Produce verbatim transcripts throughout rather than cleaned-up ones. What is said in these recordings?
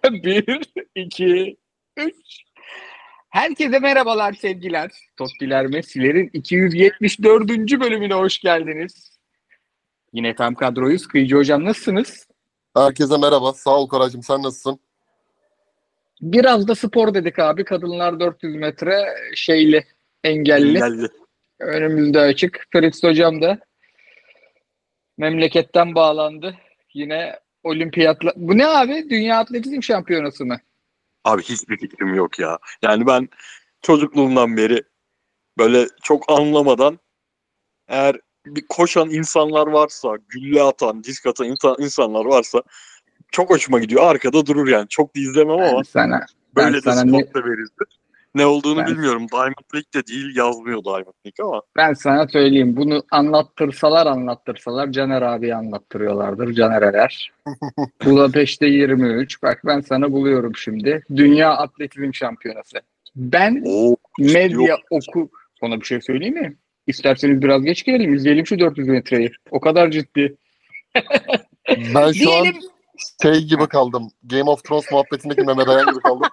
Bir, iki, üç. Herkese merhabalar, sevgiler. Tottiler Messi'lerin iki yüz yetmiş dördüncü bölümüne hoş geldiniz. Yine tam kadroyuz. Kıyıcı hocam, nasılsınız? Herkese merhaba. Sağ ol Koraycığım. Sen nasılsın? Biraz da spor dedik abi. Kadınlar dört yüz metre şeyli, engelli. Engelli. Önümüzde açık. Fritz hocam da memleketten bağlandı. Yine olimpiyatla... Bu ne abi? Dünya Atletizm Şampiyonası mı? Abi hiçbir fikrim yok ya. Yani ben çocukluğumdan beri böyle çok anlamadan, eğer bir koşan insanlar varsa, gülle atan, disk atan insan- insanlar varsa çok hoşuma gidiyor. Arkada durur yani. Çok da izlemem Ben ama sana, ben böyle de sana ne, spor severizdir. Ne olduğunu ben bilmiyorum. Diamond League de değil, yazmıyor Diamond League ama. Ben sana söyleyeyim, bunu anlattırsalar anlattırsalar Caner abi anlattırıyorlardır, Caner Erer. Budapeşte yirmi üç. Bak ben sana buluyorum şimdi. Dünya Atletizm Şampiyonası. Ben Oo, medya yok. oku... Ona bir şey söyleyeyim mi? İsterseniz biraz geç gelelim. İzleyelim şu dört yüz metreyi. O kadar ciddi. Ben şu Diyelim. an şey gibi kaldım. Game of Thrones muhabbetindeki Mehmet Ayan gibi kaldım.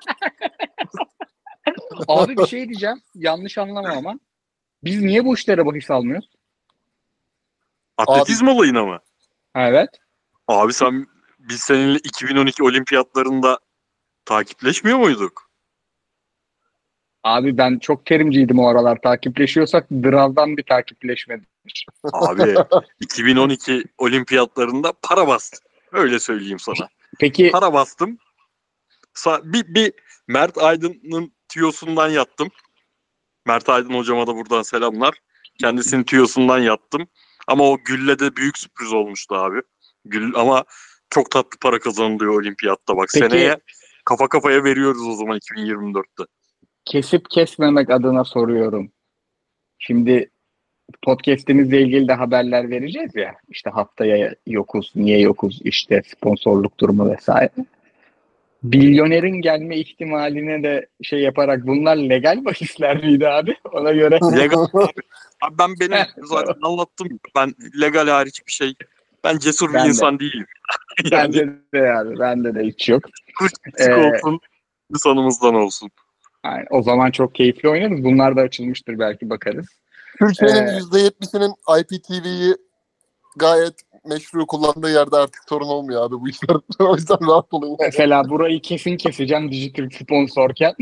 Abi bir şey diyeceğim. Yanlış anlama ama. Biz niye bu işlere bahis almıyoruz? Atletizm olayına mı? Evet. Abi sen biz seninle iki bin on iki olimpiyatlarında takipleşmiyor muyduk? Abi ben çok terimciydim o aralar. Takipleşiyorsak Draz'dan bir takipleşmedi. Abi iki bin on iki olimpiyatlarında para bastım. Öyle söyleyeyim sana. Peki Para bastım. Sa- bir, bir Mert Aydın'ın tüyosundan yattım. Mert Aydın hocama da buradan selamlar. Kendisinin tüyosundan yattım. Ama o gülle de büyük sürpriz olmuştu abi. Gül, ama çok tatlı para kazanılıyor olimpiyatta. Bak Peki, seneye kafa kafaya veriyoruz o zaman iki bin yirmi dörtte. kesip kesmemek adına soruyorum. Şimdi podcast'imizle ilgili de haberler vereceğiz ya. İşte haftaya yokuz, niye yokuz, işte sponsorluk durumu vesaire. Milyonerin gelme ihtimaline de şey yaparak, bunlar legal bahisler miydi abi? Ona göre. Legal abi. Abi ben benim zaten anlattım. Ben legal hariç bir şey. Ben cesur bir Ben de. insan değilim. Yani Bende de yani. Bende de hiç yok. kuş küçük Ee, olsun, insanımızdan olsun. yani o zaman çok keyifli oynarız. Bunlar da açılmıştır, belki bakarız. Türkiye'nin Ee, yüzde yetmişinin I P T V'yi gayet meşru kullandığı yerde artık sorun olmuyor abi bu işler. O yüzden rahat olun. Mesela burayı kesin keseceğim dijital sponsorken.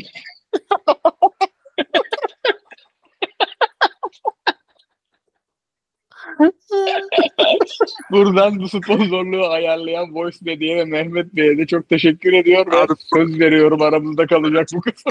Buradan bu sponsorluğu ayarlayan Voice Medya'ya ve Mehmet Bey'e de çok teşekkür ediyor ve Abi, söz veriyorum, aramızda kalacak bu kısım.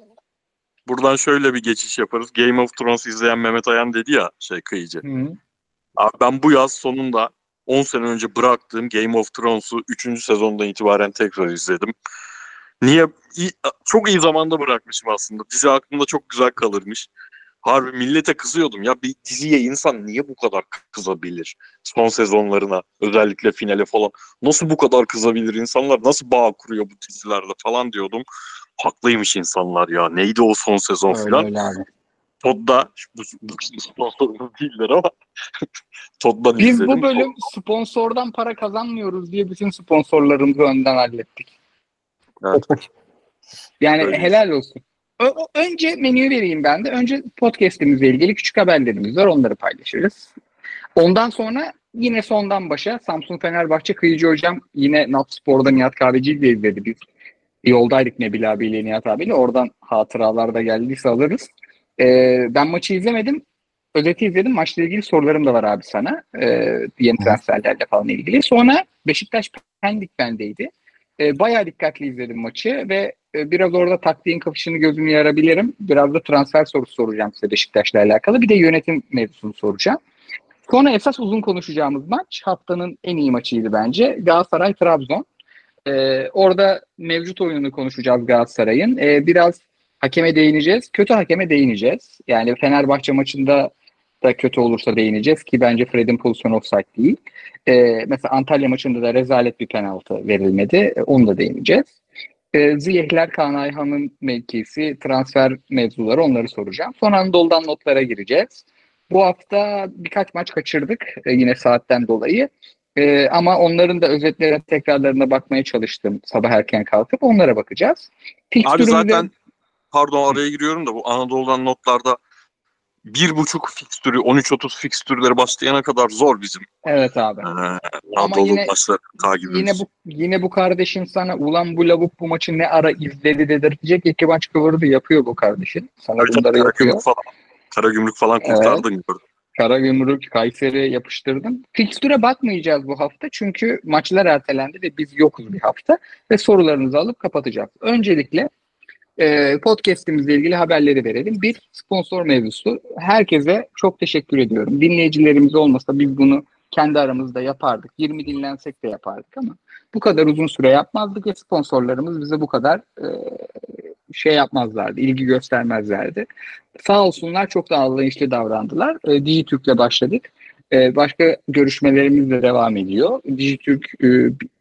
buradan şöyle bir geçiş yaparız. Game of Thrones izleyen Mehmet Ayan dedi ya, şey kıyıcı. Hı. Abi ben bu yaz sonunda on sene önce bıraktığım Game of Thrones'u üçüncü sezondan itibaren tekrar izledim. Niye? İyi, çok iyi zamanda bırakmışım aslında. Dizi aklımda çok güzel kalırmış. Harbi millete kızıyordum ya, bir diziye insan niye bu kadar kızabilir? Son sezonlarına, özellikle finale falan. Nasıl bu kadar kızabilir insanlar? Nasıl bağ kuruyor bu dizilerle falan diyordum. Haklıymış insanlar ya. Neydi o son sezon Öyle falan. öyle abi. Todd'da, bu, bu sponsorumuz değiller ama Todd'dan Biz izledim. bu bölüm sponsordan para kazanmıyoruz diye bütün sponsorlarımızı önden hallettik. Evet. Yani Öyleyiz. helal olsun. Ö- o- önce menüyü vereyim ben de. Önce podcast'imizle ilgili küçük haberlerimiz var. Onları paylaşırız. Ondan sonra yine sondan başa Samsun Fenerbahçe, Kıyıcı hocam yine Nat Spor'da Nihat Kahveci'yi de izledi. Biz yoldaydık Nebil abiyle, Nihat abiyle. Oradan hatıralar da geldiyse alırız. Ee, ben maçı izlemedim. Özeti izledim. Maçla ilgili sorularım da var abi sana. Ee, yeni transferlerle falan ilgili. Sonra Beşiktaş Pendik bendeydi. Ee, bayağı dikkatli izledim maçı ve e, biraz orada taktiğin kafasını gözümü yarabilirim. Biraz da transfer sorusu soracağım size Beşiktaş'la alakalı. Bir de yönetim mevzusunu soracağım. Sonra esas uzun konuşacağımız maç haftanın en iyi maçıydı bence. Galatasaray-Trabzon. Ee, orada mevcut oyununu konuşacağız Galatasaray'ın. Ee, biraz hakeme değineceğiz. Kötü hakeme değineceğiz. Yani Fenerbahçe maçında da kötü olursa değineceğiz ki bence Fred'in pozisyonu offside değil. Ee, mesela Antalya maçında da rezalet bir penaltı verilmedi. Ee, onu da değineceğiz. Ee, Ziyehler, Kaan Ayhan'ın mevkisi, transfer mevzuları, onları soracağım. Sonra Anadolu'dan notlara gireceğiz. Bu hafta birkaç maç kaçırdık e, yine saatten dolayı. Ee, ama onların da özetlerine, tekrarlarına bakmaya çalıştım sabah erken kalkıp. Onlara bakacağız. Abi Fikstürümüzde- zaten pardon araya giriyorum da bu Anadolu'dan notlarda bir buçuk fikstürü, on üç otuz fikstürleri başlayana kadar zor bizim. Evet abi. Ee, Ama Anadolu yine maçları takibimiz. yine bu yine bu kardeşin sana ulan bu lavuk bu maçı ne ara izledi dedirtecek iki maç kıvırdı yapıyor bu kardeşin. Sana Tabii canım, bunları yapıyor. Karagümrük falan, Karagümrük falan Evet. kurtardın gördüm. Karagümrük, Kayseri yapıştırdım. Fikstüre bakmayacağız bu hafta çünkü maçlar ertelendi ve biz yokuz bir hafta ve sorularınızı alıp kapatacağız. Öncelikle e, podcast'imizle ilgili haberleri verelim. Bir, sponsor mevzusu. Herkese çok teşekkür ediyorum. Dinleyicilerimiz olmasa biz bunu kendi aramızda yapardık. yirmi dinlensek de yapardık ama bu kadar uzun süre yapmazdık ve sponsorlarımız bize bu kadar e, şey yapmazlardı, ilgi göstermezlerdi. Sağ olsunlar, çok da anlayışlı davrandılar. E, Dijitürk'le başladık. E, başka görüşmelerimiz de devam ediyor. Dijitürk e,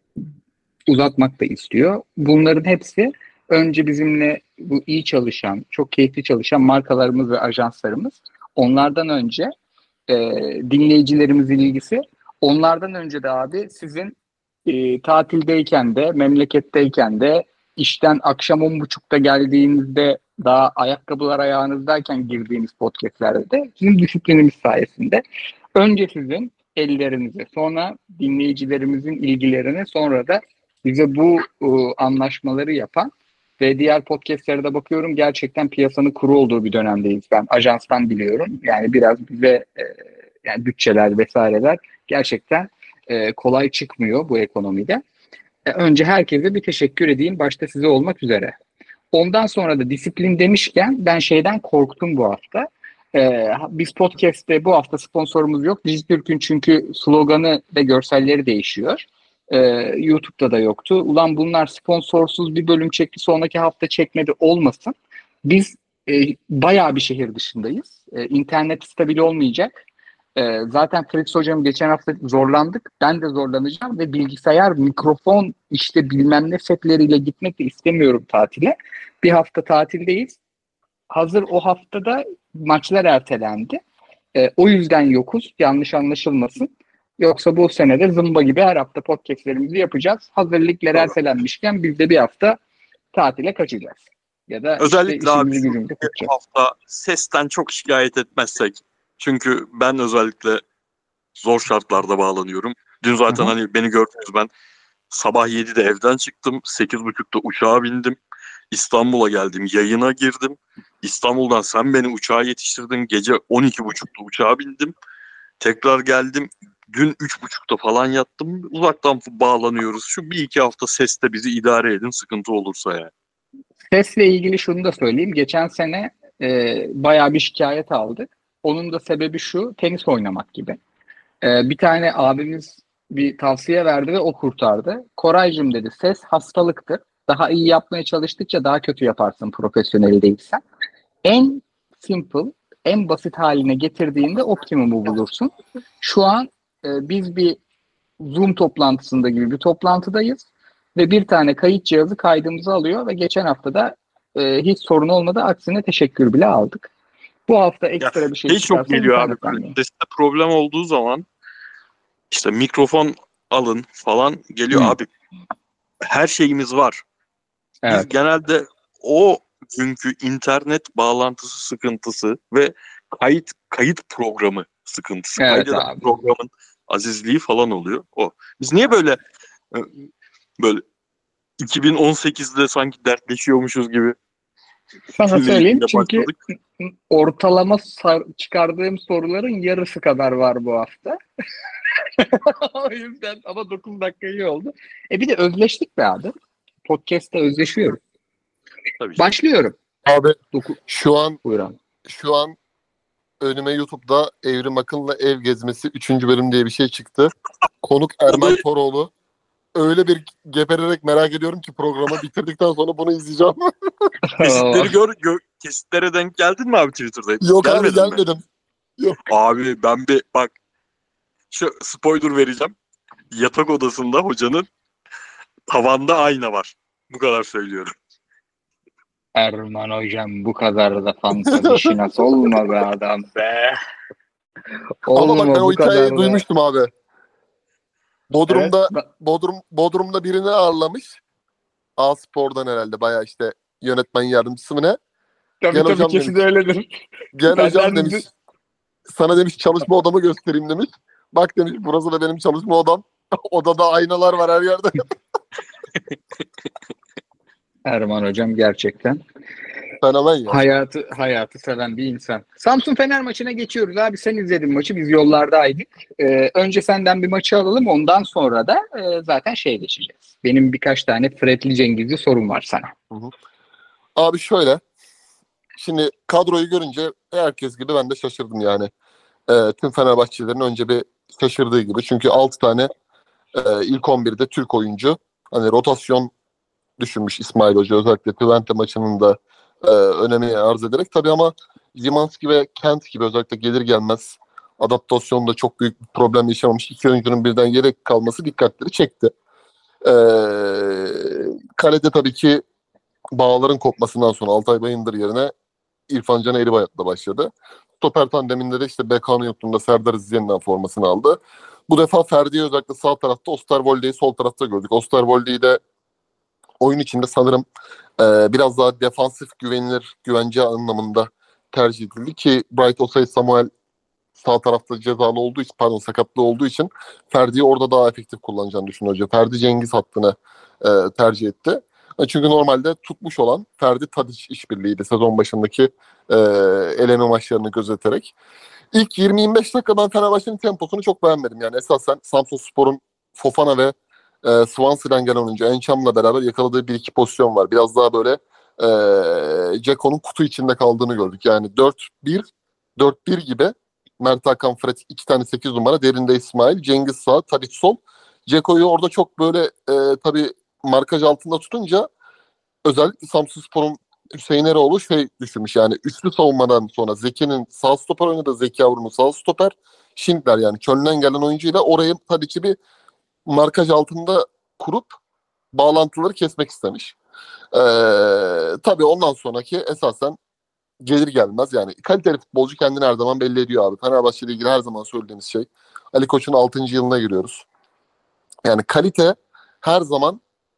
uzatmak da istiyor. Bunların hepsi önce bizimle bu iyi çalışan, çok keyifli çalışan markalarımız ve ajanslarımız. Onlardan önce e, dinleyicilerimizin ilgisi. Onlardan önce de abi sizin e, tatildeyken de, memleketteyken de, işten akşam on buçukta geldiğinizde daha ayakkabılar ayağınızdayken girdiğiniz podcastlerde de sizin disiplinimiz sayesinde önce sizin ellerinize, sonra dinleyicilerimizin ilgilerine, sonra da bize bu e, anlaşmaları yapan ve diğer podcastlere bakıyorum, gerçekten piyasanın kuru olduğu bir dönemdeyiz. Ben ajanstan biliyorum. Yani biraz bize e, yani bütçeler vesaireler gerçekten e, kolay çıkmıyor bu ekonomide. E, önce herkese bir teşekkür edeyim. Başta size olmak üzere. Ondan sonra da disiplin demişken ben şeyden korktum bu hafta. Ee, biz podcast'te bu hafta sponsorumuz yok. Dijitürk'ün çünkü sloganı ve görselleri değişiyor. Ee, YouTube'da da yoktu. Ulan bunlar sponsorsuz bir bölüm çekti, sonraki hafta çekmedi olmasın. Biz e, bayağı bir şehir dışındayız. E, internet stabil olmayacak. E, zaten Fritz hocam geçen hafta zorlandık. Ben de zorlanacağım ve bilgisayar, mikrofon, işte bilmem ne setleriyle gitmek de istemiyorum tatile. Bir hafta tatildeyiz. Hazır o haftada maçlar ertelendi. E, o yüzden yokuz. Yanlış anlaşılmasın. Yoksa bu senede zımba gibi her hafta podcastlerimizi yapacağız. Hazırlıklar ertelenmişken biz de bir hafta tatile kaçacağız. Ya da Özellikle işte abi işimizi şu gücümüzü bu tutacağız. hafta sesten çok şikayet etmezsek. Çünkü ben özellikle zor şartlarda bağlanıyorum. Dün zaten Hı hı. hani beni gördünüz, ben sabah yedide evden çıktım. sekiz buçukta uçağa bindim. İstanbul'a geldim. Yayına girdim. İstanbul'dan sen beni uçağa yetiştirdin. Gece on iki buçukta uçağa bindim. Tekrar geldim. Dün üç buçukta falan yattım. Uzaktan bağlanıyoruz. Şu bir iki hafta seste bizi idare edin. Sıkıntı olursa yani. Sesle ilgili şunu da söyleyeyim. Geçen sene e, bayağı bir şikayet aldık. Onun da sebebi şu, tenis oynamak gibi. E, bir tane abimiz bir tavsiye verdi ve o kurtardı. Koraycığım dedi, ses hastalıktır. Daha iyi yapmaya çalıştıkça daha kötü yaparsın profesyonel değilsen. En simple, en basit haline getirdiğinde optimumu bulursun. Şu an e, biz bir Zoom toplantısında gibi bir toplantıdayız ve bir tane kayıt cihazı kaydımızı alıyor ve geçen hafta da e, hiç sorun olmadı. Aksine teşekkür bile aldık. Bu hafta ekstra Ya, bir şey şey çok çıkarsa geliyor abi. internetten Böyle değil. seste problem olduğu zaman işte mikrofon alın falan geliyor Hı. abi. Her şeyimiz var. Biz Evet. genelde o günkü internet bağlantısı sıkıntısı ve kayıt kayıt programı sıkıntısı. Evet Kaydeden abi. programın azizliği falan oluyor. O. Biz niye böyle böyle iki bin on sekizde sanki dertleşiyormuşuz gibi Sana söyleyeyim dinleyiciyle çünkü başladık? ortalama sar- çıkardığım soruların yarısı kadar var bu hafta. O yüzden ama dokuz dakika iyi oldu. E bir de özleştik be abi. Podcast'te özleşiyoruz. Tabii. Başlıyorum. Abi Doku- şu an Buyurun. şu an önüme YouTube'da Evrim Akın'la Ev Gezmesi üçüncü bölüm diye bir şey çıktı. Konuk Erman Toroğlu. Öyle bir gebererek merak ediyorum ki programı bitirdikten sonra bunu izleyeceğim. Kesitleri gör, gör kesitlere denk geldin mi abi Twitter'da? Yok abi Gelmedin mi? gelmedim. Yok. Abi ben bir bak şu spoiler vereceğim. Yatak odasında hocanın tavanda ayna var. Bu kadar söylüyorum. Erman hocam bu kadar da fantezi işi nasıl olma be adam be. Ama Olma bak ben o bu kadar hikayeyi da. duymuştum abi. Bodrum'da Evet. Bodrum Bodrum'da birini ağırlamış. A Spor'dan herhalde bayağı işte yönetmen yardımcısı mı ne? Tabii Gel tabii hocam kesin demiş. öyledir. Gel hocam Benden demiş. Sana demiş çalışma odamı göstereyim demiş. Bak demiş burası da benim çalışma odam. Odada aynalar var her yerde. Erman hocam gerçekten Fenomen ya. hayatı hayatı seven bir insan. Samsun Fener maçına geçiyoruz abi. Sen izledin maçı. Biz yollardaydık. Ee, önce senden bir maçı alalım. Ondan sonra da e, zaten şeye geçeceğiz. Benim birkaç tane Fredli Cengizli sorum var sana. Hı hı. Abi şöyle. Şimdi kadroyu görünce herkes gibi ben de şaşırdım yani. Ee, tüm Fenerbahçelilerin önce bir şaşırdığı gibi. Çünkü altı tane e, ilk on birde Türk oyuncu. Hani rotasyon düşünmüş İsmail Hoca. Özellikle Twente maçının da e, önemini arz ederek. Tabii ama Zimanski ve Kent gibi özellikle gelir gelmez adaptasyonda çok büyük bir problem yaşamamış iki oyuncunun birden yedek kalması dikkatleri çekti. Ee, kalede tabii ki bağların kopmasından sonra Altay Bayındır yerine İrfan Can Eğribayat'la başladı. Stoper tandeminde de işte Bekano yokluğunda Serdar Aziz yeniden formasını aldı. Bu defa Ferdi'yi özellikle sağ tarafta, Osterwolde'yi sol tarafta gördük. Osterwolde'yi de oyun içinde sanırım e, biraz daha defansif güvenilir, güvence anlamında tercih edildi ki Bright Osay Samuel sağ tarafta cezalı olduğu için, pardon sakatlı olduğu için Ferdi'yi orada daha efektif kullanacağını düşünüyor hoca. Ferdi Cengiz hattını e, tercih etti. Çünkü normalde tutmuş olan Ferdi Tadiç işbirliğiydi sezon başındaki e, eleme maçlarını gözeterek. İlk yirmi yirmi beş dakika ben Fenerbahçe'nin temposunu çok beğenmedim. Yani esasen Samsunspor'un Fofana ve e, Swansea'dan gelen oyuncu Encham'la beraber yakaladığı bir iki pozisyon var. Biraz daha böyle e, Ceko'nun kutu içinde kaldığını gördük. Yani dört bir dört bir gibi Mert Hakan, Fred iki tane sekiz numara. Derinde İsmail, Cengiz sağ, Tadiç sol. Ceko'yu orada çok böyle e, tabii markaj altında tutunca özellikle Samsunspor'un Hüseyin Eroğlu şey düşünmüş yani üçlü savunmadan sonra Zeki'nin sağ stoper oynadı. Zeki Yavru'nun sağ stoper. Schindler yani Köln'den gelen oyuncuyla orayı Tadiç'i bir markaj altında kurup bağlantıları kesmek istemiş. Ee, tabii ondan sonraki esasen gelir gelmez yani kaliteli futbolcu kendini her zaman belli ediyor abi. Fenerbahçe ile ilgili her zaman söylediğimiz şey. Ali Koç'un altıncı yılına giriyoruz. Yani kalite her zaman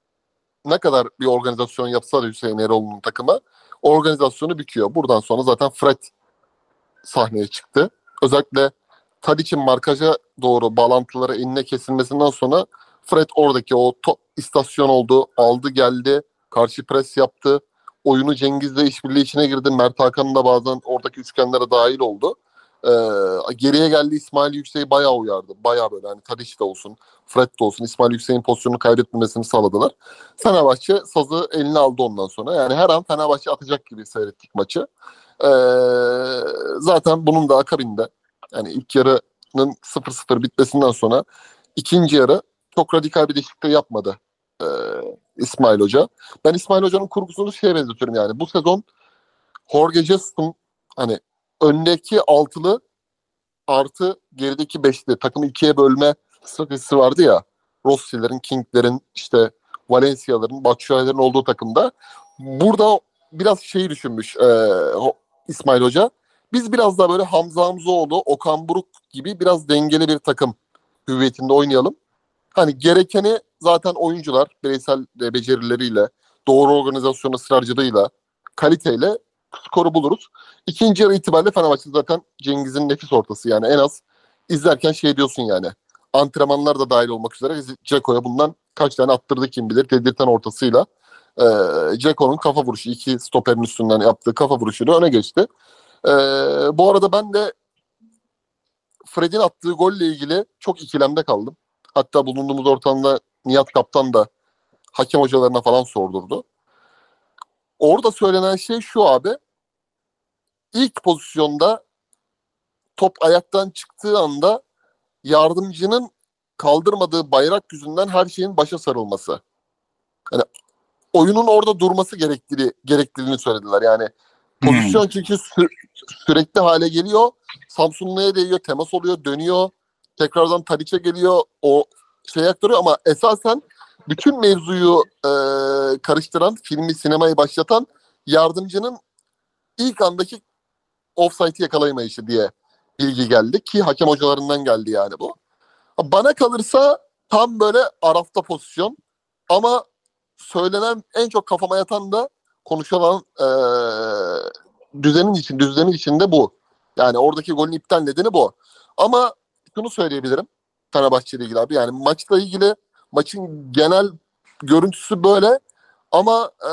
ne kadar bir organizasyon yapsa da Hüseyin Eroğlu'nun takımı organizasyonu büküyor. Buradan sonra zaten Fred sahneye çıktı. Özellikle Tadiç'in markaja doğru bağlantıları eline kesilmesinden sonra Fred oradaki o top istasyon oldu. Aldı geldi. Karşı pres yaptı. Oyunu Cengiz'le işbirliği içine girdi. Mert Hakan'ın da bazen oradaki üçgenlere dahil oldu. Ee, geriye geldi İsmail Yüksek'i bayağı uyardı. Bayağı böyle hani Tadiç de olsun, Fred de olsun İsmail Yüksek'in pozisyonunu kaybetmemesini sağladılar. Fenerbahçe sazı eline aldı ondan sonra. Yani her an Fenerbahçe atacak gibi seyrettik maçı. Ee, zaten bunun da akabinde yani ilk yarının sıfır sıfır bitmesinden sonra ikinci yarı çok radikal bir değişiklik yapmadı ee, İsmail Hoca. Ben İsmail Hoca'nın kurgusunu şeye benzetiyorum yani. Bu sezon Jorge Jesus'un hani öndeki altılı artı gerideki beşli takımı ikiye bölme stratejisi vardı ya. Rossi'lerin, King'lerin, işte Valencia'ların, Batshuayi'lerin olduğu takımda. Burada biraz şeyi düşünmüş e, İsmail Hoca. Biz biraz daha böyle Hamza Hamzoğlu, Okan Buruk gibi biraz dengeli bir takım hüviyetinde oynayalım. Hani gerekeni zaten oyuncular bireysel becerileriyle, doğru organizasyon ısrarcılığıyla, kaliteyle skoru buluruz. İkinci yarı itibariyle Fenerbahçe zaten Cengiz'in nefis ortası yani en az izlerken şey diyorsun yani antrenmanlar da dahil olmak üzere Ceko'ya bundan kaç tane attırdı kim bilir dedirten ortasıyla e, Ceko'nun kafa vuruşu iki stoperin üstünden yaptığı kafa vuruşuyla öne geçti. E, bu arada ben de Fred'in attığı golle ilgili çok ikilemde kaldım. Hatta bulunduğumuz ortamda Nihat Kaptan da hakem hocalarına falan sordurdu. Orada söylenen şey şu abi. İlk pozisyonda top ayaktan çıktığı anda yardımcının kaldırmadığı bayrak yüzünden her şeyin başa sarılması. Yani oyunun orada durması gerektiğini, gerektiğini söylediler. Yani pozisyon hmm. çünkü sü- sürekli hale geliyor. Samsunlu'ya değiyor, temas oluyor, dönüyor. Tekrardan Tadiç'e geliyor. O şey aktarıyor ama esasen bütün mevzuyu e, karıştıran, filmi, sinemayı başlatan yardımcının ilk andaki offside'i yakalayamayışı diye bilgi geldi ki hakem hocalarından geldi yani bu. Bana kalırsa Tam böyle arafta pozisyon. Ama söylenen en çok kafama yatan da konuşulan e, düzenin için, düzenin içinde bu. Yani oradaki golün iptal nedeni bu. Ama şunu söyleyebilirim Fenerbahçe ile ilgili abi. Yani maçla ilgili maçın genel görüntüsü böyle ama e,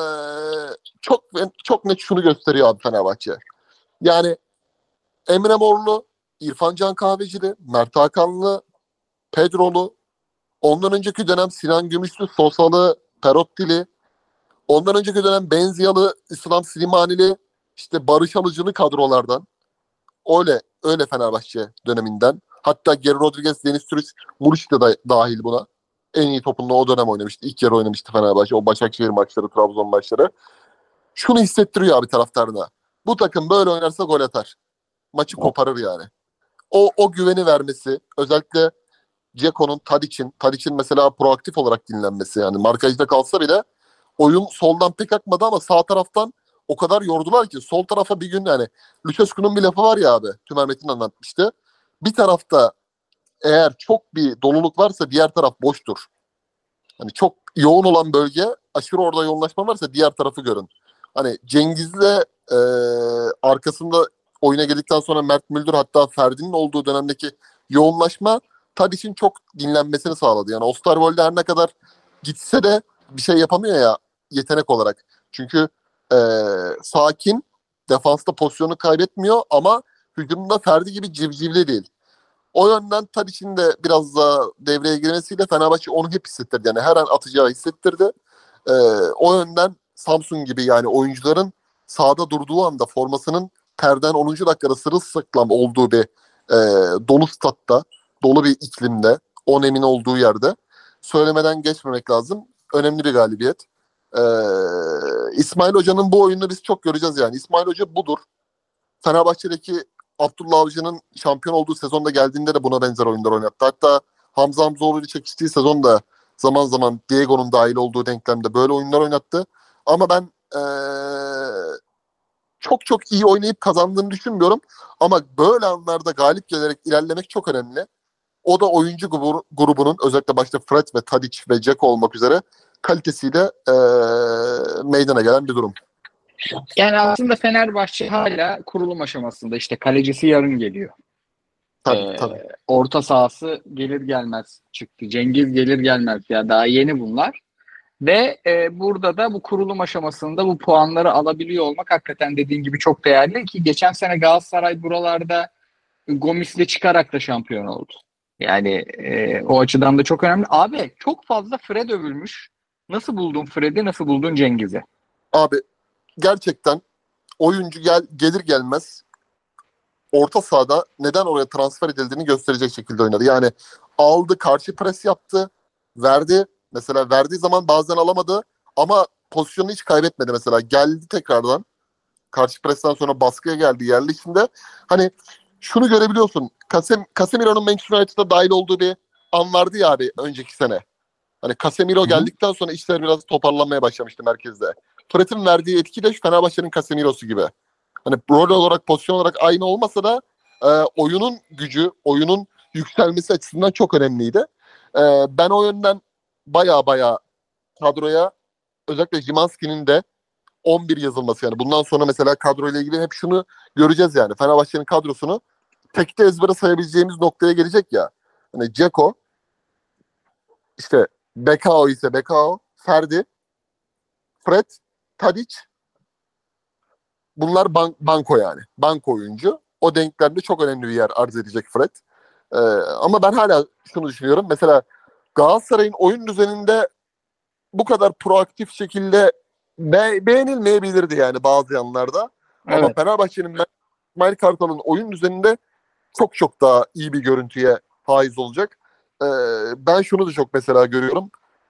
çok çok net şunu gösteriyor abi Fenerbahçe. Yani Emre Morlu, İrfan Can Kahvecili, Mert Hakanlı, Pedro'lu, ondan önceki dönem Sinan Gümüşlü, Sosalı, Perottili, ondan önceki dönem Benziyalı, İslam Slimanili, işte Barış Alıcılı kadrolardan. Öyle öyle Fenerbahçe döneminden. Hatta Geri Rodriguez, Deniz Türüç, Muriç de da- dahil buna. En iyi topunda o dönem oynamıştı. İlk yarı oynamıştı Fenerbahçe. O Başakşehir maçları, Trabzon maçları. Şunu hissettiriyor abi taraftarına. Bu takım böyle oynarsa gol atar. Maçı koparır yani. O o güveni vermesi, özellikle Ceko'nun, Tadic'in, Tadic'in mesela proaktif olarak dinlenmesi, yani markajda kalsa bile oyun soldan pek akmadı ama sağ taraftan o kadar yordular ki sol tarafa bir gün, yani Lucescu'nun bir lafı var ya abi, Tümer Metin anlatmıştı. Bir tarafta eğer çok bir doluluk varsa diğer taraf boştur. Hani çok yoğun olan bölge, aşırı orada yoğunlaşma varsa diğer tarafı görün. Hani Cengiz'le e, arkasında oyuna girdikten sonra Mert Müldür, hatta Ferdi'nin olduğu dönemdeki yoğunlaşma Tadic'in çok dinlenmesini sağladı. Yani Osterwolde her ne kadar gitse de bir şey yapamıyor ya yetenek olarak. Çünkü e, sakin, defansta pozisyonu kaybetmiyor ama hücumda Ferdi gibi civcivli değil. O yönden Tadic'in de biraz daha devreye girmesiyle Fenerbahçe onu hep hissettirdi. Yani her an atacağı hissettirdi. Ee, o yönden Samsun gibi, yani oyuncuların sahada durduğu anda formasının terden onuncu dakikada sırılsıklam olduğu bir e, dolu statta, dolu bir iklimde, on emin olduğu yerde söylemeden geçmemek lazım. Önemli bir galibiyet. Ee, İsmail Hoca'nın bu oyununu biz çok göreceğiz yani. İsmail Hoca budur. Fenerbahçe'deki Abdullah Avcı'nın şampiyon olduğu sezonda geldiğinde de buna benzer oyunlar oynattı. Hatta Hamza Hamzoğlu ile çekiştiği sezonda zaman zaman Diego'nun dahil olduğu denklemde böyle oyunlar oynattı. Ama ben ee, çok çok iyi oynayıp kazandığını düşünmüyorum. Ama böyle anlarda galip gelerek ilerlemek çok önemli. O da oyuncu grubunun, özellikle başta Fred ve Tadic ve Dzeko olmak üzere, kalitesiyle ee, meydana gelen bir durum. Yani aslında Fenerbahçe hala kurulum aşamasında. İşte kalecisi yarın geliyor. Tabii, Ee, tabii. Orta sahası gelir gelmez çıktı. Cengiz gelir gelmez ya, daha yeni bunlar. Ve e, burada da bu kurulum aşamasında bu puanları alabiliyor olmak hakikaten dediğin gibi çok değerli ki geçen sene Galatasaray buralarda Gomis'le çıkarak da şampiyon oldu. Yani e, o açıdan da çok önemli. Abi çok fazla Fred övülmüş. Nasıl buldun Fred'i? Nasıl buldun Cengiz'i? Abi gerçekten oyuncu gel, gelir gelmez orta sahada neden oraya transfer edildiğini gösterecek şekilde oynadı. Yani aldı, karşı pres yaptı, verdi. Mesela verdiği zaman bazen alamadı ama pozisyonu hiç kaybetmedi mesela. Geldi tekrardan. Karşı presten sonra baskıya geldi yerli içinde. Hani şunu görebiliyorsun. Kasem, Casemiro'nun Manchester United'a dahil olduğu bir an vardı ya abi önceki sene. Hani Casemiro Hı-hı. geldikten sonra işler biraz toparlanmaya başlamıştı merkezde. Fred'in verdiği etki de Fenerbahçe'nin Casemiro'su gibi. Hani rol olarak, pozisyon olarak aynı olmasa da e, oyunun gücü, oyunun yükselmesi açısından çok önemliydi. E, ben o yönden baya baya kadroya, özellikle Szymański'nin de on bir yazılması, yani bundan sonra mesela kadroyla ilgili hep şunu göreceğiz yani. Fenerbahçe'nin kadrosunu tekte ezbere sayabileceğimiz noktaya gelecek ya. Hani Dzeko, işte Bekao ise Bekao, Ferdi, Fred, Tadic, bunlar ban- banko yani. Banko oyuncu. O denklemde çok önemli bir yer arz edecek Fred. Ee, ama ben hala şunu düşünüyorum. Mesela Galatasaray'ın oyun düzeninde bu kadar proaktif şekilde be- beğenilmeyebilirdi yani bazı yanlarda. Ama Evet. Fenerbahçe'nin, İsmail Kartal'ın oyun düzeninde çok çok daha iyi bir görüntüye haiz olacak. Ee, ben şunu da çok mesela görüyorum.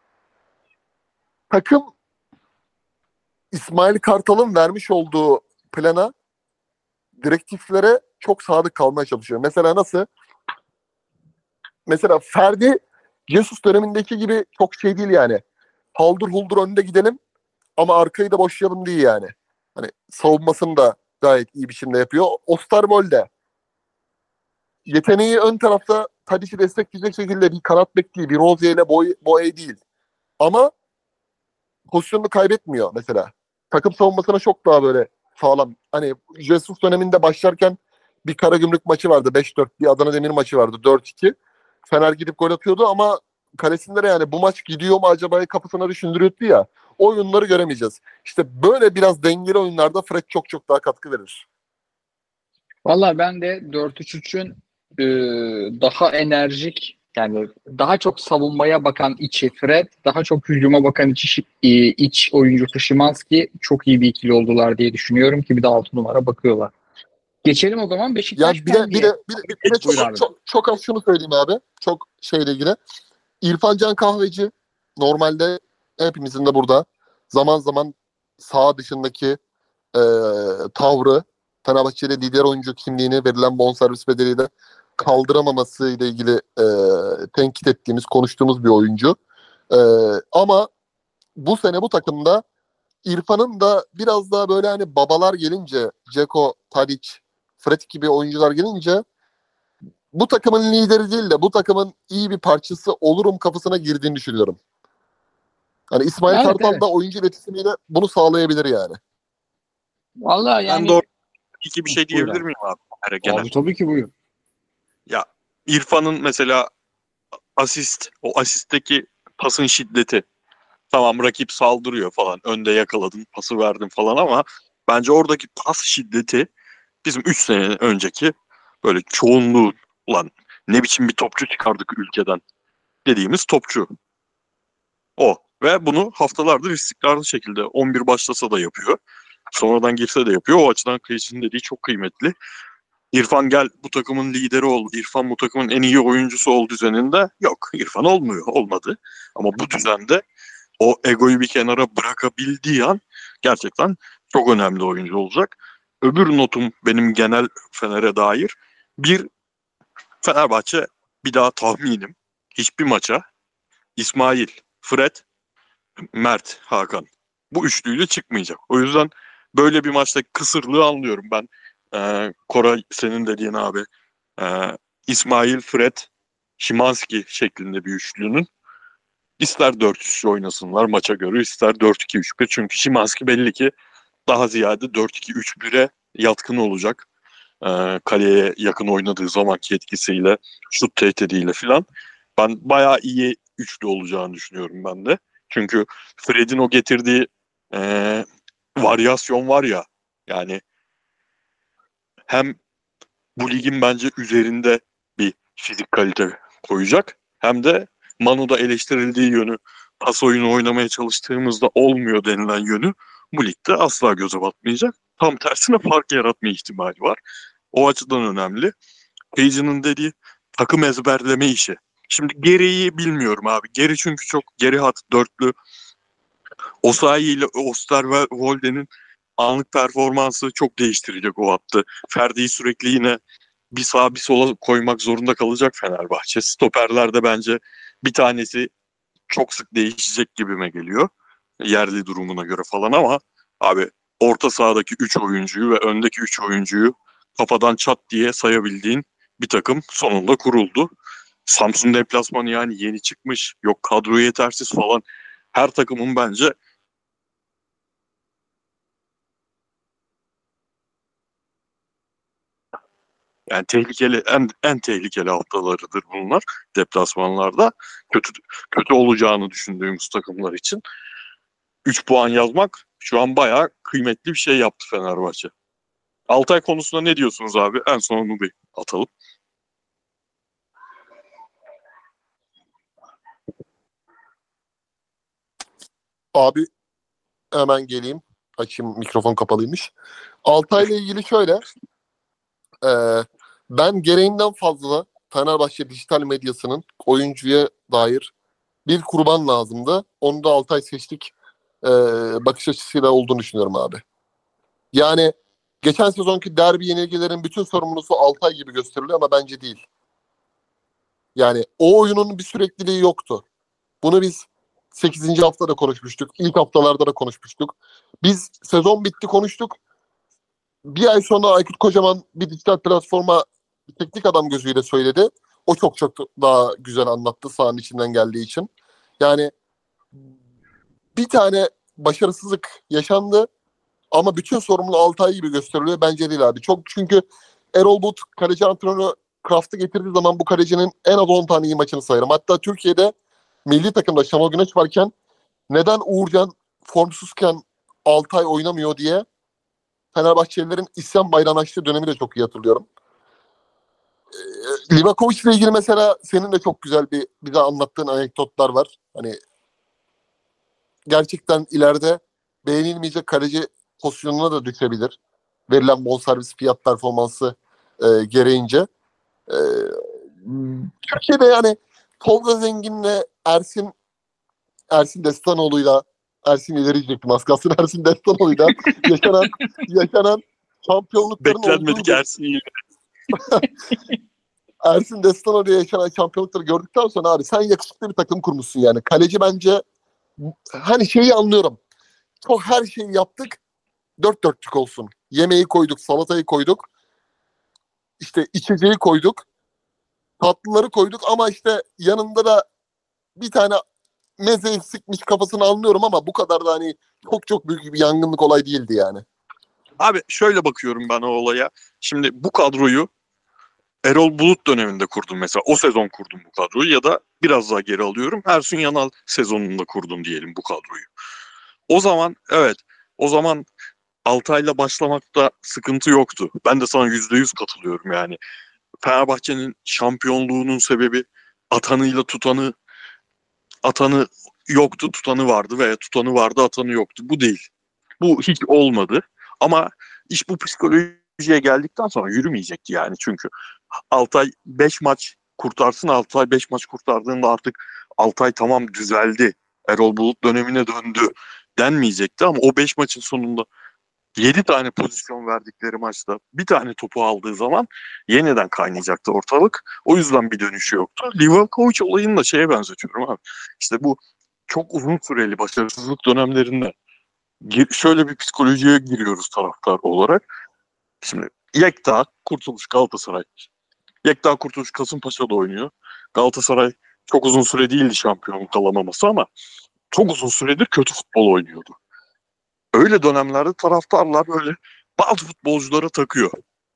Takım İsmail Kartal'ın vermiş olduğu plana, direktiflere çok sadık kalmaya çalışıyor. Mesela nasıl? Mesela Ferdi Jesus dönemindeki gibi çok şey değil yani. Haldır huldur önde gidelim ama arkayı da boşlayalım değil yani. Hani savunmasını da gayet iyi biçimde yapıyor. Osterwolde yeteneği ön tarafta Tadic'i destekleyecek şekilde bir kanat bek değil, bir Rozier ile Boy, Boye değil. Ama pozisyonunu kaybetmiyor mesela. Takım savunmasına çok daha böyle sağlam. Hani Jesus döneminde başlarken bir Karagümrük maçı vardı beş dört, bir Adana Demir maçı vardı dört iki. Fener gidip gol atıyordu ama kalesinde yani bu maç gidiyor mu acaba kafasına düşündürüyordu ya. O oyunları göremeyeceğiz. İşte böyle biraz dengeli oyunlarda Fred çok çok daha katkı verir. Valla ben de dört üç üçün e, daha enerjik, yani daha çok savunmaya bakan içi Fred, daha çok hücuma bakan içi, e, iç oyuncusu Szymański çok iyi bir ikili oldular diye düşünüyorum ki bir de altı numara bakıyorlar. Geçelim o zaman Ya Beşiktaş bir de bir de Pendik'e. bir de, bir de Buyur çok, abi. çok çok az şunu söyleyeyim abi. Çok şeyle ilgili. İrfan Can Kahveci normalde hepimizin de burada zaman zaman saha dışındaki e, tavrı, Fenerbahçe'de lider oyuncu kimliğini verilen bonservis bedeliyle kaldıramaması ile ilgili e, tenkit ettiğimiz, konuştuğumuz bir oyuncu. E, ama bu sene bu takımda İrfan'ın da biraz daha böyle hani babalar gelince, Dzeko, Tadic, Fred gibi oyuncular gelince bu takımın lideri değil de bu takımın iyi bir parçası olurum kafasına girdiğini düşünüyorum. Hani İsmail Evet, Kartal evet. da oyuncu iletişimiyle bunu sağlayabilir yani. Valla Ben yani doğru iki bir şey buyur diyebilir abi. miyim abi? Her genel. Abi tabii ki buyur. Ya İrfan'ın mesela asist, o asistteki pasın şiddeti. Tamam rakip saldırıyor falan. Önde yakaladın, pası verdin falan ama bence oradaki pas şiddeti bizim üç sene önceki böyle çoğunluğu ulan ne biçim bir topçu çıkardık ülkeden dediğimiz topçu. O. Ve bunu haftalardır istikrarlı şekilde on bir başlasa da yapıyor. Sonradan girse de yapıyor. O açıdan Kıyıcı'nın dediği çok kıymetli. İrfan gel bu takımın lideri ol, İrfan bu takımın en iyi oyuncusu ol düzeninde yok. İrfan olmuyor, olmadı. Ama bu düzende o egoyu bir kenara bırakabildiği an gerçekten çok önemli oyuncu olacak. Öbür notum benim genel Fener'e dair. Bir, Fenerbahçe bir daha tahminim hiçbir maça İsmail, Fred, Mert, Hakan bu üçlüyle çıkmayacak. O yüzden böyle bir maçta kısırlığı anlıyorum ben. Ee, Koray senin dediğin abi. Ee, İsmail, Fred, Szymański şeklinde bir üçlünün ister dört üç oynasınlar maça göre ister dört iki üç bir. Çünkü Szymański belli ki daha ziyade dört iki üç bire yatkın olacak. Ee, kaleye yakın oynadığı zamanki etkisiyle, şut tehdidiyle filan. Ben bayağı iyi üçlü olacağını düşünüyorum ben de. Çünkü Fred'in o getirdiği e, varyasyon var ya, yani hem bu ligin bence üzerinde bir fizik kalite koyacak hem de Manu'da eleştirildiği yönü, pas oyunu oynamaya çalıştığımızda olmuyor denilen yönü bu ligde asla göze batmayacak. Tam tersine fark yaratma ihtimali var. O açıdan önemli. Page'nin dediği takım ezberleme işi. Şimdi geriyi bilmiyorum abi. Geri çünkü çok geri hat dörtlü. Osayi ile Osterwolde'nin anlık performansı çok değiştirecek o hattı. Ferdi'yi sürekli yine bir sağa bir sola koymak zorunda kalacak Fenerbahçe. Stoperlerde bence bir tanesi çok sık değişecek gibime geliyor. Yerli durumuna göre falan ama abi orta sahadaki üç oyuncuyu ve öndeki üç oyuncuyu kafadan çat diye sayabildiğin bir takım sonunda kuruldu. Samsun deplasmanı yani yeni çıkmış. Yok kadro yetersiz falan. Her takımın bence yani tehlikeli en en tehlikeli haftalarıdır bunlar deplasmanlarda. Kötü kötü olacağını düşündüğümüz takımlar için üç puan yazmak şu an bayağı kıymetli bir şey yaptı Fenerbahçe. Altay konusunda ne diyorsunuz abi? En son onu bir atalım. Abi hemen geleyim. Açayım, mikrofon kapalıymış. Altay'la ilgili şöyle. E, ben gereğinden fazla Fenerbahçe dijital medyasının oyuncuya dair bir kurban lazımdı. Onu da Altay seçtik. E, bakış açısıyla olduğunu düşünüyorum abi. Yani geçen sezonki derbi yenilgilerin bütün sorumlusu Altay gibi gösteriliyor ama bence değil. Yani o oyunun bir sürekliliği yoktu. Bunu biz sekizinci haftada konuşmuştuk. İlk haftalarda da konuşmuştuk. Biz sezon bitti konuştuk. Bir ay sonra Aykut Kocaman bir dijital platforma bir teknik adam gözüyle söyledi. O çok çok daha güzel anlattı sahanın içinden geldiği için. Yani bir tane başarısızlık yaşandı ama bütün sorumlu Altay gibi gösteriliyor. Bence değil abi. Çok çünkü Erol Bulut kaleci antrenörü Kraft'ı getirdiği zaman bu kalecinin en az on tane iyi maçını sayarım. Hatta Türkiye'de milli takımda Şenol Güneş varken neden Uğurcan formsuzken Altay oynamıyor diye Fenerbahçelilerin isyan bayrağını açtığı dönemi de çok iyi hatırlıyorum. Ee, Livakovic ile ilgili mesela senin de çok güzel bir bize anlattığın anekdotlar var. Hani gerçekten ileride beğenilmeyecek kaleci pozisyonuna da düşebilir. Verilen bonservis fiyat performansı e, gereğince. E, Türkiye'de yani Tolga Zengin'le Ersin Ersin Destanoğlu'yla Ersin ileri diyecektim az kalsın. Ersin Destanoğlu'yla yaşanan yaşanan şampiyonlukların Beklenmedik olduğu... Ersin yine. Ersin Destanoğlu'ya yaşanan şampiyonlukları gördükten sonra abi sen yakışıklı bir takım kurmuşsun yani. Kaleci bence hani şeyi anlıyorum. Çok her şeyi yaptık. Dört dörtlük olsun. Yemeği koyduk, salatayı koyduk. İşte içeceği koyduk. Tatlıları koyduk ama işte yanında da bir tane meze eksikmiş kafasını anlıyorum ama bu kadar da hani çok çok büyük bir yangınlık olay değildi yani. Abi şöyle bakıyorum ben o olaya. Şimdi bu kadroyu Erol Bulut döneminde kurdum mesela. O sezon kurdum bu kadroyu ya da biraz daha geri alıyorum. Ersun Yanal sezonunda kurdum diyelim bu kadroyu. O zaman evet o zaman Altay'la başlamakta sıkıntı yoktu. Ben de sana yüzde yüz katılıyorum yani. Fenerbahçe'nin şampiyonluğunun sebebi atanıyla tutanı atanı yoktu, tutanı vardı veya tutanı vardı, atanı yoktu. Bu değil. Bu hiç olmadı. Ama iş bu psikolojiye geldikten sonra yürümeyecekti yani. Çünkü Altay beş maç kurtarsın. Altay beş maç kurtardığında artık Altay tamam düzeldi. Erol Bulut dönemine döndü denmeyecekti ama o beş maçın sonunda yedi tane pozisyon verdikleri maçta bir tane topu aldığı zaman yeniden kaynayacaktı ortalık. O yüzden bir dönüşü yoktu. Livakovic olayını da şeye benzetiyorum abi. İşte bu çok uzun süreli başarısızlık dönemlerinde şöyle bir psikolojiye giriyoruz taraftar olarak. Şimdi Yekta, Kurtuluş, Galatasaray. Yekta Kurtuluş Kasımpaşa'da oynuyor. Galatasaray çok uzun süre değildi şampiyonluk alamaması ama çok uzun süredir kötü futbol oynuyordu. Öyle dönemlerde taraftarlar böyle bazı futbolculara takıyor.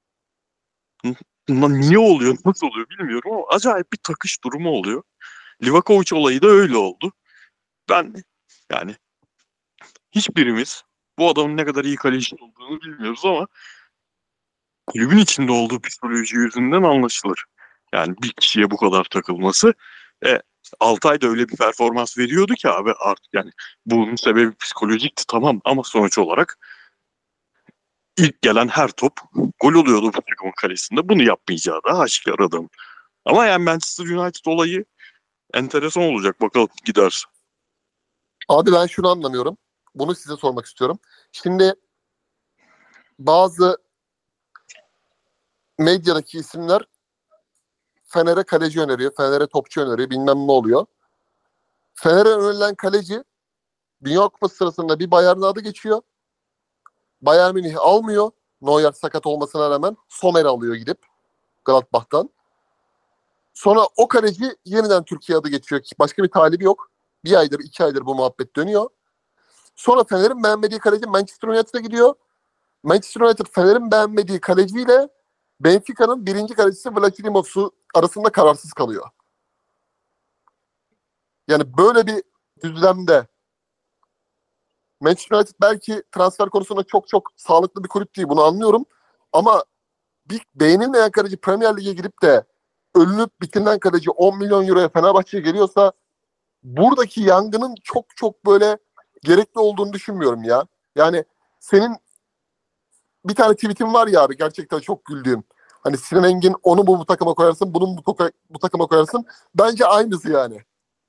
Niye oluyor, nasıl oluyor bilmiyorum ama acayip bir takış durumu oluyor. Livakovic olayı da öyle oldu. Ben yani hiçbirimiz bu adamın ne kadar iyi kaleci olduğunu bilmiyoruz ama kulübün içinde olduğu psikoloji yüzünden anlaşılır. Yani bir kişiye bu kadar takılması. E, Altay da öyle bir performans veriyordu ki abi artık yani bunun sebebi psikolojikti tamam ama sonuç olarak ilk gelen her top gol oluyordu bu takımın kalesinde. Bunu yapmayacağı da aşikar adam. Ama yani Manchester United olayı enteresan olacak bakalım giderse. Abi ben şunu anlamıyorum. Bunu size sormak istiyorum. Şimdi bazı medyadaki isimler Fener'e kaleci öneriyor, Fener'e topçu öneriyor, bilmem ne oluyor. Fener'e önerilen kaleci Dünya Kupası sırasında bir Bayern'e adı geçiyor. Bayern Münih almıyor. Neuer sakat olmasına rağmen Sommer'i alıyor gidip Gladbach'tan. Sonra o kaleci yeniden Türkiye adı geçiyor. Başka bir talibi yok. Bir aydır, iki aydır bu muhabbet dönüyor. Sonra Fener'in beğenmediği kaleci Manchester United'a gidiyor. Manchester United Fener'in beğenmediği kaleciyle Benfica'nın birinci kalecisi Vlachodimos'u arasında kararsız kalıyor. Yani böyle bir düzlemde Manchester United belki transfer konusunda çok çok sağlıklı bir kulüp değil, bunu anlıyorum. Ama bir beğenilmeyen kaleci Premier Lig'e girip de ölünüp bitirilen kaleci on milyon euroya Fenerbahçe'ye geliyorsa buradaki yangının çok çok böyle gerekli olduğunu düşünmüyorum ya. Yani senin bir tane tweetin var ya abi, gerçekten çok güldüğüm. Hani Sinan Engin onu bu, bu takıma koyarsın, bunun bu, toka, bu takıma koyarsın. Bence aynısı yani.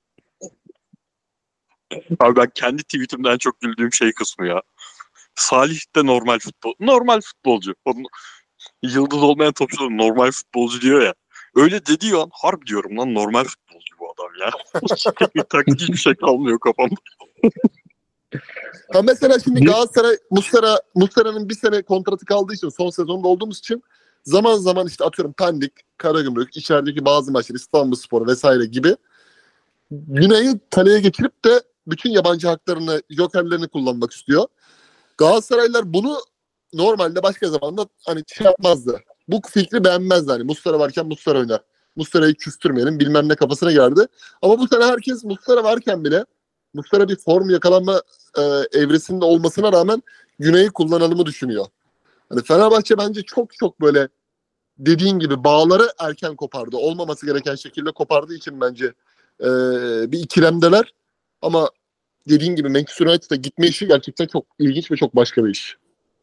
Abi ben kendi tweetimden çok güldüğüm şey kısmı ya. Salih de normal futbol. Normal futbolcu. Onun, yıldız olmayan topçu da normal futbolcu diyor ya. Öyle dediği an harbi diyorum lan normal futbolcu bu adam ya. Taktik hiçbir şey kalmıyor kafamda. Ha mesela şimdi Galatasaray Muslera Muslera'nın bir sene kontratı kaldığı için son sezonda olduğumuz için zaman zaman işte atıyorum Pendik, Karagümrük, içerideki bazı maçlar, İstanbulspor vesaire gibi Güney'i kaleye geçirip de bütün yabancı haklarını, jokerlerini kullanmak istiyor. Galatasaraylılar bunu normalde başka zamanda hani şey yapmazdı. Bu fikri beğenmezdi. Hani Muslera varken Muslera oynar. Muslera'yı küstürmeyelim bilmem ne kafasına geldi. Ama bu sene herkes Muslera varken bile Muslera bir form yakalanma e, evresinde olmasına rağmen Güney'i kullanalımı düşünüyor. Hani Fenerbahçe bence çok çok böyle dediğin gibi bağları erken kopardı. Olmaması gereken şekilde kopardığı için bence e, bir ikilemdeler. Ama dediğin gibi Manchester United'a gitme işi gerçekten çok ilginç ve çok başka bir iş.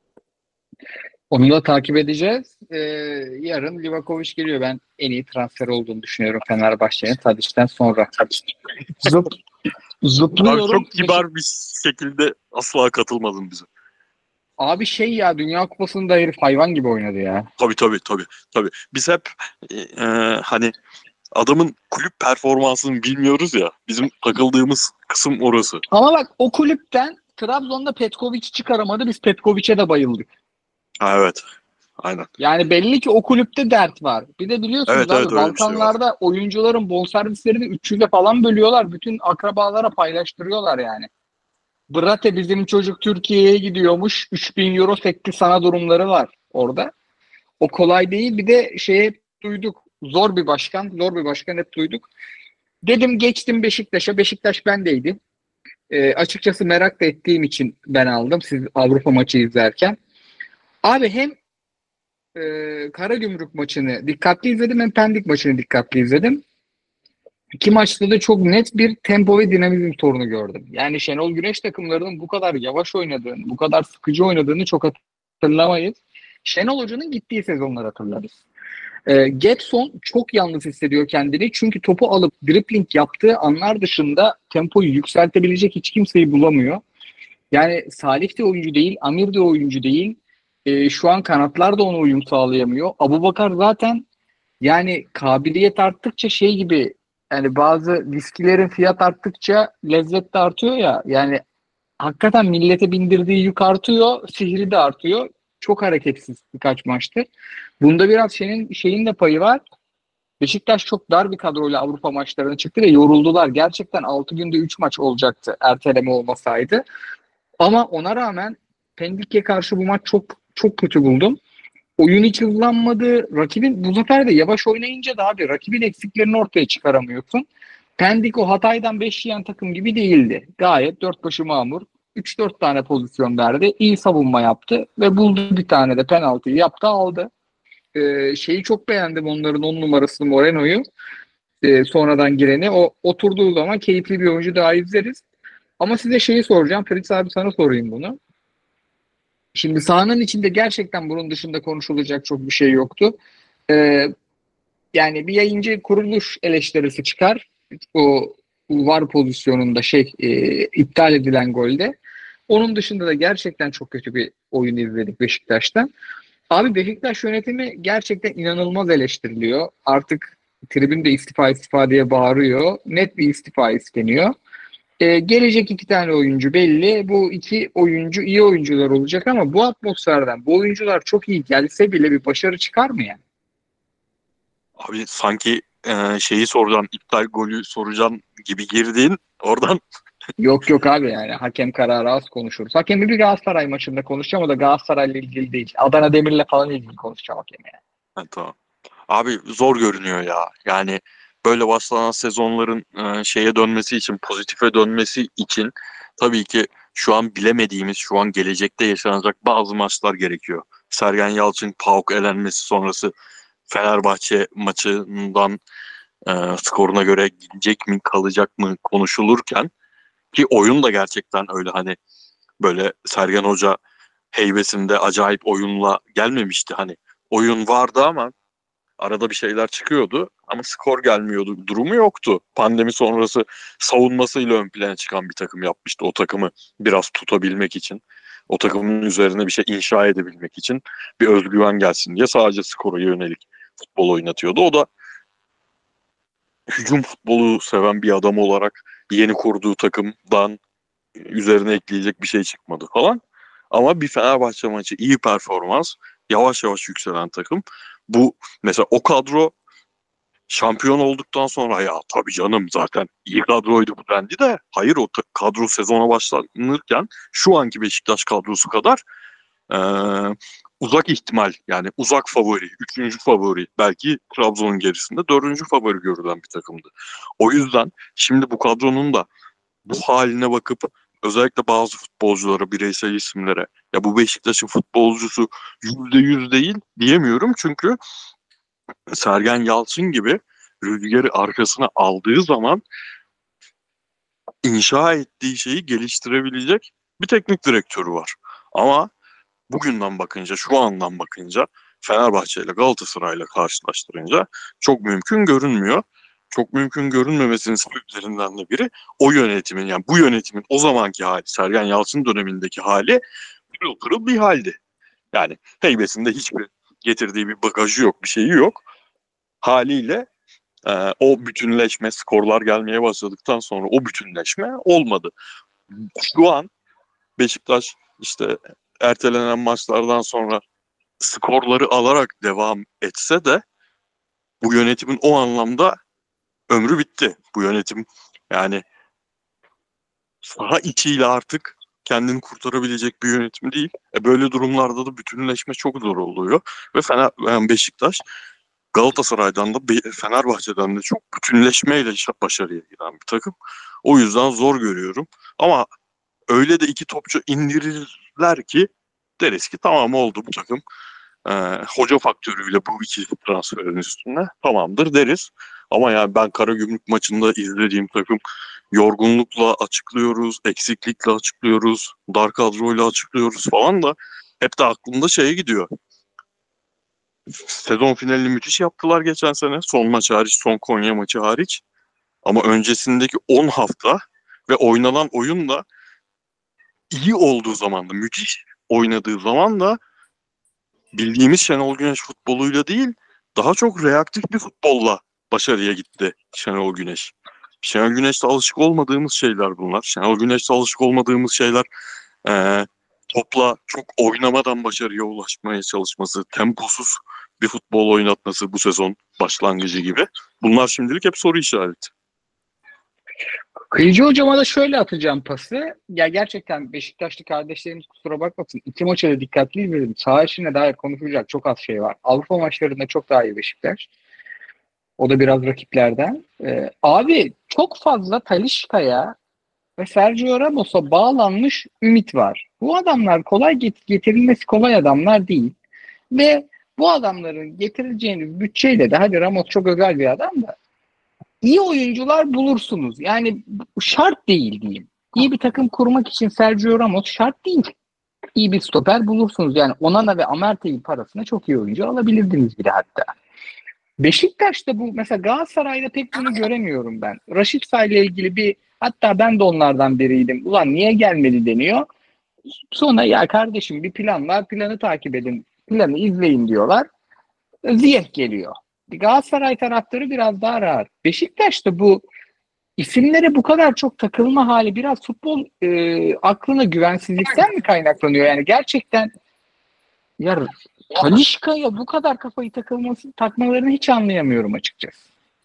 Onu da takip edeceğiz. Ee, yarın Livakovic geliyor. Ben en iyi transfer olduğunu düşünüyorum Fenerbahçe'nin Tadic'ten sonra. Zıp, Abi zıplıyorum. çok kibar bir şekilde asla katılmadın bize. Abi şey ya Dünya Kupası'nda herif hayvan gibi oynadı ya. Tabii tabii tabii. tabii. Biz hep e, e, hani adamın kulüp performansını bilmiyoruz ya. Bizim takıldığımız kısım orası. Ama bak o kulüpten Trabzon'da Petkovic'i çıkaramadı. Biz Petkovic'e de bayıldık. Ha, evet. Aynen. Yani belli ki o kulüpte dert var. Bir de biliyorsunuz Evet, abi evet, öyle bir şey var. Balkanlarda oyuncuların bonservislerini üçüyle falan bölüyorlar. Bütün akrabalara paylaştırıyorlar yani. Brate bizim çocuk Türkiye'ye gidiyormuş. üç bin euro sekti sana durumları var orada. O kolay değil. Bir de şey hep duyduk. Zor bir başkan. Zor bir başkan hep duyduk. Dedim geçtim Beşiktaş'a. Beşiktaş bendeydi. E, açıkçası merak da ettiğim için ben aldım. Siz Avrupa maçı izlerken. Abi hem e, Karagümrük maçını dikkatli izledim hem Pendik maçını dikkatli izledim. İki maçta da çok net bir tempo ve dinamizm sorunu gördüm. Yani Şenol Güneş takımlarının bu kadar yavaş oynadığını, bu kadar sıkıcı oynadığını çok hatırlamayız. Şenol Hoca'nın gittiği sezonlar hatırlarız. E, Getson çok yalnız hissediyor kendini. Çünkü topu alıp dribbling yaptığı anlar dışında tempoyu yükseltebilecek hiç kimseyi bulamıyor. Yani Salih de oyuncu değil, Amir de oyuncu değil. E, şu an kanatlar da ona uyum sağlayamıyor. Abubakar zaten yani kabiliyet arttıkça şey gibi yani bazı viskilerin fiyat arttıkça lezzet de artıyor ya. Yani hakikaten millete bindirdiği yük artıyor, sihri de artıyor. Çok hareketsiz birkaç maçtır. Bunda biraz şeyin, şeyin de payı var. Beşiktaş çok dar bir kadroyla Avrupa maçlarına çıktı ve yoruldular. Gerçekten altı günde üç maç olacaktı erteleme olmasaydı. Ama ona rağmen Pendik'e karşı bu maç çok çok kötü buldum. Oyun hiç hızlanmadı. Rakibin bu sefer de yavaş oynayınca da abi rakibin eksiklerini ortaya çıkaramıyorsun. Pendik o Hatay'dan beş yiyen takım gibi değildi. Gayet dört başı mamur. üç dört tane pozisyon verdi. İyi savunma yaptı ve buldu bir tane de penaltıyı yaptı aldı. Ee, şeyi çok beğendim onların on numarasını Moreno'yu. Ee, sonradan gireni. O oturduğu zaman keyifli bir oyuncu daha izleriz. Ama size şeyi soracağım. Fritz abi sana sorayım bunu. Şimdi sahanın içinde gerçekten bunun dışında konuşulacak çok bir şey yoktu. Ee, yani bir yayıncı kuruluş eleştirisi çıkar. O var pozisyonunda şey e, iptal edilen golde. Onun dışında da gerçekten çok kötü bir oyun izledik Beşiktaş'tan. Abi Beşiktaş yönetimi gerçekten inanılmaz eleştiriliyor. Artık tribün de istifa istifa diye bağırıyor. Net bir istifa isteniyor. Ee, gelecek iki tane oyuncu belli. Bu iki oyuncu iyi oyuncular olacak ama bu atmosferden bu oyuncular çok iyi gelse bile bir başarı çıkar mı yani? Abi sanki e, şeyi soracaksın, iptal golü soracaksın gibi girdin. Oradan Yok yok abi yani hakem kararı az konuşuruz. Hakemi bir Galatasaray maçında konuşacağım o da Galatasaray'la ilgili değil. Adana Demir'le falan ilgili konuşacağım hakemi yani. ha, tamam. Abi zor görünüyor ya. Yani böyle başlanan sezonların e, şeye dönmesi için, pozitife dönmesi için tabii ki şu an bilemediğimiz, şu an gelecekte yaşanacak bazı maçlar gerekiyor. Sergen Yalçın PAOK elenmesi sonrası Fenerbahçe maçından e, skoruna göre gidecek mi, kalacak mı konuşulurken ki oyun da gerçekten öyle hani böyle Sergen Hoca heybesinde acayip oyunla gelmemişti. Hani oyun vardı ama arada bir şeyler çıkıyordu ama skor gelmiyordu. Durumu yoktu. Pandemi sonrası savunmasıyla ön plana çıkan bir takım yapmıştı. O takımı biraz tutabilmek için, o takımın üzerine bir şey inşa edebilmek için bir özgüven gelsin diye sadece skora yönelik futbol oynatıyordu. O da hücum futbolu seven bir adam olarak yeni kurduğu takımdan üzerine ekleyecek bir şey çıkmadı falan. Ama bir Fenerbahçe maçı iyi performans, yavaş yavaş yükselen takım. Bu mesela o kadro şampiyon olduktan sonra ya tabii canım zaten iyi kadroydu bu dendi de hayır, o ta- kadro sezona başlanırken şu anki Beşiktaş kadrosu kadar eee, uzak ihtimal, yani uzak favori, üçüncü favori, belki Trabzon'un gerisinde dördüncü favori görülen bir takımdı. O yüzden şimdi bu kadronun da bu haline bakıp özellikle bazı futbolculara, bireysel isimlere ya bu Beşiktaş'ın futbolcusu yüzde yüz değil diyemiyorum, çünkü Sergen Yalçın gibi rüzgarı arkasına aldığı zaman inşa ettiği şeyi geliştirebilecek bir teknik direktörü var. Ama bugünden bakınca, şu andan bakınca Fenerbahçe ile Galatasaray'la karşılaştırınca çok mümkün görünmüyor. Çok mümkün görünmemesinin sebeplerinden de biri o yönetimin, yani bu yönetimin o zamanki hali, Sergen Yalçın dönemindeki hali pırıl pırıl bir haldi. Yani heybesinde hiçbir getirdiği bir bagajı yok, bir şeyi yok. Haliyle e, o bütünleşme, skorlar gelmeye başladıktan sonra o bütünleşme olmadı. Şu an Beşiktaş işte ertelenen maçlardan sonra skorları alarak devam etse de bu yönetimin o anlamda ömrü bitti. Bu yönetim yani saha içiyle artık kendini kurtarabilecek bir yönetim değil. E böyle durumlarda da bütünleşme çok zor oluyor. Ve Fener, yani Beşiktaş Galatasaray'dan da Fenerbahçe'den de çok bütünleşmeyle başarıya giden bir takım. O yüzden zor görüyorum. Ama öyle de iki topçu indirirler ki deriz ki tamam oldu bu takım. Ee, hoca faktörüyle bu iki transferin üstüne tamamdır deriz. Ama yani ben Karagümrük maçında izlediğim takım yorgunlukla açıklıyoruz, eksiklikle açıklıyoruz, dar kadroyla açıklıyoruz falan da hep de aklımda şeye gidiyor. Sezon finalini müthiş yaptılar geçen sene. Son maç hariç, son Konya maçı hariç. Ama öncesindeki on hafta ve oynanan oyun da iyi olduğu zaman da, müthiş oynadığı zaman da bildiğimiz Şenol Güneş futboluyla değil, daha çok reaktif bir futbolla başarıya gitti Şenol Güneş. Şenol Güneş'te alışık olmadığımız şeyler bunlar. Şenol Güneş'te alışık olmadığımız şeyler ee, topla çok oynamadan başarıya ulaşmaya çalışması, temposuz bir futbol oynatması bu sezon başlangıcı gibi. Bunlar şimdilik hep soru işareti. Kıyıcı hocama da şöyle atacağım pası. Ya gerçekten Beşiktaşlı kardeşlerimiz kusura bakmasın. İki maça da dikkatli izledim. Saha içine dair konuşulacak çok az şey var. Avrupa maçlarında çok daha iyi Beşiktaş. O da biraz rakiplerden. Ee, abi çok fazla Talisca'ya ve Sergio Ramos'a bağlanmış ümit var. Bu adamlar kolay get- getirilmesi kolay adamlar değil. Ve bu adamların getireceğiniz bütçeyle de hadi Ramos çok özel bir adam da iyi oyuncular bulursunuz. Yani şart değil diyeyim. İyi bir takım kurmak için Sergio Ramos şart değil. İyi bir stoper bulursunuz. Yani Onana ve Amerte'yi parasına çok iyi oyuncu alabilirdiniz bile hatta. Beşiktaş'ta bu mesela Galatasaray'da pek bunu göremiyorum ben. Rashica ile ilgili bir, hatta ben de onlardan biriydim. Ulan niye gelmedi deniyor. Sonra ya kardeşim bir plan var, planı takip edin, planı izleyin diyorlar. Ziyech geliyor. Galatasaray taraftarı biraz daha rahat. Beşiktaş'ta bu isimlere bu kadar çok takılma hali biraz futbol e, aklına güvensizlikten mi kaynaklanıyor? Yani gerçekten ya Talisca'ya bu kadar kafayı takılması, takmalarını hiç anlayamıyorum açıkçası.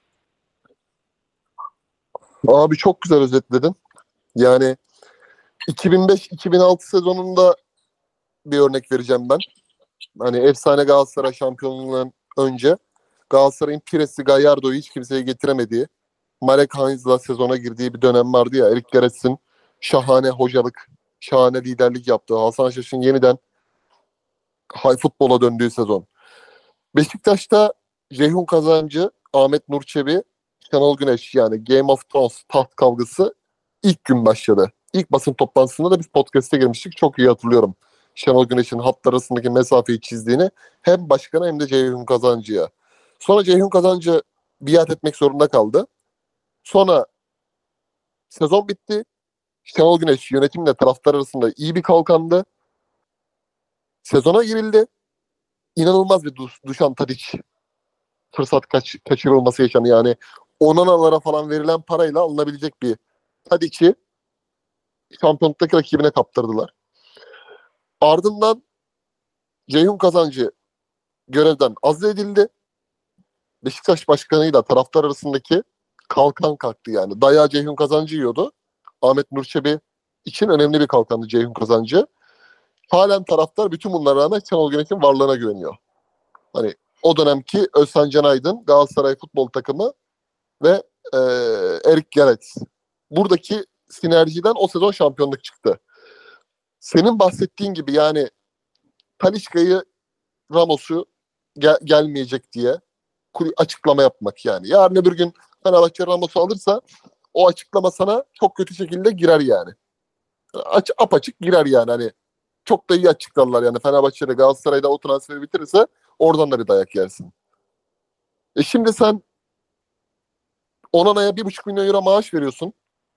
Abi çok güzel özetledin. Yani iki bin beş iki bin altı sezonunda bir örnek vereceğim ben. Hani efsane Galatasaray şampiyonluğundan önce Galatasaray'ın Pires'i, Gallardo'yu hiç kimseye getiremediği, Marek Heinz'la sezona girdiği bir dönem vardı ya. Erik Garets'in şahane hocalık, şahane liderlik yaptığı, Hasan Şaş'ın yeniden hay futbola döndüğü sezon. Beşiktaş'ta Ceyhun Kazancı, Ahmet Nur Çebi, Şenol Güneş, yani Game of Thrones taht kavgası ilk gün başladı. İlk basın toplantısında da biz podcast'e girmiştik. Çok iyi hatırlıyorum. Şenol Güneş'in hatlar arasındaki mesafeyi çizdiğini hem başkana hem de Ceyhun Kazancı'ya. Sonra Ceyhun Kazancı biat etmek zorunda kaldı. Sonra sezon bitti. Şenol Güneş yönetimle taraftar arasında iyi bir kalkandı. Sezona girildi. İnanılmaz bir Duš- Dušan Tadić fırsat kaç, kaçırılması yaşandı. Yani Onanalara falan verilen parayla alınabilecek bir Tadić'i şampiyonluktaki rakibine kaptırdılar. Ardından Ceyhun Kazancı görevden azledildi. Beşiktaş başkanıyla taraftar arasındaki kalkan kalktı yani. Dayağı Ceyhun Kazancı yiyordu. Ahmet Nur Çebi için önemli bir kalkandı Ceyhun Kazancı. Halen taraftar bütün bunlara rağmen Şenol Güneş'in varlığına güveniyor. Hani o dönemki Özcan Can Aydın, Galatasaray futbol takımı ve e, Erik Gerets. Buradaki sinerjiden o sezon şampiyonluk çıktı. Senin bahsettiğin gibi yani Talisca'yı, Ramos'u gel- gelmeyecek diye açıklama yapmak yani. Yarın öbür gün Fenerbahçe Ramos'u alırsa o açıklama sana çok kötü şekilde girer yani. Aç, apaçık girer yani. Hani çok da iyi açıklarlar yani. Fenerbahçe'de Galatasaray'da o transferi bitirirse oradan da bir dayak yersin. E şimdi sen Onana'ya bir buçuk milyon euro maaş veriyorsun.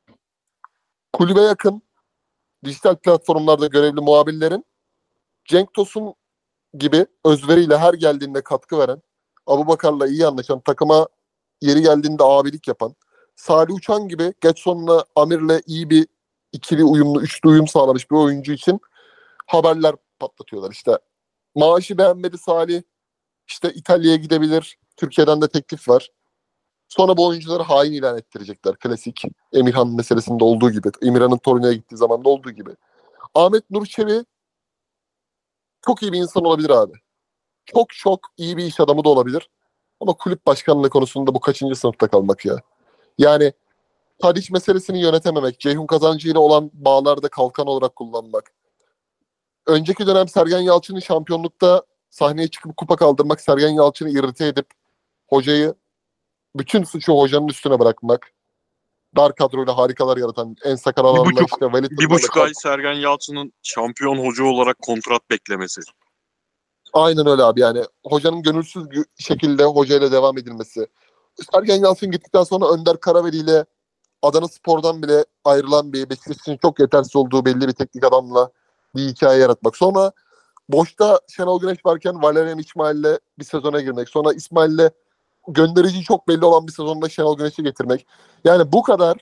Kulübe yakın dijital platformlarda görevli muhabirlerin Cenk Tosun gibi özveriyle her geldiğinde katkı veren, Abubakar'la iyi anlaşan, takıma yeri geldiğinde abilik yapan, Salih Uçan gibi Getson'la Amir'le iyi bir ikili uyumlu, üçlü uyum sağlamış bir oyuncu için haberler patlatıyorlar. İşte maaşı beğenmedi Salih, işte İtalya'ya gidebilir, Türkiye'den de teklif var. Sonra bu oyuncuları hain ilan ettirecekler. Klasik Emirhan meselesinde olduğu gibi. Emirhan'ın Torino'ya gittiği zaman da olduğu gibi. Ahmet Nur Çebi çok iyi bir insan olabilir abi. Çok çok iyi bir iş adamı da olabilir. Ama kulüp başkanlığı konusunda bu kaçıncı sınıfta kalmak ya. Yani Tadiç meselesini yönetememek, Ceyhun Kazancı ile olan bağlarda kalkan olarak kullanmak. Önceki dönem Sergen Yalçın'ın şampiyonlukta sahneye çıkıp kupa kaldırmak, Sergen Yalçın'ı irite edip hocayı, bütün suçu hocanın üstüne bırakmak. Dar kadroyla harikalar yaratan en sakar Bir alanlar buçuk, işte Velid bir buçuk ay Sergen Yalçın'ın şampiyon hoca olarak kontrat beklemesi. Aynen öyle abi yani. Hocanın gönülsüz şekilde hocayla devam edilmesi. Sergen Yalçın gittikten sonra Önder Karaveli ile Adana Spor'dan bile ayrılan bir Beşiktaş'ın çok yetersiz olduğu belli bir teknik adamla bir hikaye yaratmak. Sonra boşta Şenol Güneş varken Valerian İsmail'le bir sezona girmek. Sonra İsmail'le gönderici çok belli olan bir sezonda Şenol Güneş'i getirmek. Yani bu kadar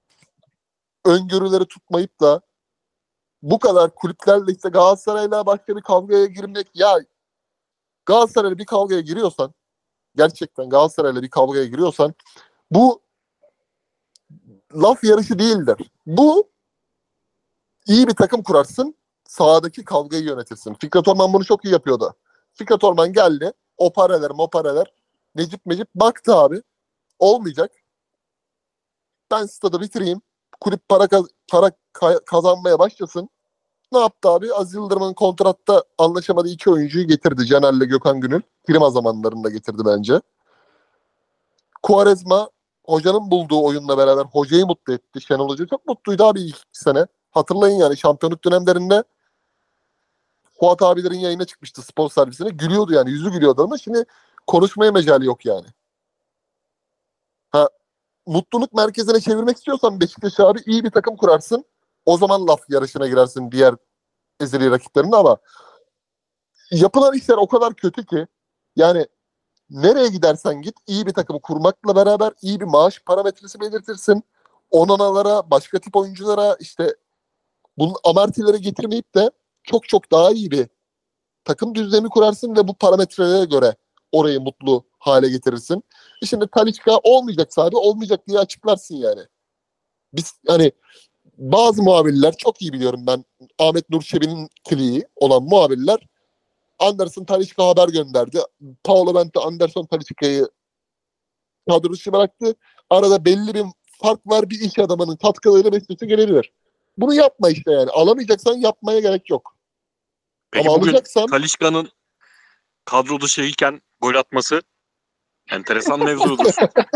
öngörüleri tutmayıp da bu kadar kulüplerle işte Galatasaray'la başka bir kavgaya girmek. Ya Galatasaray'la bir kavgaya giriyorsan, gerçekten Galatasaray'la bir kavgaya giriyorsan bu laf yarışı değildir. Bu iyi bir takım kurarsın, sahadaki kavgayı yönetirsin. Fikret Orman bunu çok iyi yapıyordu. Fikret Orman geldi, o paralar, o paralar, Necip Mecip baktı abi. Olmayacak. Ben stadı bitireyim. Kulüp para kaz- para ka- kazanmaya başlasın. Ne yaptı abi? Aziz Yıldırım'ın kontratta anlaşamadığı iki oyuncuyu getirdi. Caner'le Gökhan Gönül. Prima zamanlarında getirdi bence. Quaresma hocanın bulduğu oyunla beraber hocayı mutlu etti. Şenol Hoca çok mutluydu abi ilk sene. Hatırlayın yani şampiyonluk dönemlerinde Fuat abilerin yayına çıkmıştı spor servisine. Gülüyordu yani. Yüzü gülüyordu ama şimdi konuşmaya mecali yok yani. Ha, mutluluk merkezine çevirmek istiyorsan Beşiktaş abi iyi bir takım kurarsın. O zaman laf yarışına girersin diğer ezeli rakiplerinde ama yapılan işler o kadar kötü ki yani nereye gidersen git iyi bir takımı kurmakla beraber iyi bir maaş parametresi belirtirsin. Onanalara, başka tip oyunculara işte bunun amartilere getirmeyip de çok çok daha iyi bir takım düzlemi kurarsın ve bu parametrelere göre orayı mutlu hale getirirsin. E şimdi Talisca olmayacaksa abi olmayacak diye açıklarsın yani. Biz hani bazı muhabirler çok iyi biliyorum ben Ahmet Nur Çebi'nin kliği olan muhabirler Anderson Talisca haber gönderdi. Paolo Bente Anderson Talisca'yı kadro dışı bıraktı. Arada belli bir fark var. Bir iş adamının katkılarıyla Beşiktaş'a gelebilir. Bunu yapma işte yani. Alamayacaksan yapmaya gerek yok. Peki ama bugün alacaksan Talisca'nın kadro dışıyken gol atması enteresan mevzudur.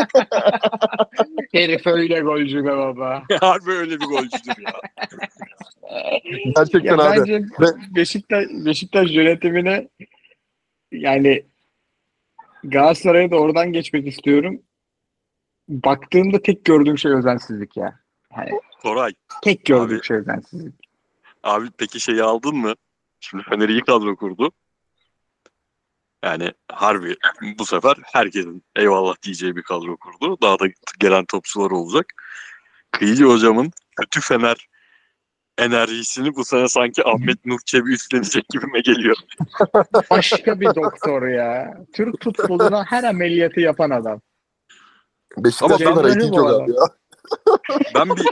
Herif öyle golcü be baba. Harbi öyle bir golcüdür ya. gerçekten Ya abi. bence Beşiktaş, Beşiktaş yönetimine yani Galatasaray'a da oradan geçmek istiyorum. Baktığımda tek gördüğüm şey özensizlik ya. Yani Koray. tek gördüğüm Abi, şey özensizlik. abi peki şeyi aldın mı? Şimdi Fener iyi kadro kurdu. Yani harbi bu sefer herkesin eyvallah diyeceği bir kadro kurdu. Daha da gelen topçular olacak. Kıyıcı hocamın kötü Fener enerjisini bu sene sanki Ahmet Nur Çebi üstlenecek gibime geliyor. Başka bir doktor ya. Türk futboluna her ameliyatı yapan adam. Beşiktaş'ta Ama da ben- reyting yok abi ya. Ben bir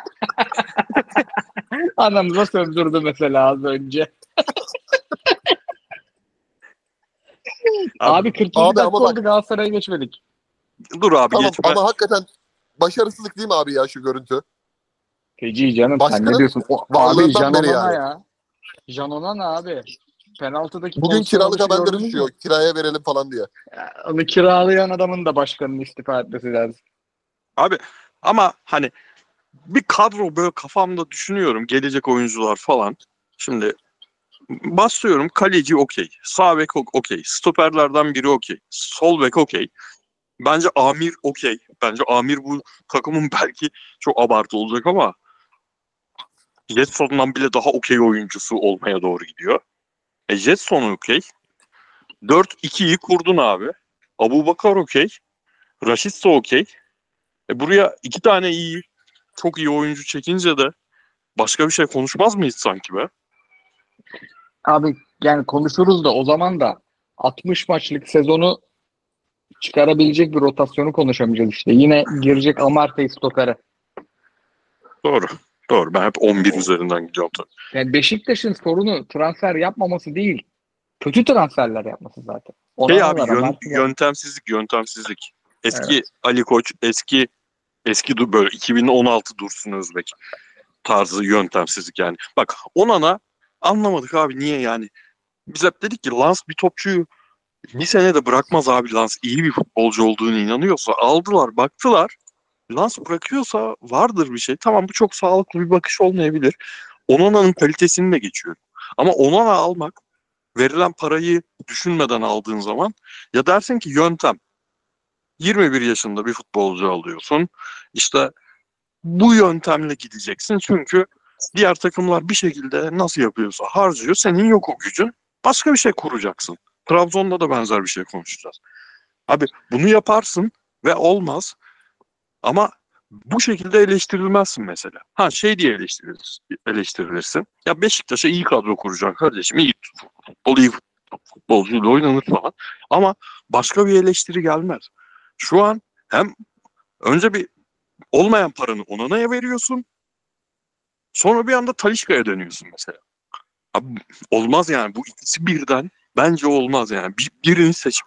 Anamıza sövdürdü mesela az önce. abi, Abi kırk yedi abi dakika ama bak- oldu, Galatasaray'a geçmedik. dur abi Tamam geçme. ama hakikaten başarısızlık değil mi abi ya şu görüntü? Feci canım, sen Başkanın ne diyorsun? O, abi varlığından Jan beri Onana yani. ya. Jan Onana abi. Penaltıdaki Bugün pozisyon kiralık alışı haberleri gördünüz mü? düşüyor. Kiraya verelim falan diye. Ya, onu kiralayan adamın da başkanın istifa etmesi lazım. Abi ama hani bir kadro böyle kafamda düşünüyorum. Gelecek oyuncular falan. Şimdi başlıyorum. Kaleci okey. Sağ bek ok- okey. Stoperlerden biri okey. Sol bek okey. Bence Amir okey. Bence Amir bu takımın belki çok abartı olacak ama Jetson'dan bile daha okey oyuncusu olmaya doğru gidiyor. E Jetson okey. dört ikiyi kurdun abi. Abubakar okey. Rashica okey. E buraya iki tane iyi, çok iyi oyuncu çekince de başka bir şey konuşmaz mıyız sanki be? Abi yani konuşuruz da o zaman da altmış maçlık sezonu çıkarabilecek bir rotasyonu konuşamayacağız işte. Yine girecek Amartey stopere. Doğru. Doğru. Ben hep on bir üzerinden gidiyorum tabii. Yani Beşiktaş'ın sorunu transfer yapmaması değil. Kötü transferler yapması zaten. Şey abi Onanalar, yön- Amartey'ler. yöntemsizlik, yöntemsizlik. Eski Evet. Ali Koç, eski eski du- böyle iki bin on altı Dursun Özbek tarzı yöntemsizlik yani. Bak Onana anlamadık abi niye yani. Biz hep dedik ki Lans bir topçuyu bir sene de bırakmaz abi Lans. İyi bir futbolcu olduğunu inanıyorsa aldılar, baktılar. Lans bırakıyorsa vardır bir şey. Tamam bu çok sağlıklı bir bakış olmayabilir. Onana'nın kalitesini de geçiyor. Ama Onana almak verilen parayı düşünmeden aldığın zaman ya dersin ki yöntem. yirmi bir yaşında bir futbolcu alıyorsun. İşte bu yöntemle gideceksin. Çünkü diğer takımlar bir şekilde nasıl yapıyorsa harcıyor. Senin yok o gücün. Başka bir şey kuracaksın. Trabzon'da da benzer bir şey konuşacağız. Abi bunu yaparsın ve olmaz. Ama bu şekilde eleştirilmezsin mesela. Ha şey diye eleştirilirsin. eleştirilirsin. Ya Beşiktaş'a iyi kadro kuracaksın kardeşim. İyi futbol, iyi futbolcuyla oynanır falan. Ama başka bir eleştiri gelmez. Şu an hem önce bir olmayan paranı Onana'ya veriyorsun. Sonra bir anda Talisca'ya dönüyorsun mesela. Abi, olmaz yani. Bu ikisi birden bence olmaz yani. Bir, birini seçip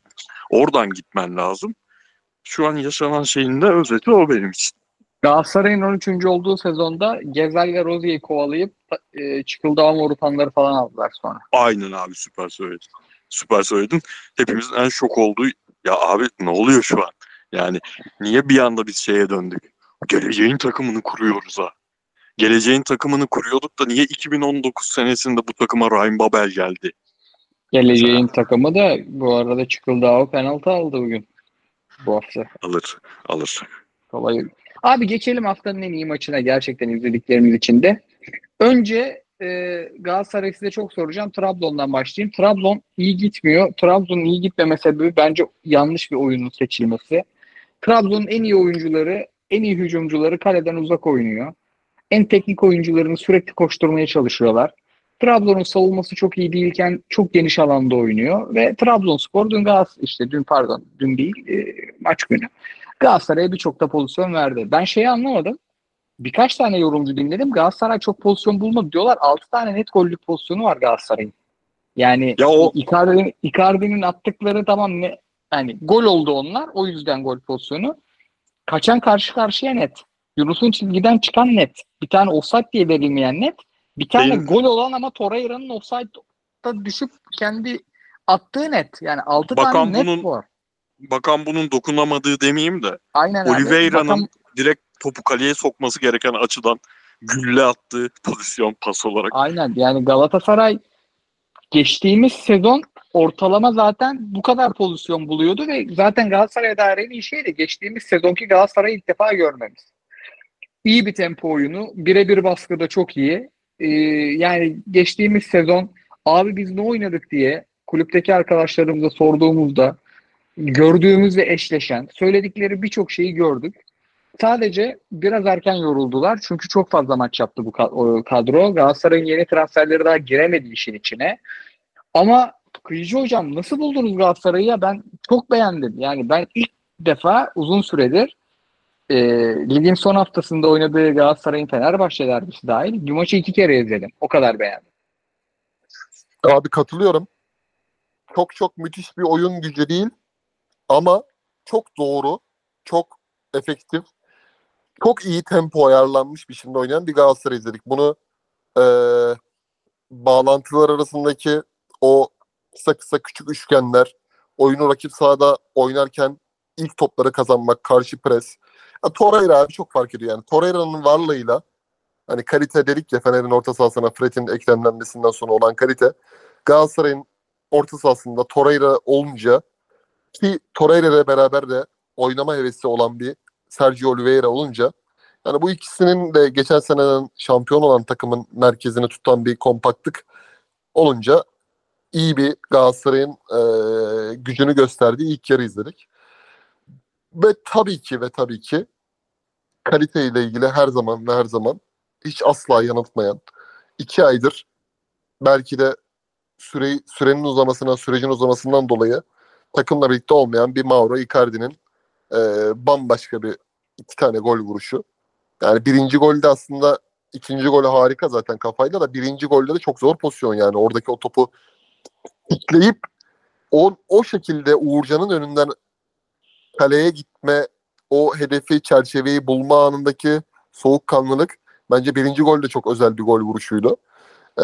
oradan gitmen lazım. Şu an yaşanan şeyin de özeti o benim için. Galatasaray'ın on üçüncü olduğu sezonda Gezel ve Rozier'i kovalayıp e, Çıkıldağ Morutanları falan aldılar sonra. Aynen abi süper söyledin. Süper söyledin. Hepimizin en şok olduğu ya abi ne oluyor şu an? Yani niye bir anda biz şeye döndük? Geleceğin takımını kuruyoruz ha. Geleceğin takımını kuruyorduk da niye iki bin on dokuz senesinde bu takıma Ryan Babel geldi? Geleceğin Mesela. takımı da bu arada Çıkıldağ penaltı aldı bugün. Bu hafta. Alır, alır. Kolay. Abi geçelim haftanın en iyi maçına gerçekten izlediklerimiz için de. Önce e, Galatasaray size çok soracağım. Trabzon'dan başlayayım. Trabzon iyi gitmiyor. Trabzon'un iyi gitmeme sebebi bence yanlış bir oyunun seçilmesi. Trabzon'un en iyi oyuncuları, en iyi hücumcuları kaleden uzak oynuyor. En teknik oyuncularını sürekli koşturmaya çalışıyorlar. Trabzon'un savunması çok iyi değilken çok geniş alanda oynuyor ve Trabzonspor dün Galatasaray işte dün pardon dün değil e, maç günü Galatasaray'a birçok da pozisyon verdi. Ben şeyi anlamadım. Birkaç tane yorumcu dinledim. Galatasaray çok pozisyon bulmadı diyorlar. altı tane net gollük pozisyonu var Galatasaray'ın. Yani Ya o Icardi'nin, Icardi'nin attıkları tamam ne yani gol oldu onlar. O yüzden gol pozisyonu. Kaçan karşı karşıya net. Yunus'un çizgiden çıkan net. Bir tane offside diye verilmeyen net. Bir tane Benim- gol olan ama Torreira'nın offside'da düşüp kendi attığı net. Yani altı Bakan tane net bunun- var. bakan bunun dokunamadığı demeyeyim de Aynen abi. Oliveira'nın Bakan- direkt topu kaleye sokması gereken açıdan gülle attığı pozisyon pas olarak. Aynen yani Galatasaray geçtiğimiz sezon ortalama zaten bu kadar pozisyon buluyordu ve zaten Galatasaray'a dair en iyi şey de geçtiğimiz sezonki Galatasaray'ı ilk defa görmemiz. İyi bir tempo oyunu, birebir baskıda çok iyi. Ee, yani geçtiğimiz sezon abi biz ne oynadık diye kulüpteki arkadaşlarımıza sorduğumuzda gördüğümüz ve eşleşen, söyledikleri birçok şeyi gördük. sadece biraz erken yoruldular. Çünkü çok fazla maç yaptı bu ka- o kadro. Galatasaray'ın yeni transferleri daha giremedi işin içine. Ama Kıyıcı hocam nasıl buldunuz Galatasaray'ı ya? Ben çok beğendim. Yani ben ilk defa uzun süredir e, ligin son haftasında oynadığı Galatasaray'ın Fenerbahçe derbisi dahil bir maçı iki kere izledim. O kadar beğendim. Abi katılıyorum. Çok çok müthiş bir oyun gücü değil ama çok doğru, çok efektif, çok iyi tempo ayarlanmış biçimde oynayan bir Galatasaray izledik. Bunu eee, bağlantılar arasındaki o kısa kısa küçük üçgenler, oyunu rakip sahada oynarken ilk topları kazanmak, karşı pres. Ya, Torreira abi çok fark ediyor yani. Torreira'nın varlığıyla hani kalite dedik ya Fener'in orta sahasına Fred'in eklemlenmesinden sonra olan kalite. Galatasaray'ın orta sahasında Torreira olunca ki Torreira ile beraber de oynama hevesi olan bir Sergio Oliveira olunca yani bu ikisinin de geçen seneden şampiyon olan takımın merkezini tutan bir kompaktlık olunca iyi bir Galatasaray'ın e, gücünü gösterdiği ilk yarı izledik. Ve tabii ki ve tabii ki kaliteyle ilgili her zaman ve her zaman hiç asla yanıltmayan iki aydır belki de süre, sürenin uzamasına, sürecin uzamasından dolayı takımla birlikte olmayan bir Mauro Icardi'nin e, bambaşka bir iki tane gol vuruşu. Yani birinci golde aslında ikinci golü harika zaten kafayla da birinci golde de çok zor pozisyon yani. Oradaki o topu kitleyip o, o şekilde Uğurcan'ın önünden kaleye gitme, o hedefi, çerçeveyi bulma anındaki soğukkanlılık bence birinci gol de çok özel bir gol vuruşuydu. Ee,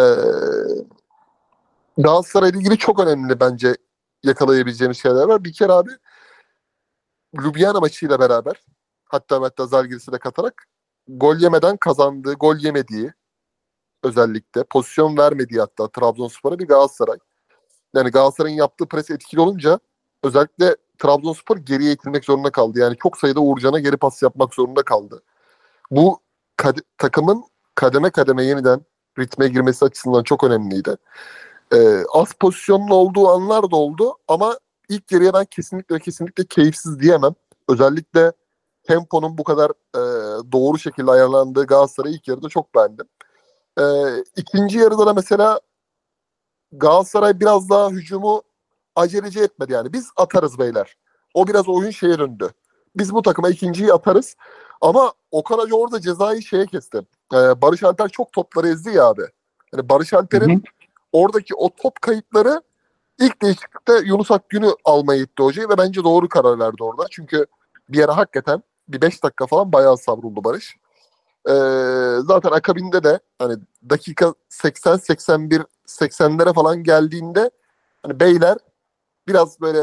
Galatasaray'la ilgili çok önemli bence yakalayabileceğimiz şeyler var. Bir kere abi Ljubljana maçıyla beraber hatta hatta Zalgiris'i de katarak gol yemeden kazandığı, gol yemediği özellikle pozisyon vermediği hatta Trabzonspor'a bir Galatasaray. Yani Galatasaray'ın yaptığı pres etkili olunca özellikle Trabzonspor geriye itilmek zorunda kaldı. Yani çok sayıda Uğurcan'a geri pas yapmak zorunda kaldı. Bu kad- takımın kademe kademe yeniden ritme girmesi açısından çok önemliydi. Ee, az pozisyonlu olduğu anlar da oldu ama ilk yarıya ben kesinlikle kesinlikle keyifsiz diyemem. Özellikle temponun bu kadar e, doğru şekilde ayarlandığı Galatasaray'ı ilk yarıda çok beğendim. Ee, ikinci yarıda da mesela Galatasaray biraz daha hücumu aceleci etmedi yani. Biz atarız beyler. O biraz oyun şeye döndü. Biz bu takıma ikinciyi atarız. Ama Okan Hoca orada cezayı şeye kesti. Ee, Barış Alper çok topları ezdi ya abi. Yani Barış Alper'in Hı hı. oradaki o top kayıpları ilk değişiklikte Yunus Akgün'ü almayı itti hocayı ve bence doğru karar verdi orada. Çünkü bir ara hakikaten bir beş dakika falan bayağı savruldu Barış. Ee, zaten akabinde de hani dakika seksen seksen bir seksenlere falan geldiğinde hani beyler biraz böyle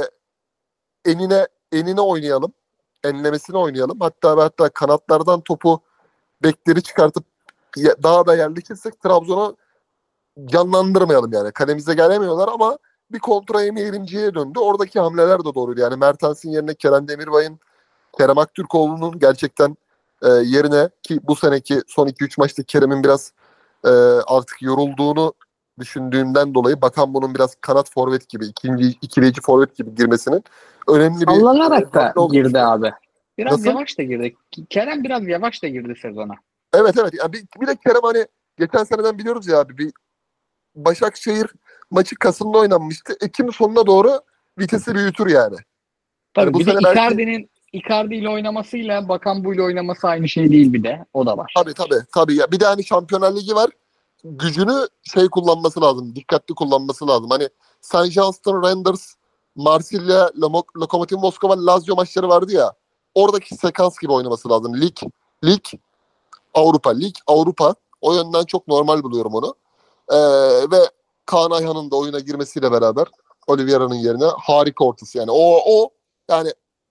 enine enine oynayalım. Enlemesine oynayalım. Hatta ve hatta kanatlardan topu bekleri çıkartıp ye- daha da yerleşirsek Trabzon'a canlandırmayalım yani. Kalemize gelemiyorlar ama bir kontra yemeyelimciye döndü. Oradaki hamleler de doğruydu. Yani Mertens'in yerine Kerem Demirbay'ın, Kerem Aktürkoğlu'nun gerçekten e, yerine ki bu seneki son iki üç maçta Kerem'in biraz e, artık yorulduğunu düşündüğümden dolayı Bakan bunun biraz kanat forvet gibi, ikinci ikileci forvet gibi girmesinin önemli bir e, Sallanarak da hamle olduğunu girdi düşünüyorum. abi. Biraz Nasıl? yavaş da girdi. Kerem biraz yavaş da girdi sezona. Evet evet. Yani bir, bir de Kerem hani geçen seneden biliyoruz ya abi bir Başakşehir maçı Kasım'da oynanmıştı. Ekim sonuna doğru vitesi büyütür yani. Hani Tabii bu bir de sene belki Icardi'nin Icardi ile oynamasıyla Bakan bu ile oynaması aynı şey değil bir de. O da var. tabii tabii tabii ya bir de hani Şampiyonlar Ligi var. Gücünü şey kullanması lazım. Dikkatli kullanması lazım. Hani Saint Johnston, Rangers, Marsilya, Lomok- Lokomotiv Moskova, Lazio maçları vardı ya. Oradaki sekans gibi oynaması lazım. Lig, lig, Avrupa, lig, Avrupa. O yönden çok normal buluyorum onu. Ee, ve Kaan Ayhan'ın da oyuna girmesiyle beraber Oliveira'nın yerine harika ortası yani. O o yani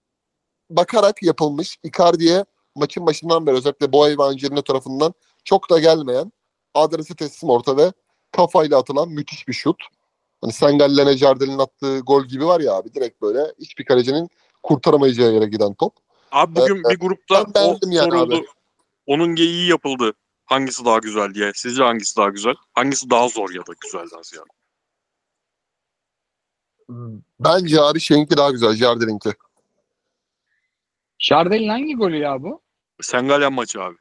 bakarak yapılmış Icardi'ye maçın başından beri özellikle Boey ve Angelino tarafından çok da gelmeyen adresi teslim orta ve kafayla atılan müthiş bir şut. Hani Sengal'le Jardel'in attığı gol gibi var ya abi direkt böyle hiçbir kalecinin kurtaramayacağı yere giden top. Abi Ee, bugün bir grupta ben o beğendim yani soruldu. abi. Onun geyiği yapıldı. Hangisi daha güzel diye. Sizce hangisi daha güzel? Hangisi daha zor ya da güzelden ziyade? Bence abi şeyinki daha güzel Jardel'inki. Jardel'in hangi golü ya bu? Sengalyen maçı abi.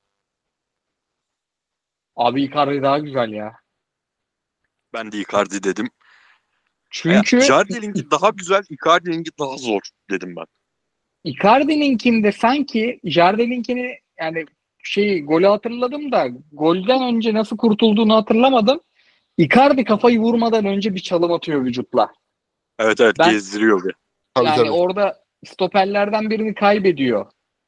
Abi Icardi daha güzel ya. Ben de Icardi dedim. Çünkü Jardel'inki daha güzel, Icardi'ninki daha zor dedim ben. Icardi'ninkinde sanki Jardel'inkini yani şey golü hatırladım da golden önce nasıl kurtulduğunu hatırlamadım. Icardi kafayı vurmadan önce bir çalım atıyor vücutla. Evet evet Ben gezdiriyor bir. Tabii yani tabii. orada stoperlerden birini kaybediyor.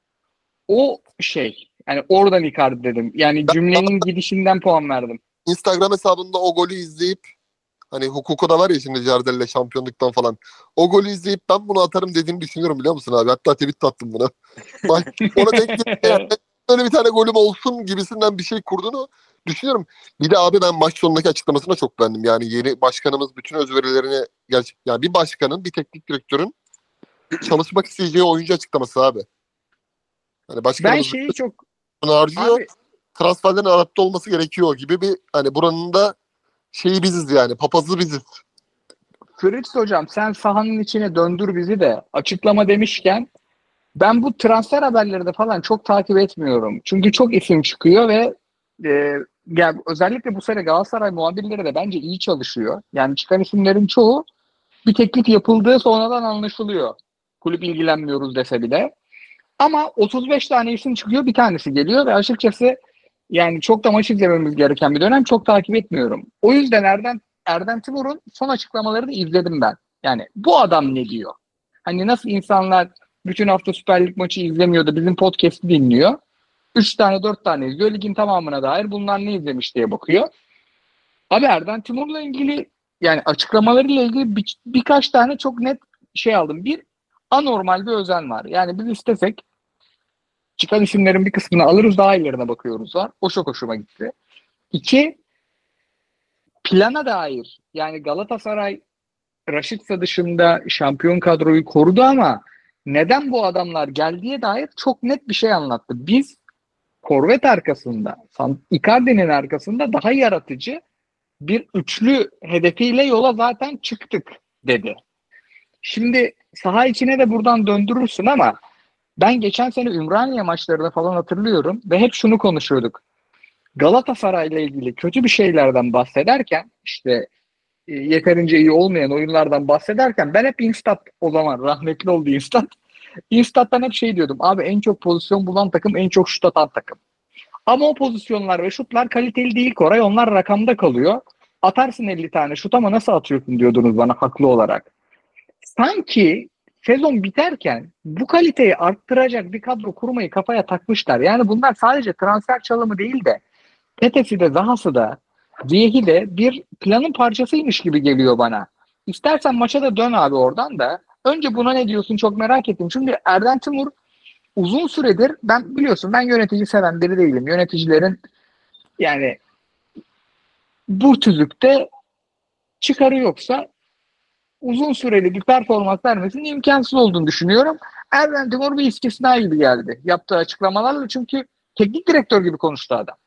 O şey yani oradan Icardi dedim. Yani cümlenin gidişinden puan verdim. Instagram hesabında o golü izleyip hani hukuku da var ya şimdi Jardel'le şampiyonluktan falan. O golü izleyip ben bunu atarım dediğini düşünüyorum biliyor musun abi? Hatta tweet attım buna. Bak ona denk geldi yani. Böyle bir tane golüm olsun gibisinden bir şey kurduğunu düşünüyorum. Bir de abi ben maç sonundaki açıklamasını çok beğendim. Yani yeni başkanımız bütün özverilerini gerçek yani bir başkanın bir teknik direktörün çalışmak isteyeceği oyuncu açıklaması abi. Hani Ben başkanımız şeyi çok bunu harcıyor. abi Transferlerin adapte olması gerekiyor gibi bir hani buranın da şeyi biziz yani papazı biziz. Fritz hocam sen sahanın içine döndür bizi de açıklama demişken ben bu transfer haberleri de falan çok takip etmiyorum. Çünkü çok isim çıkıyor ve e, yani özellikle bu sene Galatasaray muhabirleri de bence iyi çalışıyor. Yani çıkan isimlerin çoğu bir teklif yapıldığı sonradan anlaşılıyor. Kulüp ilgilenmiyoruz dese bile. Ama otuz beş tane isim çıkıyor bir tanesi geliyor ve açıkçası yani çok da maç izlememiz gereken bir dönem çok takip etmiyorum. O yüzden Erden, Erden Timur'un son açıklamalarını izledim ben. Yani bu adam ne diyor? Hani nasıl insanlar bütün hafta Süper Lig maçı izlemiyor da bizim podcast'i dinliyor. Üç tane dört tane izliyor. Ligin tamamına dair bunlar ne izlemiş diye bakıyor. Abi Erden Timur'la ilgili yani açıklamalarıyla ilgili bir, birkaç tane çok net şey aldım. Bir, anormal bir özen var. Yani biz istesek çıkan isimlerin bir kısmını alırız daha ilerine bakıyoruz var. O çok hoşuma gitti. İki, plana dair yani Galatasaray Rashica dışında şampiyon kadroyu korudu ama neden bu adamlar geldiğe dair çok net bir şey anlattı. Biz forvet arkasında, Icardi'nin arkasında daha yaratıcı bir üçlü hedefiyle yola zaten çıktık dedi. Şimdi saha içine de buradan döndürürsün ama ben geçen sene Ümraniye maçlarını falan hatırlıyorum ve hep şunu konuşuyorduk. Galatasaray'la ilgili kötü bir şeylerden bahsederken işte e, yeterince iyi olmayan oyunlardan bahsederken ben hep Instat o zaman rahmetli oldu Instat. Instat'tan hep şey diyordum. Abi en çok pozisyon bulan takım en çok şut atan takım. Ama o pozisyonlar ve şutlar kaliteli değil Koray. Onlar rakamda kalıyor. Atarsın elli tane şut ama nasıl atıyorsun diyordunuz bana haklı olarak. Sanki sezon biterken bu kaliteyi arttıracak bir kadro kurmayı kafaya takmışlar. Yani bunlar sadece transfer çalımı değil de Tetesi de Zaha'sı da Ziyech'i de bir planın parçasıymış gibi geliyor bana. İstersen maça da dön abi oradan da. Önce buna ne diyorsun çok merak ettim. Çünkü Erden Timur uzun süredir ben biliyorsun ben yönetici seven biri değilim. Yöneticilerin yani bu tüzükte çıkarı yoksa uzun süreli bir performans vermesinin imkansız olduğunu düşünüyorum. Erden Timur bir istisna gibi geldi yaptığı açıklamalarla çünkü teknik direktör gibi konuştu adam.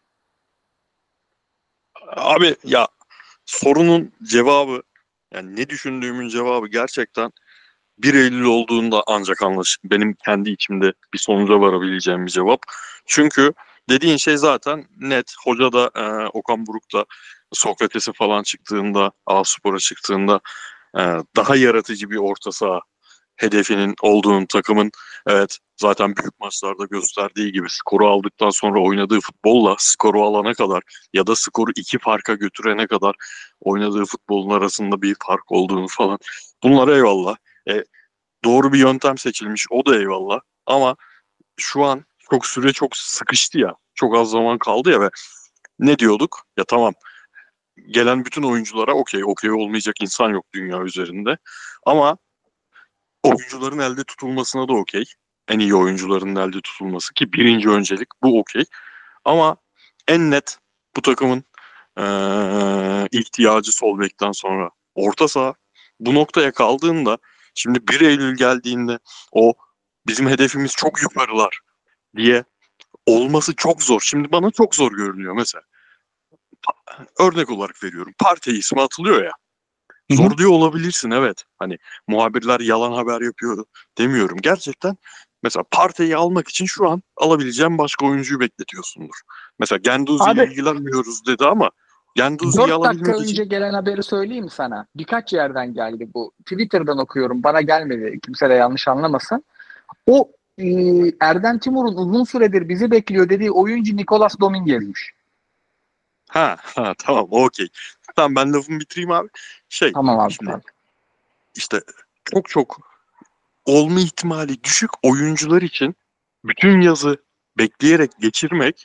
Abi ya sorunun cevabı yani ne düşündüğümün cevabı gerçekten bir Eylül olduğunda ancak anlaş benim kendi içimde bir sonuca varabileceğim bir cevap. Çünkü dediğin şey zaten net. Hoca da e, Okan Buruk da Sokrates'e falan çıktığında, A-Spor'a çıktığında e, daha yaratıcı bir orta saha hedefinin olduğunu takımın evet zaten büyük maçlarda gösterdiği gibi skoru aldıktan sonra oynadığı futbolla skoru alana kadar ya da skoru iki farka götürene kadar oynadığı futbolun arasında bir fark olduğunu falan. Bunlar eyvallah. E, doğru bir yöntem seçilmiş o da eyvallah. Ama şu an çok süre çok sıkıştı ya. Çok az zaman kaldı ya ve ne diyorduk? Ya tamam gelen bütün oyunculara okey okey olmayacak insan yok dünya üzerinde. Ama oyuncuların elde tutulmasına da okey. En iyi oyuncuların elde tutulması ki birinci öncelik bu okey. Ama en net bu takımın ee, ihtiyacı sol bekten sonra orta saha bu noktaya kaldığında şimdi bir Eylül geldiğinde o bizim hedefimiz çok yukarılar diye olması çok zor. Şimdi bana çok zor görünüyor mesela. Örnek olarak veriyorum. Partey ismi atılıyor ya. Zor diyor olabilirsin evet. Hani muhabirler yalan haber yapıyor demiyorum. Gerçekten Mesela Partey'i almak için şu an alabileceğim başka oyuncuyu bekletiyorsundur. Mesela Guendouzi ile Abi ilgilenmiyoruz dedi ama Guendouzi'yi dört dakika alabilmek için önce gelen haberi söyleyeyim mi sana? Birkaç yerden geldi bu. Twitter'dan okuyorum. Bana gelmedi. Kimse de yanlış anlamasın. O e, Erden Timur'un uzun süredir bizi bekliyor dediği oyuncu Nicolas Dominguez'miş. ha, ha tamam okey. Tamam ben lafımı bitireyim abi. Şey Tamam abi. şimdi Tamam. işte çok çok olma ihtimali düşük oyuncular için bütün yazı bekleyerek geçirmek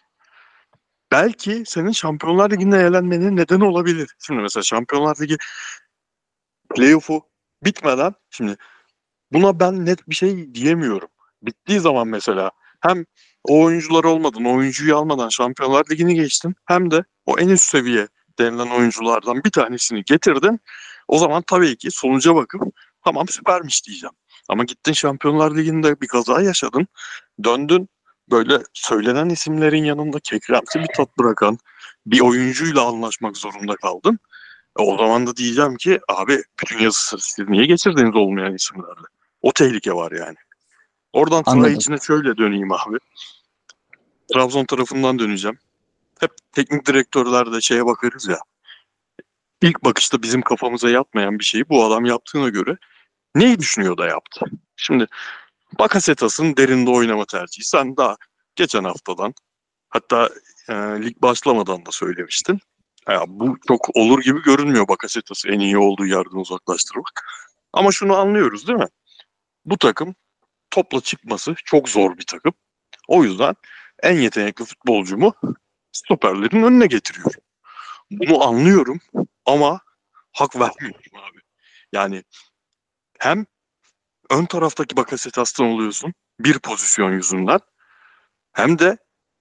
belki senin Şampiyonlar Ligi'nde eğlenmenin nedeni olabilir. Şimdi mesela Şampiyonlar Ligi playoff'u bitmeden şimdi buna ben net bir şey diyemiyorum. Bittiği zaman mesela hem o oyuncular olmadan, o oyuncuyu almadan Şampiyonlar Ligi'ni geçtin hem de o en üst seviye denilen oyunculardan bir tanesini getirdin. O zaman tabii ki sonuca bakıp tamam süpermiş diyeceğim. Ama gittin Şampiyonlar Ligi'nde bir kaza yaşadın. Döndün böyle söylenen isimlerin yanında kekremsi bir tat bırakan bir oyuncuyla anlaşmak zorunda kaldın. E o zaman da diyeceğim ki abi bütün yazı siz niye geçirdiniz olmayan isimlerle? O tehlike var yani. Oradan saha Anladım. içine şöyle döneyim abi. Trabzon tarafından döneceğim. Hep teknik direktörlerde şeye bakarız ya. İlk bakışta bizim kafamıza yatmayan bir şeyi bu adam yaptığına göre neyi düşünüyor da yaptı? Şimdi Bakasetas'ın derinde oynama tercihi. Sen daha geçen haftadan hatta e, lig başlamadan da söylemiştin. Ya, bu çok olur gibi görünmüyor Bakasetas'ı en iyi olduğu yerden uzaklaştırmak. Ama şunu anlıyoruz değil mi? Bu takım topla çıkması çok zor bir takım. O yüzden en yetenekli futbolcumu stoperlerin önüne getiriyor. Bunu anlıyorum ama hak vermiyorum abi. Yani hem ön taraftaki Bakasetas'tan oluyorsun bir pozisyon yüzünden hem de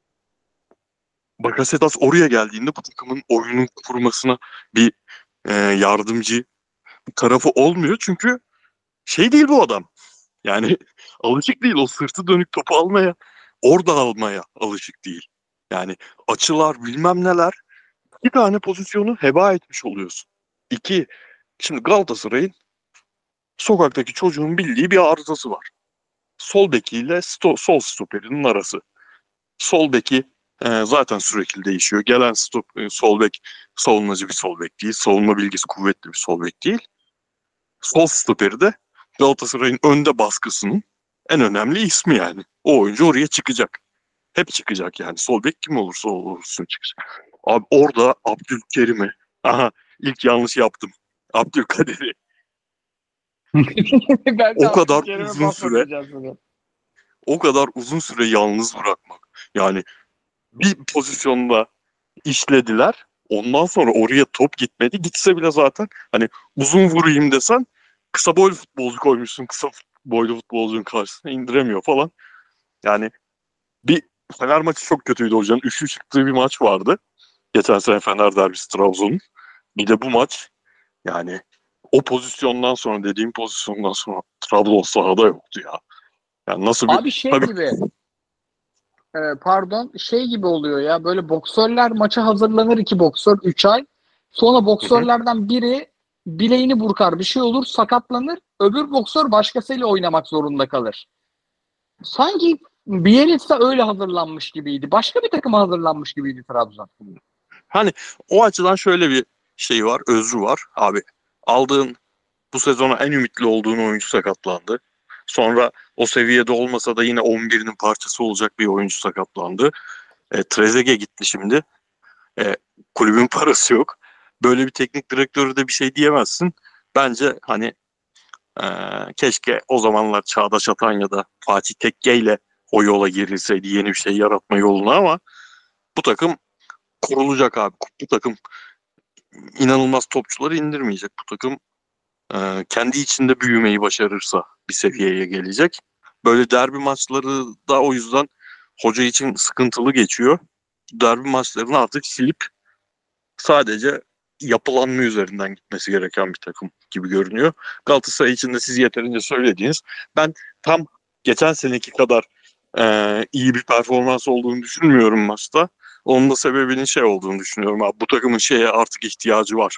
Bakasetas oraya geldiğinde bu takımın oyunun kurmasına bir e, yardımcı tarafı olmuyor. Çünkü şey değil bu adam. Yani alışık değil o sırtı dönük topu almaya, orada almaya alışık değil. Yani açılar bilmem neler. İki tane pozisyonu heba etmiş oluyorsun. İki, şimdi Galatasaray'ın sokaktaki çocuğun bildiği bir arızası var. Sol bekiyle sto- sol stoperinin arası. Sol beki e, zaten sürekli değişiyor. Gelen stop, e, sol bek savunmacı bir sol bek değil. Savunma bilgisi kuvvetli bir sol bek değil. Sol stoperi de Galatasaray'ın önde baskısının en önemli ismi yani. O oyuncu oraya çıkacak. Hep çıkacak yani. Sol bek kim olursa olursun çıkacak. Abi orada Abdülkerim'i, aha ilk yanlış yaptım. Abdülkadir'i Ben de o kadar Abdülkerim'e uzun süre, bahsedeceğim bugün. o kadar uzun süre yalnız bırakmak. Yani bir pozisyonda işlediler. Ondan sonra oraya top gitmedi. Gitse bile zaten hani uzun vurayım desen kısa boylu futbolcu koymuşsun. Kısa boylu futbolcunun karşısına indiremiyor falan. Yani bir Fener maçı çok kötüydü hocanın. Üçlü çıktığı bir maç vardı. Geçen sene Fener derbisi Trabzon'un. Bir de bu maç yani o pozisyondan sonra dediğim pozisyondan sonra Trabzon sahada yoktu ya. Yani nasıl bir Abi şey tabii gibi e, pardon şey gibi oluyor ya böyle boksörler maça hazırlanır iki boksör üç ay. Sonra hı hı. boksörlerden biri bileğini burkar bir şey olur sakatlanır. Öbür boksör başkasıyla oynamak zorunda kalır. Sanki Bielitsa öyle hazırlanmış gibiydi. Başka bir takıma hazırlanmış gibiydi Trabzon. Hani o açıdan şöyle bir şey var, özrü var. Abi aldığın bu sezona en ümitli olduğun oyuncu sakatlandı. Sonra o seviyede olmasa da yine on birinin parçası olacak bir oyuncu sakatlandı. E, Trezeguet gitti şimdi. E, kulübün parası yok. Böyle bir teknik direktörü de bir şey diyemezsin. Bence hani e, keşke o zamanlar Çağdaş Atan ya da Fatih Tekke ile o yola girilseydi yeni bir şey yaratma yoluna ama bu takım kurulacak abi. Bu takım inanılmaz topçuları indirmeyecek. Bu takım e, kendi içinde büyümeyi başarırsa bir seviyeye gelecek. Böyle derbi maçları da o yüzden hoca için sıkıntılı geçiyor. Derbi maçlarını artık silip sadece yapılanma üzerinden gitmesi gereken bir takım gibi görünüyor. Galatasaray için de siz yeterince söylediğiniz. Ben tam geçen seneki kadar e, iyi bir performans olduğunu düşünmüyorum maçta. Onun da sebebinin şey olduğunu düşünüyorum. Abi, bu takımın şeye artık ihtiyacı var.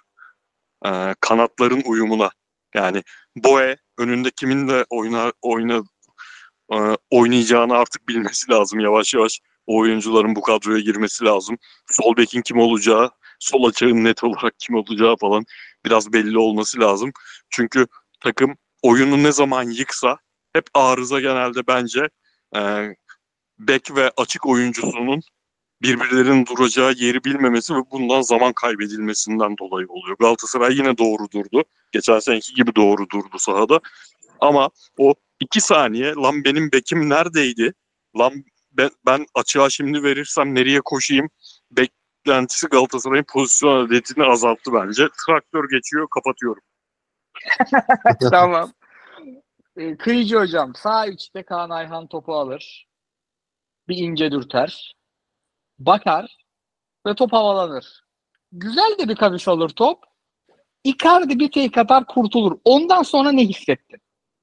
E, kanatların uyumuna. Yani Boe önünde kiminle oynar, oyna, e, oynayacağını artık bilmesi lazım yavaş yavaş. O oyuncuların bu kadroya girmesi lazım. Sol bekin kim olacağı, sol açığın net olarak kim olacağı falan biraz belli olması lazım. Çünkü takım oyunu ne zaman yıksa hep arıza genelde bence e, bek ve açık oyuncusunun birbirlerinin duracağı yeri bilmemesi ve bundan zaman kaybedilmesinden dolayı oluyor. Galatasaray yine doğru durdu. Geçen seneki gibi doğru durdu sahada. Ama o iki saniye lan benim bekim neredeydi? Lan ben, ben açığa şimdi verirsem nereye koşayım? Beklentisi Galatasaray'ın pozisyon adetini azalttı bence. Traktör geçiyor, kapatıyorum. Tamam. E, Kıyıcı hocam sağ içte Kaan Ayhan topu alır. Bir ince dürter. Bakar ve top havalanır. Güzel de bir karış olur top. Icardi bir tek atar kurtulur. Ondan sonra ne hissettin?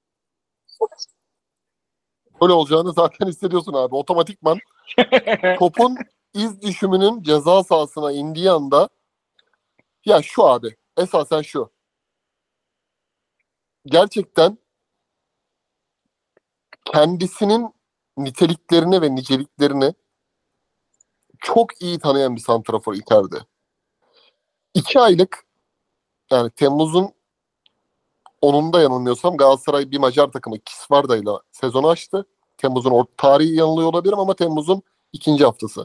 Öyle olacağını zaten hissediyorsun abi. Otomatikman topun iz düşümünün ceza sahasına indiği anda ya şu abi esasen şu. Gerçekten kendisinin niteliklerini ve niceliklerini çok iyi tanıyan bir santrafor Icardi. İki aylık yani Temmuz'un onunda yanılmıyorsam Galatasaray bir Macar takımı Kisvarda'yla sezonu açtı. Temmuz'un o tarihi yanılıyor olabilirim ama Temmuz'un ikinci haftası.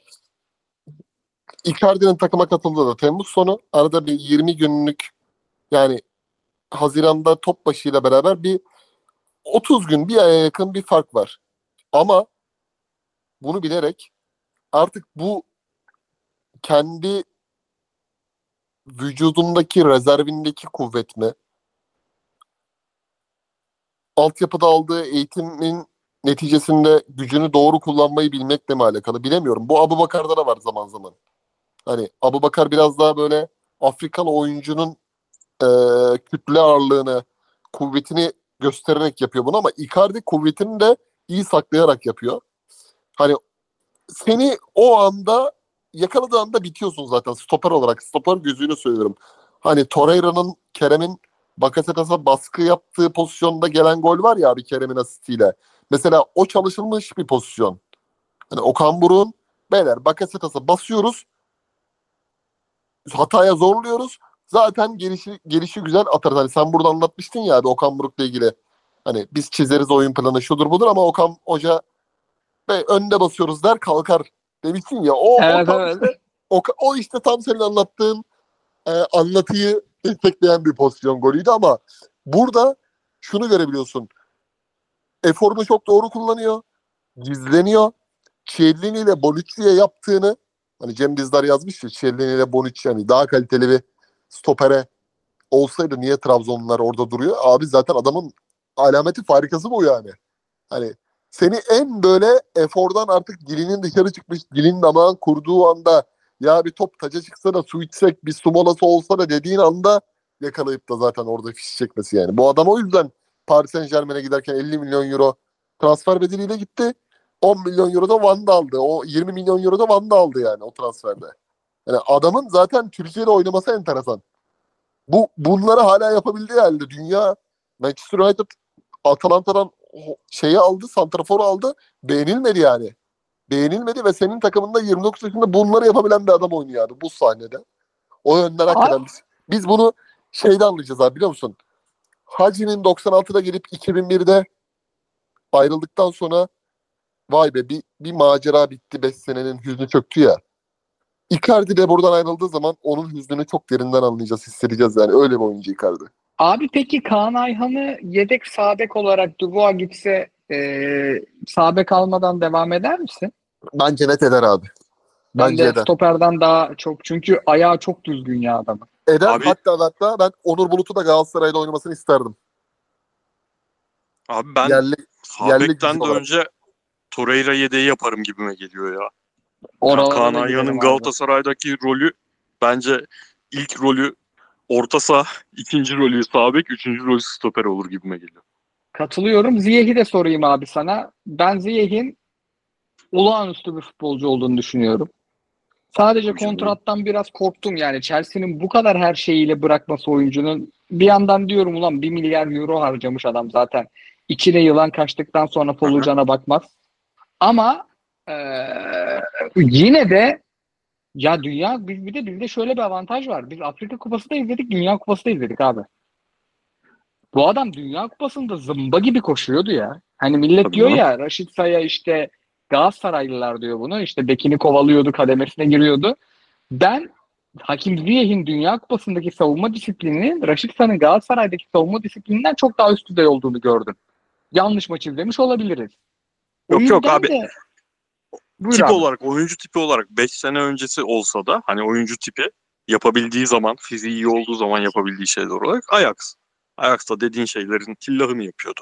Icardi'nin takıma katıldığı da Temmuz sonu. Arada bir yirmi günlük yani Haziran'da top başıyla beraber bir otuz gün bir aya yakın bir fark var. Ama bunu bilerek artık bu kendi vücudundaki rezervindeki kuvvet mi? Altyapıda aldığı eğitimin neticesinde gücünü doğru kullanmayı bilmekle mi alakalı bilemiyorum. Bu Abubakar'da da var zaman zaman. Hani Abubakar biraz daha böyle Afrikalı oyuncunun e, kütle ağırlığını, kuvvetini göstererek yapıyor bunu ama Icardi kuvvetini de iyi saklayarak yapıyor. Hani seni o anda yakaladığı anda bitiyorsun zaten stoper olarak. Stoper gözüyle söylüyorum. Hani Torreira'nın Kerem'in Bakasetas'a baskı yaptığı pozisyonda gelen gol var ya abi Kerem'in asistiyle. Mesela o çalışılmış bir pozisyon. Hani Okan Buruk'un beyler Bakasetas'a basıyoruz. Hataya zorluyoruz. Zaten gelişi, gelişi güzel atarız. Hani sen burada anlatmıştın ya abi Okan Buruk'la ilgili. Hani biz çizeriz oyun planı şudur budur ama Okan Hoca ve önde basıyoruz der kalkar demiştin ya. O, Evet, o, tam evet. işte, o, o işte tam senin anlattığın e, anlatıyı destekleyen bir pozisyon golüydü ama burada şunu görebiliyorsun. Eforunu çok doğru kullanıyor. Gizleniyor. Chiellini ile Bonucci'ye yaptığını hani Cem Dizdar yazmış ya Chiellini ile Bonucci hani daha kaliteli bir stopere olsaydı niye Trabzonlular orada duruyor? Abi zaten adamın alameti farikası bu yani. Hani seni en böyle efordan artık dilinin dışarı çıkmış, dilin damağın kurduğu anda ya bir top taca çıksa da su içsek, bir su molası olsa da dediğin anda yakalayıp da zaten orada fiş çekmesi yani. Bu adam o yüzden Paris Saint-Germain'e giderken elli milyon euro transfer bedeliyle gitti. on milyon euro da Van'da aldı. O yirmi milyon euro da Van'da aldı yani o transferde. Yani adamın zaten Türkiye'de oynaması enteresan. Bu bunları hala yapabildiği halde dünya Manchester United Atalanta'dan şeyi aldı, santraforu aldı. Beğenilmedi yani. Beğenilmedi ve senin takımında yirmi dokuz yaşında bunları yapabilen bir adam oynuyor abi bu sahnede. O yönden hakikaten biz, biz bunu şeyde anlayacağız abi biliyor musun? Hacı'nin doksan altıda gelip iki bin birde ayrıldıktan sonra vay be bir, bir macera bitti beş senenin hüznü çöktü ya. Icardi de buradan ayrıldığı zaman onun hüznünü çok derinden anlayacağız, hissedeceğiz yani. Öyle bir oyuncu Icardi. Abi peki Kaan Ayhan'ı yedek sağ bek olarak Dubois gitse e, sağ bek almadan devam eder misin? Bence net eder abi. Ben Bence de eder. stoperden daha çok çünkü ayağı çok düzgün ya adamın. Eder Abi- hatta hatta ben Onur Bulut'u da Galatasaray'da oynamasını isterdim. Abi ben Yerli, sağ yerli bekten gücü de olarak. önce Torreira yedeği yaparım gibime geliyor ya. Yani Oralara Kaan da girelim Ayhan'ın abi. Galatasaray'daki rolü bence ilk rolü orta saha, ikinci rolü sağ bek, üçüncü rolü stoper olur gibime geliyor. Katılıyorum. Ziyech'i de sorayım abi sana. Ben Ziyech'in olağanüstü bir futbolcu olduğunu düşünüyorum. Sadece Tabii canım. kontrattan biraz korktum yani. Chelsea'nin bu kadar her şeyiyle bırakması oyuncunun bir yandan diyorum ulan bir milyar euro harcamış adam zaten. İçine yılan kaçtıktan sonra solucana bakmaz. Ama e, yine de ya dünya biz bir de bizde şöyle bir avantaj var. Biz Afrika Kupası da izledik, Dünya Kupası da izledik abi. Bu adam Dünya Kupası'nda zımba gibi koşuyordu ya. Hani millet Tabii diyor canım. ya Raşit Say'a işte Galatasaraylılar diyor bunu. İşte bekini kovalıyordu, kademesine giriyordu. Ben Hakim Ziyech'in Dünya Kupası'ndaki savunma disiplini Raşit Say'ın Galatasaray'daki savunma disiplininden çok daha üst düzey olduğunu gördüm. Yanlış maç izlemiş olabiliriz. O Yok yok yüzden abi. de buyur Tip abi. olarak, oyuncu tipi olarak beş sene öncesi olsa da hani oyuncu tipi yapabildiği zaman, fiziği iyi olduğu zaman yapabildiği şeyler olarak Ajax. Ajax'ta dediğin şeylerin tillahını yapıyordu.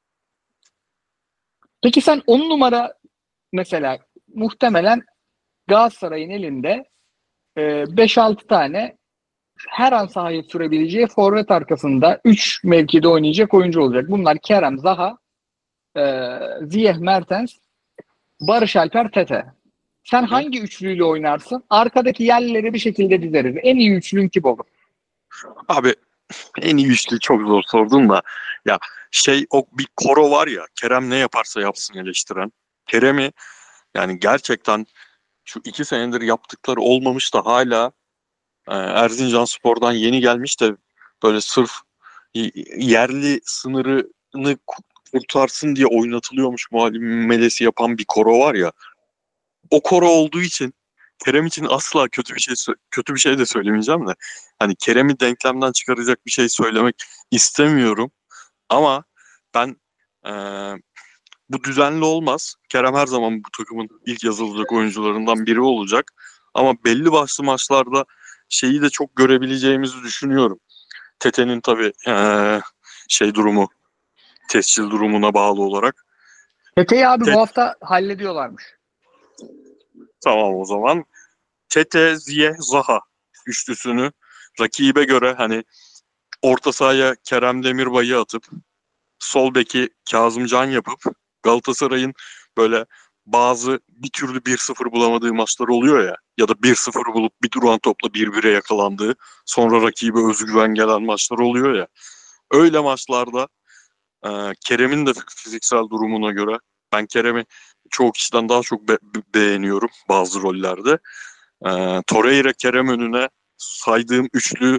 Peki sen on numara mesela muhtemelen Galatasaray'ın elinde e, beş altı tane her an sahaya sürebileceği forvet arkasında üç mevkide oynayacak oyuncu olacak. Bunlar Kerem, Zaha, e, Ziyech, Mertens, Barış Alper, Tete. Sen Hı hı. hangi üçlüyle oynarsın? Arkadaki yerleri bir şekilde dizeriz. En iyi üçlün kim olur? Abi en iyi üçlü çok zor sordun da ya şey o bir koro var ya Kerem ne yaparsa yapsın eleştiren. Kerem'i yani gerçekten şu iki senedir yaptıkları olmamış da hala e, Erzincanspor'dan yeni gelmiş de böyle sırf y- yerli sınırını ku- kurtarsın diye oynatılıyormuş muamelesi yapan bir koro var ya. O koro olduğu için Kerem için asla kötü bir şey sö- kötü bir şey de söylemeyeceğim de hani Kerem'i denklemden çıkaracak bir şey söylemek istemiyorum ama ben eee, bu düzenli olmaz. Kerem her zaman bu takımın ilk yazılacak oyuncularından biri olacak ama belli başlı maçlarda şeyi de çok görebileceğimizi düşünüyorum. Tete'nin tabii eee, şey durumu, tescil durumuna bağlı olarak. Tete'yi abi Te- bu hafta hallediyorlarmış. tamam o zaman. Tete, Ziyech, Zaha üçlüsünü rakibe göre hani orta sahaya Kerem Demirbay'ı atıp sol beki Kazımcan yapıp Galatasaray'ın böyle bazı bir türlü bir sıfır bulamadığı maçlar oluyor ya ya da bir sıfır bulup bir duran topla bir bire yakalandığı sonra rakibe özgüven gelen maçlar oluyor ya. Öyle maçlarda e, Kerem'in de fiziksel durumuna göre ben Kerem'i çoğu kişiden daha çok be- beğeniyorum bazı rollerde. E, Torreira Kerem önüne saydığım üçlüyü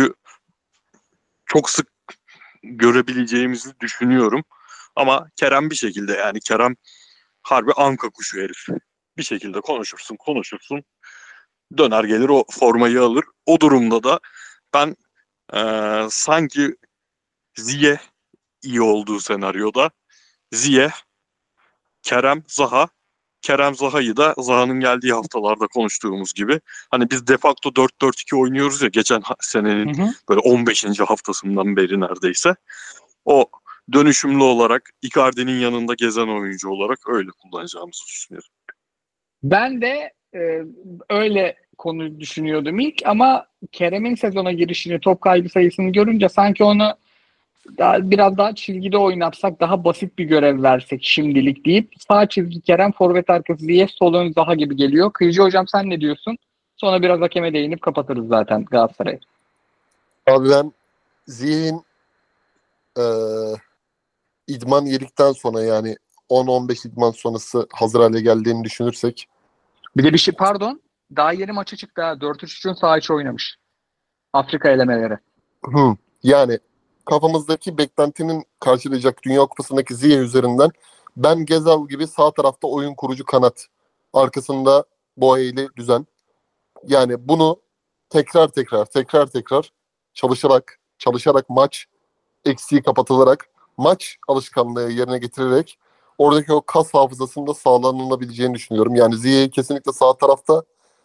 çok sık görebileceğimizi düşünüyorum. Ama Kerem bir şekilde yani Kerem harbi anka kuşu herif. Bir şekilde konuşursun konuşursun döner gelir o formayı alır. O durumda da ben eee, sanki Ziyech iyi olduğu senaryoda Ziyech, Kerem, Zaha Kerem Zaha'yı da Zaha'nın geldiği haftalarda konuştuğumuz gibi hani biz de facto dört dört iki oynuyoruz ya geçen senenin Hı hı. böyle on beşinci haftasından beri neredeyse. O dönüşümlü olarak Icardi'nin yanında gezen oyuncu olarak öyle kullanacağımızı düşünüyorum. Ben de e, öyle konu düşünüyordum ilk ama Kerem'in sezona girişini, top kaybı sayısını görünce sanki onu daha, biraz daha çizgide oynatsak, daha basit bir görev versek şimdilik deyip sağ çizgi Kerem, forvet arkası diye sol ön Zaha gibi geliyor. Kıyıcı hocam sen ne diyorsun? Sonra biraz hakeme değinip kapatırız zaten Galatasaray'ı. Abi ben Ziyech'in e, idman yedikten sonra yani on on beş idman sonrası hazır hale geldiğini düşünürsek Bir de bir şey pardon. Daha yeni maça çıktı ha. dört üç üçün sağ içi oynamış. Afrika elemeleri. hı, yani kafamızdaki beklentinin karşılayacak Dünya Kupası'ndaki Ziyech üzerinden ben Gezal gibi sağ tarafta oyun kurucu kanat, arkasında Boeyli düzen. Yani bunu tekrar tekrar tekrar tekrar çalışarak çalışarak maç eksiği kapatılarak maç alışkanlığı yerine getirerek oradaki o kas hafızasında sağlanılabileceğini düşünüyorum. Yani Ziyech'i kesinlikle sağ tarafta,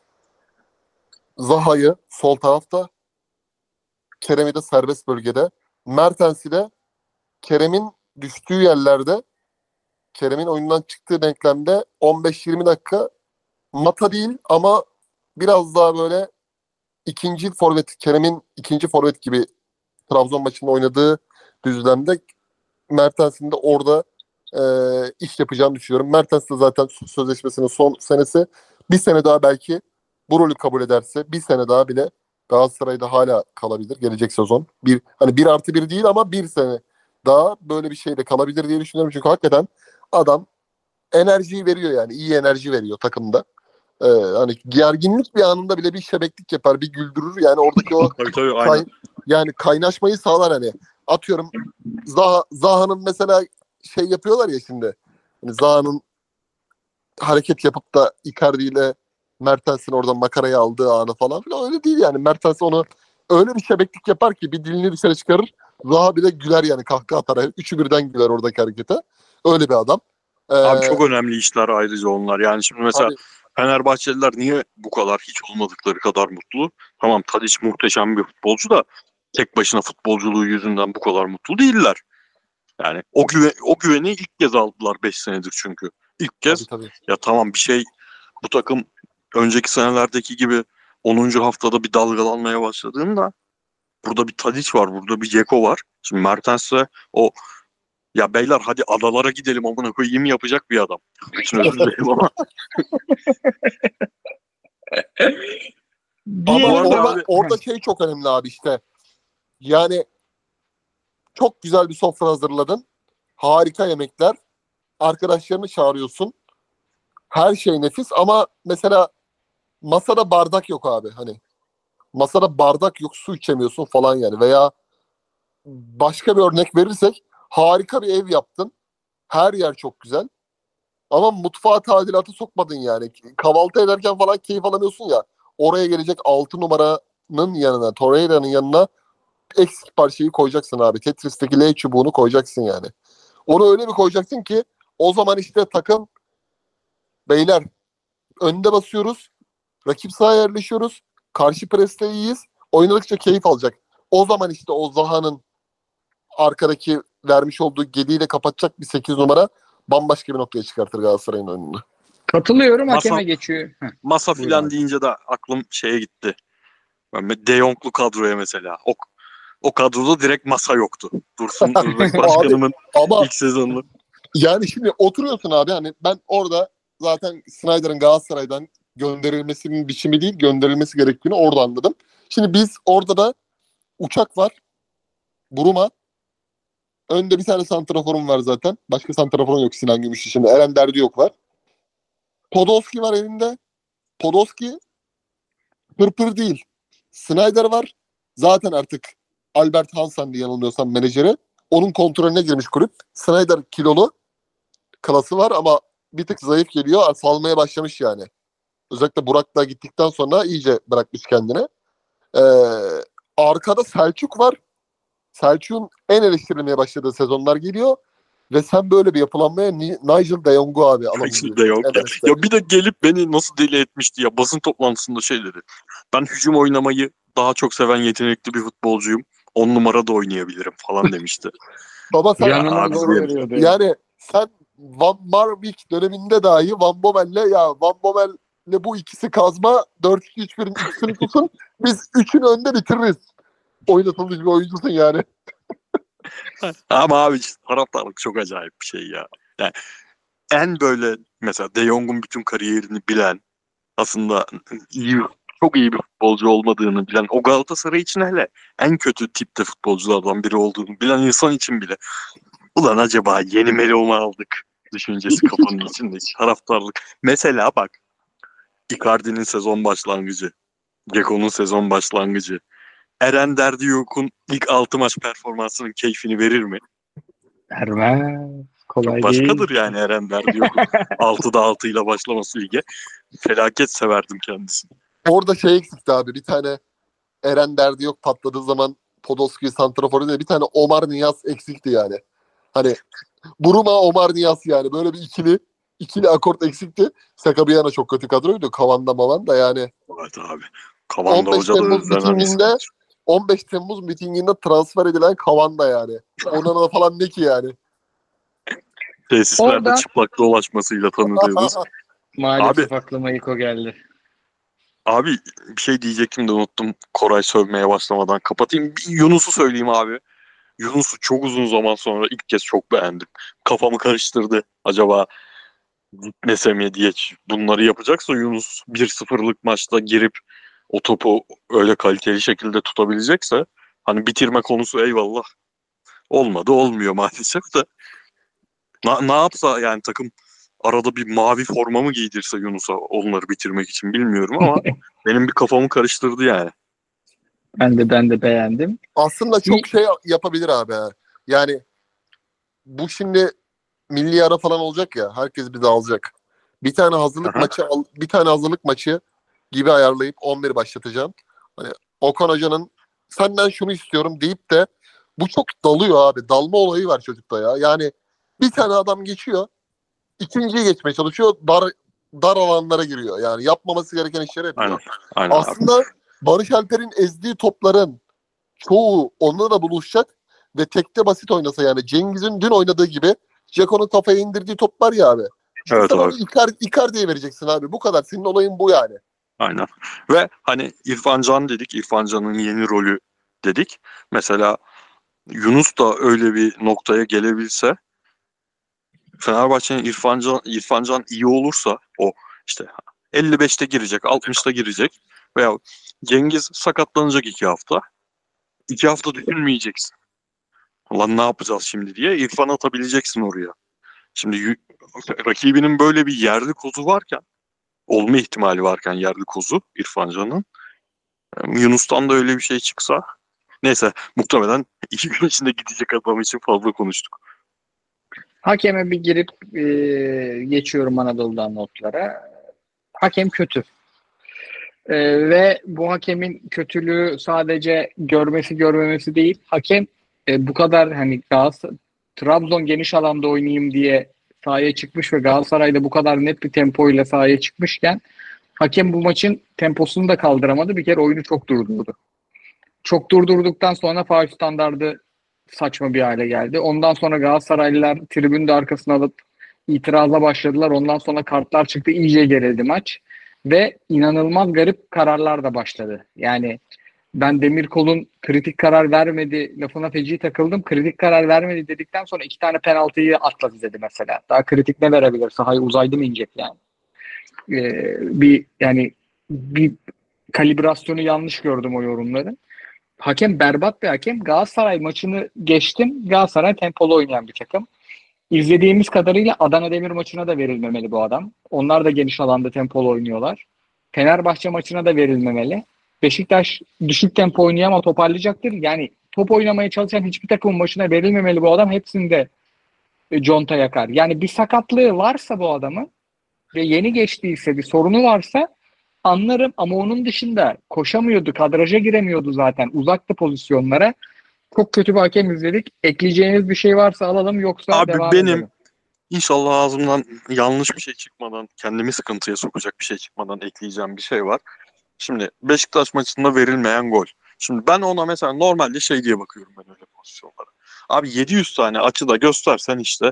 Zaha'yı sol tarafta, Kerem'i de serbest bölgede, Mertens'i de Kerem'in düştüğü yerlerde, Kerem'in oyundan çıktığı denklemde on beş yirmi dakika mata değil ama biraz daha böyle ikinci forvet, Kerem'in ikinci forvet gibi Trabzon maçında oynadığı düzlemde Mertens'in de orada e, iş yapacağını düşünüyorum. Mertens de zaten sözleşmesinin son senesi. Bir sene daha belki bu rolü kabul ederse bir sene daha bile Galatasaray'da hala kalabilir gelecek sezon. Bir, hani bir artı bir değil ama bir sene daha böyle bir şeyde kalabilir diye düşünüyorum. Çünkü hakikaten adam enerjiyi veriyor yani. İyi enerji veriyor takımda. Ee, hani gerginlik bir anında bile bir şebeklik yapar, bir güldürür. Yani oradaki o Tabii tabii kay, aynen. yani kaynaşmayı sağlar hani. Atıyorum Zaha, Zaha'nın mesela şey yapıyorlar ya şimdi. Hani Zaha'nın hareket yapıp da Icardi ile Mertens'in oradan makaraya aldığı anı falan filan öyle değil yani. Mertens onu öyle bir şebeklik yapar ki bir dilini dışarı çıkarır. Zaha bile güler yani kahkaha atar. Üçü birden güler oradaki harekete. Öyle bir adam. Ee, Abi çok önemli işler ayrıca onlar. Yani şimdi mesela abi, Fenerbahçeliler niye bu kadar hiç olmadıkları kadar mutlu? Tamam Tadiç muhteşem bir futbolcu da tek başına futbolculuğu yüzünden bu kadar mutlu değiller. Yani o, güve o güveni ilk kez aldılar beş senedir çünkü. İlk tabii kez tabii. ya tamam bir şey bu takım önceki senelerdeki gibi onuncu haftada bir dalgalanmaya başladığında burada bir Tadiç var, burada bir Dzeko var. Şimdi Mertens'le o ya beyler hadi adalara gidelim amına koyayım yapacak bir adam. Için özür dilerim ama Ama Bir bu arada orada abi orada şey çok önemli abi işte. Yani çok güzel bir sofra hazırladın. Harika yemekler. Arkadaşlarını çağırıyorsun. Her şey nefis ama mesela masada bardak yok abi. Hani masada bardak yok, su içemiyorsun falan yani. Veya başka bir örnek verirsek harika bir ev yaptın. Her yer çok güzel. Ama mutfağa tadilatı sokmadın yani. Kahvaltı ederken falan keyif alamıyorsun ya. Oraya gelecek altı numaranın yanına, Torreira'nın yanına eksik parçayı koyacaksın abi. Tetris'teki L çubuğunu koyacaksın yani. Onu öyle bir koyacaksın ki o zaman işte takım beyler önde basıyoruz. Rakip sahaya yerleşiyoruz. Karşı preste iyiyiz. Oynadıkça keyif alacak. O zaman işte o Zaha'nın arkadaki vermiş olduğu gediğiyle kapatacak bir sekiz numara bambaşka bir noktaya çıkartır Galatasaray'ın önünü. Katılıyorum, masa hakeme geçiyor. Heh, masa buyur filan abi. deyince de aklım şeye gitti. Ben De Jong'lu kadroya mesela. O, o kadroda direkt masa yoktu. Dursun Özbek Abi Başkanımın ama ilk sezonunu. yani şimdi oturuyorsun abi hani ben orada zaten Snyder'ın Galatasaray'dan gönderilmesinin biçimi değil gönderilmesi gerektiğini orada anladım. Şimdi biz orada da uçak var. Buruma. Önde bir tane santraforum var zaten. Başka santraforum yok Sinan Gümüş dışında. Eren Derdi yok var. Podolski var elinde. Podolski pırpır değil. Snyder var. Zaten artık Albert Hansen diye yanılmıyorsam menajeri. Onun kontrolüne girmiş kulüp. Snyder kilolu. Klası var ama bir tık zayıf geliyor. Salmaya başlamış yani. Özellikle Burak da gittikten sonra iyice bırakmış kendine. Ee, arkada Selçuk var. Selçuk'un en eleştirilmeye başladığı sezonlar geliyor. Ve sen böyle bir yapılanmaya Nigel de Jong'u abi Şimdi alamıyorsun. de yok ya. Emers'te. Ya bir de gelip beni nasıl deli etmişti ya. Basın toplantısında şey dedi. Ben hücum oynamayı daha çok seven yetenekli bir futbolcuyum. On numara da oynayabilirim falan demişti. Baba sen Ya Yanına zor abicim. veriyordu. yani sen Van Marwijk döneminde dahi Van Bommel'le ya Van Bommel'le bu ikisi kazma dört iki üç birin ikisini tutun. Biz üçün önde bitiririz. Oynatılmış bir oyuncusun yani. Ama abi işte taraftarlık çok acayip bir şey ya. Yani en böyle mesela De Jong'un bütün kariyerini bilen aslında iyi çok iyi bir futbolcu olmadığını bilen o Galatasaray için hele en kötü tipte futbolculardan biri olduğunu bilen insan için bile ulan acaba yeni Melo mu aldık düşüncesi kafanın içinde taraftarlık. Mesela bak Icardi'nin sezon başlangıcı, Dzeko'nun sezon başlangıcı, Eren Derdiyok'un ilk altı maç performansının keyfini verir mi? Ermez. Çok Kolay başkadır değil. yani Eren Derdiyok'un altıda altı ile başlaması lige. Felaket severdim kendisini. Orada şey eksikti abi. Bir tane Eren Derdi yok patladığı zaman Podolski santraforu diye bir tane Omar Niyaz eksikti yani. Hani Buruma Omar Niyaz yani böyle bir ikili ikili akort eksikti. Sakabiyana çok kötü kadroydu. Kavanda Mavanda yani. Evet abi. Kavanda 15 Hoca da Temmuz özlenen mitinginde isimdir. on beş Temmuz mitinginde transfer edilen Kavanda yani. Onana falan ne ki yani. Tesislerde Orada çıplak dolaşmasıyla tanıdığımız. Abi, maalesef aklıma Iko geldi. abi bir şey diyecektim de unuttum. Koray sövmeye başlamadan kapatayım. Bir Yunus'u söyleyeyim abi. Yunus'u çok uzun zaman sonra ilk kez çok beğendim. Kafamı karıştırdı. Acaba gitmese mi diye bunları yapacaksa Yunus bir sıfırlık maçta girip o topu öyle kaliteli şekilde tutabilecekse hani bitirme konusu eyvallah. Olmadı, olmuyor maalesef de. Na, ne yapsa yani takım arada bir mavi forma mı giydirse Yunus'a onları bitirmek için bilmiyorum ama benim bir kafamı karıştırdı yani. Ben de ben de beğendim. Aslında çok şey yapabilir abi. ha. Yani bu şimdi milli ara falan olacak ya. Herkes bizi alacak. Bir tane hazırlık Aha. maçı al, bir tane hazırlık maçı gibi ayarlayıp on bir başlatacağım. Hani Okan Hoca'nın senden şunu istiyorum deyip de bu çok dalıyor abi. Dalma olayı var çocukta ya. Yani bir tane adam geçiyor. İkinciyi geçmeye çalışıyor. Dar dar alanlara giriyor. Yani yapmaması gereken işleri yapıyor. Aynen. Aynen abi. Aslında Barış Alper'in ezdiği topların çoğu onunla da buluşacak ve tekte basit oynasa yani Cengiz'in dün oynadığı gibi Ceko'nun kafaya indirdiği top var ya abi. İşte Evet sen abi. onu Icardi, Icardi'ye vereceksin abi. Bu kadar. Senin olayın bu yani. Aynen. Ve hani İrfan Can dedik. İrfan Can'ın yeni rolü dedik. Mesela Yunus da öyle bir noktaya gelebilse Fenerbahçe'nin İrfan Can, İrfan Can iyi olursa o işte elli beşte girecek, altmışta girecek veya Cengiz sakatlanacak iki hafta. İki hafta düşünmeyeceksin. Lan ne yapacağız şimdi diye İrfan atabileceksin oraya. Şimdi y- rakibinin böyle bir yerli kozu varken, olma ihtimali varken yerli kozu İrfan Can'ın. Yani Yunus'tan da öyle bir şey çıksa. Neyse muhtemelen iki gün içinde gidecek adam için fazla konuştuk. Hakeme bir girip e, geçiyorum Anadolu'dan notlara. Hakem kötü. E, ve bu hakemin kötülüğü sadece görmesi görmemesi değil. Hakem e, bu kadar hani Galatasaray, Trabzon geniş alanda oynayayım diye sahaya çıkmış ve Galatasaray'da bu kadar net bir tempoyla sahaya çıkmışken hakem bu maçın temposunu da kaldıramadı. Bir kere oyunu çok durdurdu. Çok durdurduktan sonra faul standardı saçma bir hale geldi. Ondan sonra Galatasaraylılar tribünün de arkasına alıp itiraza başladılar. Ondan sonra kartlar çıktı. İyice gerildi maç. Ve inanılmaz garip kararlar da başladı. Yani ben Demirkol'un kritik karar vermedi lafına feci takıldım. Kritik karar vermedi dedikten sonra iki tane penaltıyı atladı dedi mesela. Daha kritik ne verebilir? Sahayı uzaydı mı inecek yani? Ee, bir yani bir kalibrasyonu yanlış gördüm o yorumları. Hakem berbat bir hakem. Galatasaray maçını geçtim. Galatasaray tempolu oynayan bir takım. İzlediğimiz kadarıyla Adana Demir maçına da verilmemeli bu adam. Onlar da geniş alanda tempolu oynuyorlar. Fenerbahçe maçına da verilmemeli. Beşiktaş düşük tempo oynuyor ama toparlayacaktır. Yani top oynamaya çalışan hiçbir takımın maçına verilmemeli bu adam. Hepsinde e, conta yakar. Yani bir sakatlığı varsa bu adamın ve yeni geçtiyse bir sorunu varsa anlarım ama onun dışında koşamıyordu, kadraja giremiyordu zaten. Uzaktı pozisyonlara. Çok kötü bir hakem izledik. Ekleyeceğiniz bir şey varsa alalım yoksa Abi devam benim edelim. inşallah ağzımdan yanlış bir şey çıkmadan, kendimi sıkıntıya sokacak bir şey çıkmadan ekleyeceğim bir şey var. Şimdi Beşiktaş maçında verilmeyen gol. Şimdi ben ona mesela normalde şey diye bakıyorum ben öyle pozisyonlara. Abi yedi yüz tane açıda göstersen işte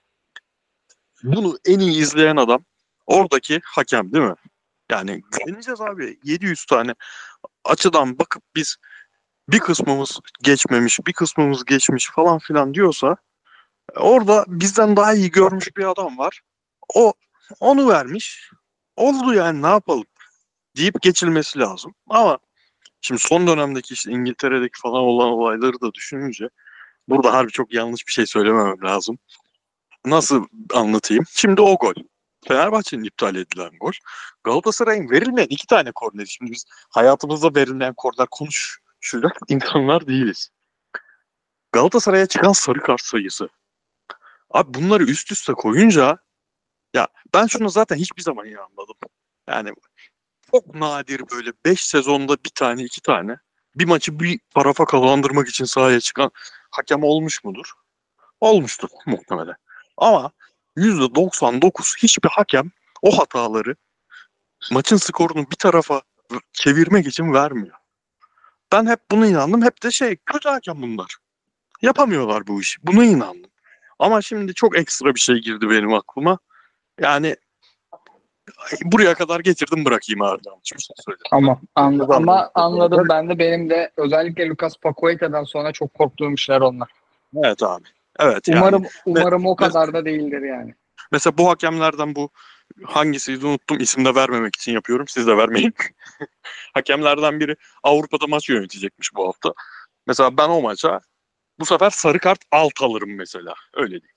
bunu en iyi izleyen adam oradaki hakem değil mi? Yani güveneceğiz abi. yedi yüz tane açıdan bakıp biz bir kısmımız geçmemiş, bir kısmımız geçmiş falan filan diyorsa orada bizden daha iyi görmüş bir adam var. O onu vermiş. Oldu yani ne yapalım deyip geçilmesi lazım. Ama şimdi son dönemdeki işte İngiltere'deki falan olan olayları da düşününce burada harbi çok yanlış bir şey söylememem lazım. Nasıl anlatayım? Şimdi o gol. Fenerbahçe'nin iptal edilen gol. Galatasaray'ın verilmeyen iki tane korneri. Şimdi biz hayatımızda verilen korner konuşacak insanlar değiliz. Galatasaray'a çıkan sarı kart sayısı. Abi bunları üst üste koyunca ya ben şunu zaten hiçbir zaman iyi anladım. Yani çok nadir böyle beş sezonda bir tane iki tane bir maçı bir tarafa kazandırmak için sahaya çıkan hakem olmuş mudur? Olmuştur muhtemelen. Ama yüzde doksan dokuz hiçbir hakem o hataları maçın skorunu bir tarafa çevirmek için vermiyor. Ben hep buna inandım. Hep de şey kötü hakem bunlar. Yapamıyorlar bu işi. Buna inandım. Ama şimdi çok ekstra bir şey girdi benim aklıma. Yani buraya kadar getirdim bırakayım abi. Yanlış bir şey söyledim. Ama anla, Çok anladım. ama anladım ben de benim de özellikle Lucas Paqueta'dan sonra çok korktuğum işler onlar. Evet abi. Evet yani. Umarım Ve, umarım o ve kadar da değildir yani. mesela bu hakemlerden bu hangisiydi unuttum. İsim de vermemek için yapıyorum. Siz de vermeyin. Hakemlerden biri Avrupa'da maç yönetecekmiş bu hafta. Mesela ben o maça Bu sefer sarı kart alt alırım mesela. Öyle değil.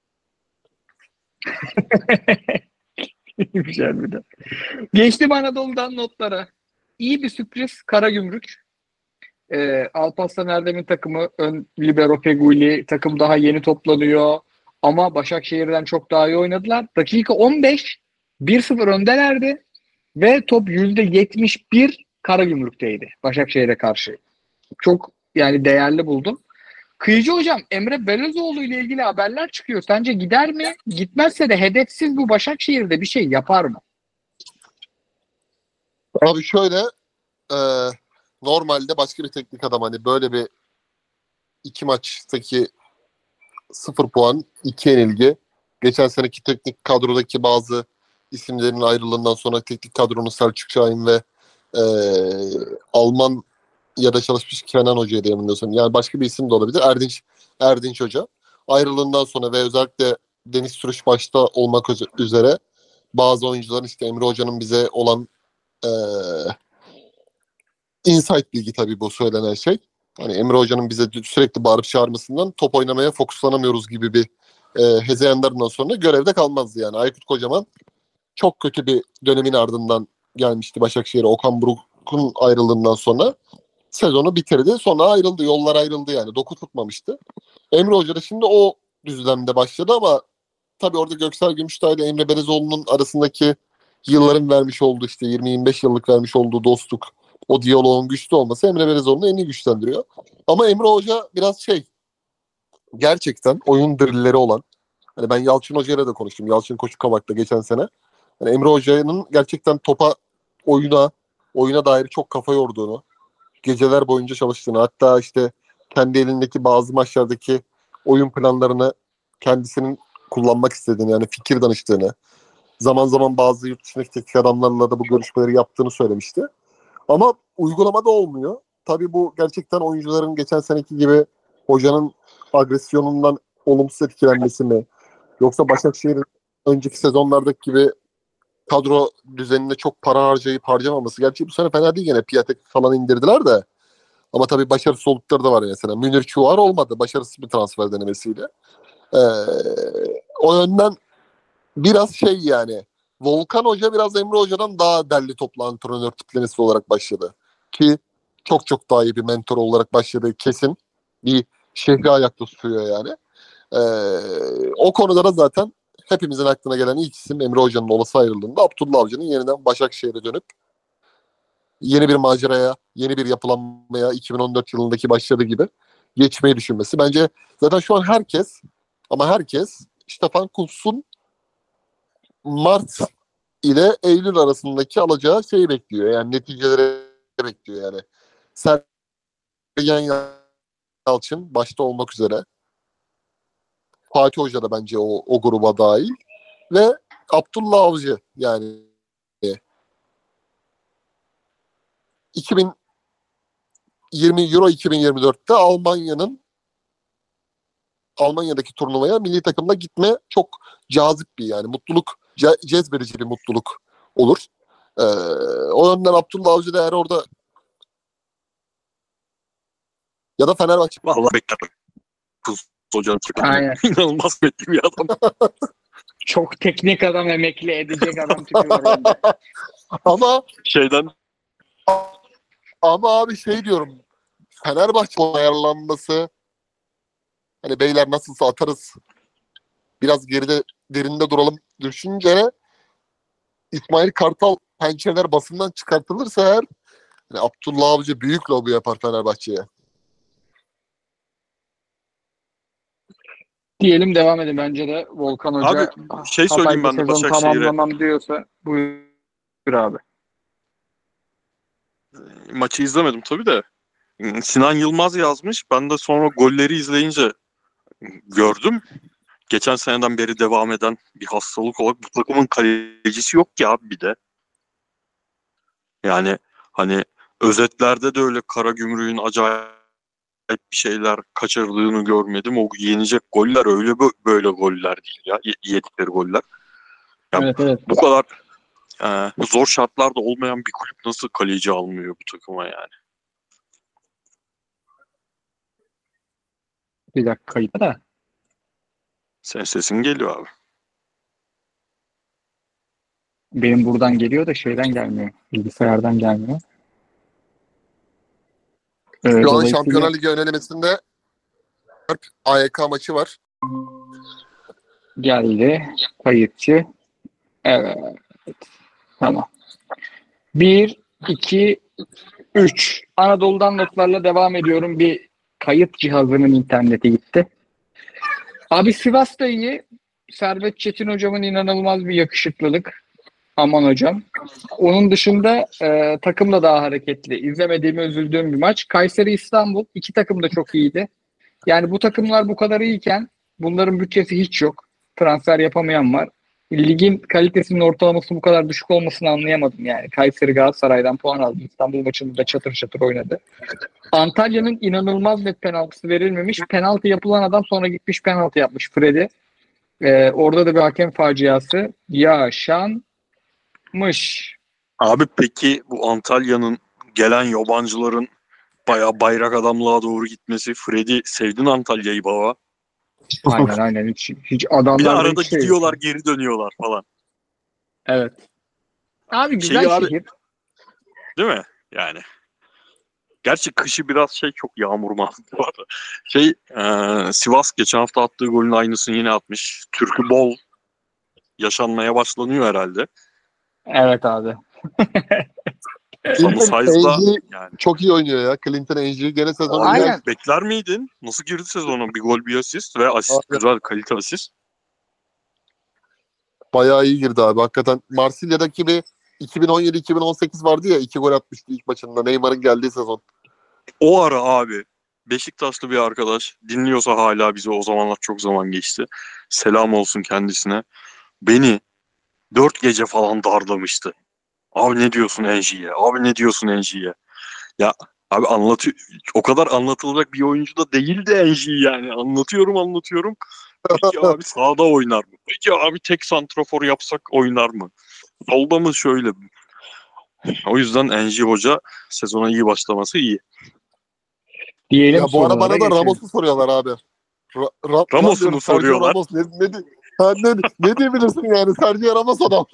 Güzel bir de. Geçtim Anadolu'dan notlara. İyi bir sürpriz Karagümrük. Ee, Alparslan Erdem'in takımı ön libero Feguli takım daha yeni toplanıyor. Ama Başakşehir'den çok daha iyi oynadılar. Dakika on beş bir sıfır öndelerdi ve top yüzde yetmiş bir Karagümrük'teydi Başakşehir'e karşı. Çok yani değerli buldum. Kıyıcı hocam Emre Belözoğlu ile ilgili haberler çıkıyor. Sence gider mi? Gitmezse de hedefsiz bu Başakşehir'de bir şey yapar mı? Abi şöyle e, normalde başka bir teknik adam hani böyle bir iki maçtaki sıfır puan, iki yenilgi. Geçen seneki teknik kadrodaki bazı isimlerin ayrılığından sonra teknik kadronun Selçuk Şahin ve e, Alman ya da çalışmış Kenan Hoca'ydı yanılmıyorsam. Yani başka bir isim de olabilir. Erdinç Erdinç Hoca. Ayrılığından sonra ve özellikle Deniz Sürüş başta olmak üzere bazı oyuncuların işte Emre Hoca'nın bize olan e, insight bilgi tabii bu söylenen şey. Hani Emre Hoca'nın bize sürekli bağırıp çağırmasından top oynamaya fokuslanamıyoruz gibi bir e, hezeyanlarından sonra görevde kalmazdı yani. Aykut Kocaman çok kötü bir dönemin ardından gelmişti Başakşehir'e Okan Buruk'un ayrılığından sonra. Sezonu bitirdi. Sonra ayrıldı. Yollar ayrıldı yani. Doku tutmamıştı. Emre Hoca da şimdi o düzlemde başladı ama tabii orada Göksel Gümüştay ile Emre Belezoğlu'nun arasındaki yılların vermiş olduğu işte yirmi yirmi beş yıllık vermiş olduğu dostluk, o diyaloğun güçlü olması Emre Belezoğlu'nu en iyi güçlendiriyor. Ama Emre Hoca biraz şey gerçekten oyun drilleri olan hani ben Yalçın Hoca'yla da konuştum. Yalçın Koçukavak'ta geçen sene. Yani Emre Hoca'nın gerçekten topa oyuna oyuna dair çok kafa yorduğunu, geceler boyunca çalıştığını, hatta işte kendi elindeki bazı maçlardaki oyun planlarını kendisinin kullanmak istediğini, yani fikir danıştığını, zaman zaman bazı yurt dışındaki teknik adamlarla da bu görüşmeleri yaptığını söylemişti. Ama uygulamada olmuyor. Tabii bu gerçekten oyuncuların geçen seneki gibi hocanın agresyonundan olumsuz etkilenmesi mi? Yoksa Başakşehir'in önceki sezonlardaki gibi kadro düzeninde çok para harcayıp harcamaması. Gerçi bu sene fena değil, yine Piatek falan indirdiler de. Ama tabii başarısız oldukları da var mesela. Münir Çuvar olmadı. Başarısız bir transfer denemesiyle. Ee, o yönden biraz şey yani. Volkan Hoca biraz Emre Hoca'dan daha derli toplu antrenör tiplemesi olarak başladı. Ki çok çok daha iyi bir mentor olarak başladığı kesin. Bir şehri ayakta tutuyor yani. Ee, o konuda da zaten hepimizin aklına gelen ilk isim Emre Hoca'nın olası ayrıldığında Abdullah Avcı'nın yeniden Başakşehir'e dönüp yeni bir maceraya, yeni bir yapılanmaya iki bin on dört yılındaki başladığı gibi geçmeyi düşünmesi. Bence zaten şu an herkes ama herkes Stefan Kutz'un Mart ile Eylül arasındaki alacağı şeyi bekliyor. Yani neticeleri bekliyor yani. Sergen Yalçın başta olmak üzere. Fatih Hoca da bence o, o gruba dahil. Ve Abdullah Avcı yani iki bin yirmi Euro iki bin yirmi dörtte Almanya'nın Almanya'daki turnuvaya milli takımla gitme çok cazip bir yani mutluluk, ce- cezbedici bir mutluluk olur. Ee, o yönden Abdullah Avcı da eğer orada ya da Fenerbahçe Vallahi beklerim. Kuz hocanın çıkıyor. Aynen. İnanılmaz bekli bir adam. Çok teknik adam, emekli edecek adam tipi var onda. ama Şeyden ama abi şey diyorum, Fenerbahçe ayarlanması hani beyler nasılsa atarız biraz geride derinde duralım düşünce İsmail Kartal pençeler basından çıkartılırsa eğer yani Abdullah Avcı büyük lobi yapar Fenerbahçe'ye. Diyelim devam edin. Bence de Volkan Hoca abi şey söyleyeyim Hatay'da ben de sezonu Başakşehir'e. tamamlamam diyorsa buyur abi. Maçı izlemedim tabii de. Sinan Yılmaz yazmış. Ben de sonra golleri izleyince gördüm. Geçen seneden beri devam eden bir hastalık olarak bu takımın kalecisi yok ki abi bir de. Yani hani özetlerde de öyle Karagümrük'ün acayip bir şeyler kaçırdığını görmedim. O yenecek goller öyle bö- böyle goller değil ya. Y- yedikleri goller. Yani Evet evet. bu kadar e, zor şartlarda olmayan bir kulüp nasıl kaleci almıyor bu takıma yani? Bir dakika kayıt da. Senin sesin geliyor abi. Benim buradan geliyor da şeyden gelmiyor. Bilgisayardan gelmiyor. Ee, Şu an dolayısıyla Şampiyonlar Ligi ön elemesinde A Y K maçı var. geldi kayıtçı. Evet. Tamam. Bir, iki, üç. Anadolu'dan notlarla devam ediyorum. Bir kayıt cihazının interneti gitti. Abi Sivas da iyi. Servet Çetin hocamın inanılmaz bir yakışıklılık. Aman hocam. Onun dışında e, takım da daha hareketli. İzlemediğime üzüldüğüm bir maç. Kayseri İstanbul. İki takım da çok iyiydi. Yani bu takımlar bu kadar iyiyken bunların bütçesi hiç yok. Transfer yapamayan var. Ligin kalitesinin ortalaması bu kadar düşük olmasını anlayamadım yani. Kayseri Galatasaray'dan puan aldı. İstanbul maçında da çatır çatır oynadı. Antalya'nın inanılmaz net penaltısı verilmemiş. Penaltı yapılan adam sonra gitmiş penaltı yapmış Freddy. Ee, orada da bir hakem faciası yaşanmış. Abi peki bu Antalya'nın gelen yabancıların bayağı bayrak adamlığa doğru gitmesi. Freddy sevdin Antalya'yı baba. Aynen aynen. Hiç, hiç Bir de adamlar arada hiç şey gidiyorlar yok. geri dönüyorlar falan. Evet. Abi güzel Şeyi abi- şehir. Değil mi? Yani. Gerçi kışı biraz şey çok yağmur mu bu arada. Şey e, Sivas geçen hafta attığı golün aynısını yine atmış. Türkü bol yaşanmaya başlanıyor herhalde. Evet abi. Samu Clinton Size da Ng yani. çok iyi oynuyor ya. Clinton Ng gene sezonu iyi. Aynen. Bekler miydin? Nasıl girdi sezona? Bir gol, bir asist ve asist Abi. güzel, kalite asist. Bayağı iyi girdi abi. Hakikaten Marsilya'daki bir iki bin on yedi iki bin on sekiz vardı ya, iki gol atmıştı ilk maçında. Neymar'ın geldiği sezon. O ara abi Beşiktaşlı bir arkadaş dinliyorsa hala bize, o zamanlar çok zaman geçti. Selam olsun kendisine. Beni dört gece falan darlamıştı. Abi ne diyorsun Enji'ye? Abi ne diyorsun Enji'ye? Ya abi anlatıyor. O kadar anlatılacak bir oyuncu da değildi Enji yani. Anlatıyorum anlatıyorum. Peki abi sağda oynar mı? Peki abi tek santrafor yapsak oynar mı? Solda mı şöyle? O yüzden Enji Hoca sezona iyi başlaması iyi. Diyelim Ya bu ara sorulara bana da geçelim. Ramos'u soruyorlar abi. Ra- Ra- Ramos'u diyorum, mu Sergio soruyorlar? Ramos ne, ne, di- ha, ne, ne diyebilirsin yani? Sergio Ramos adam.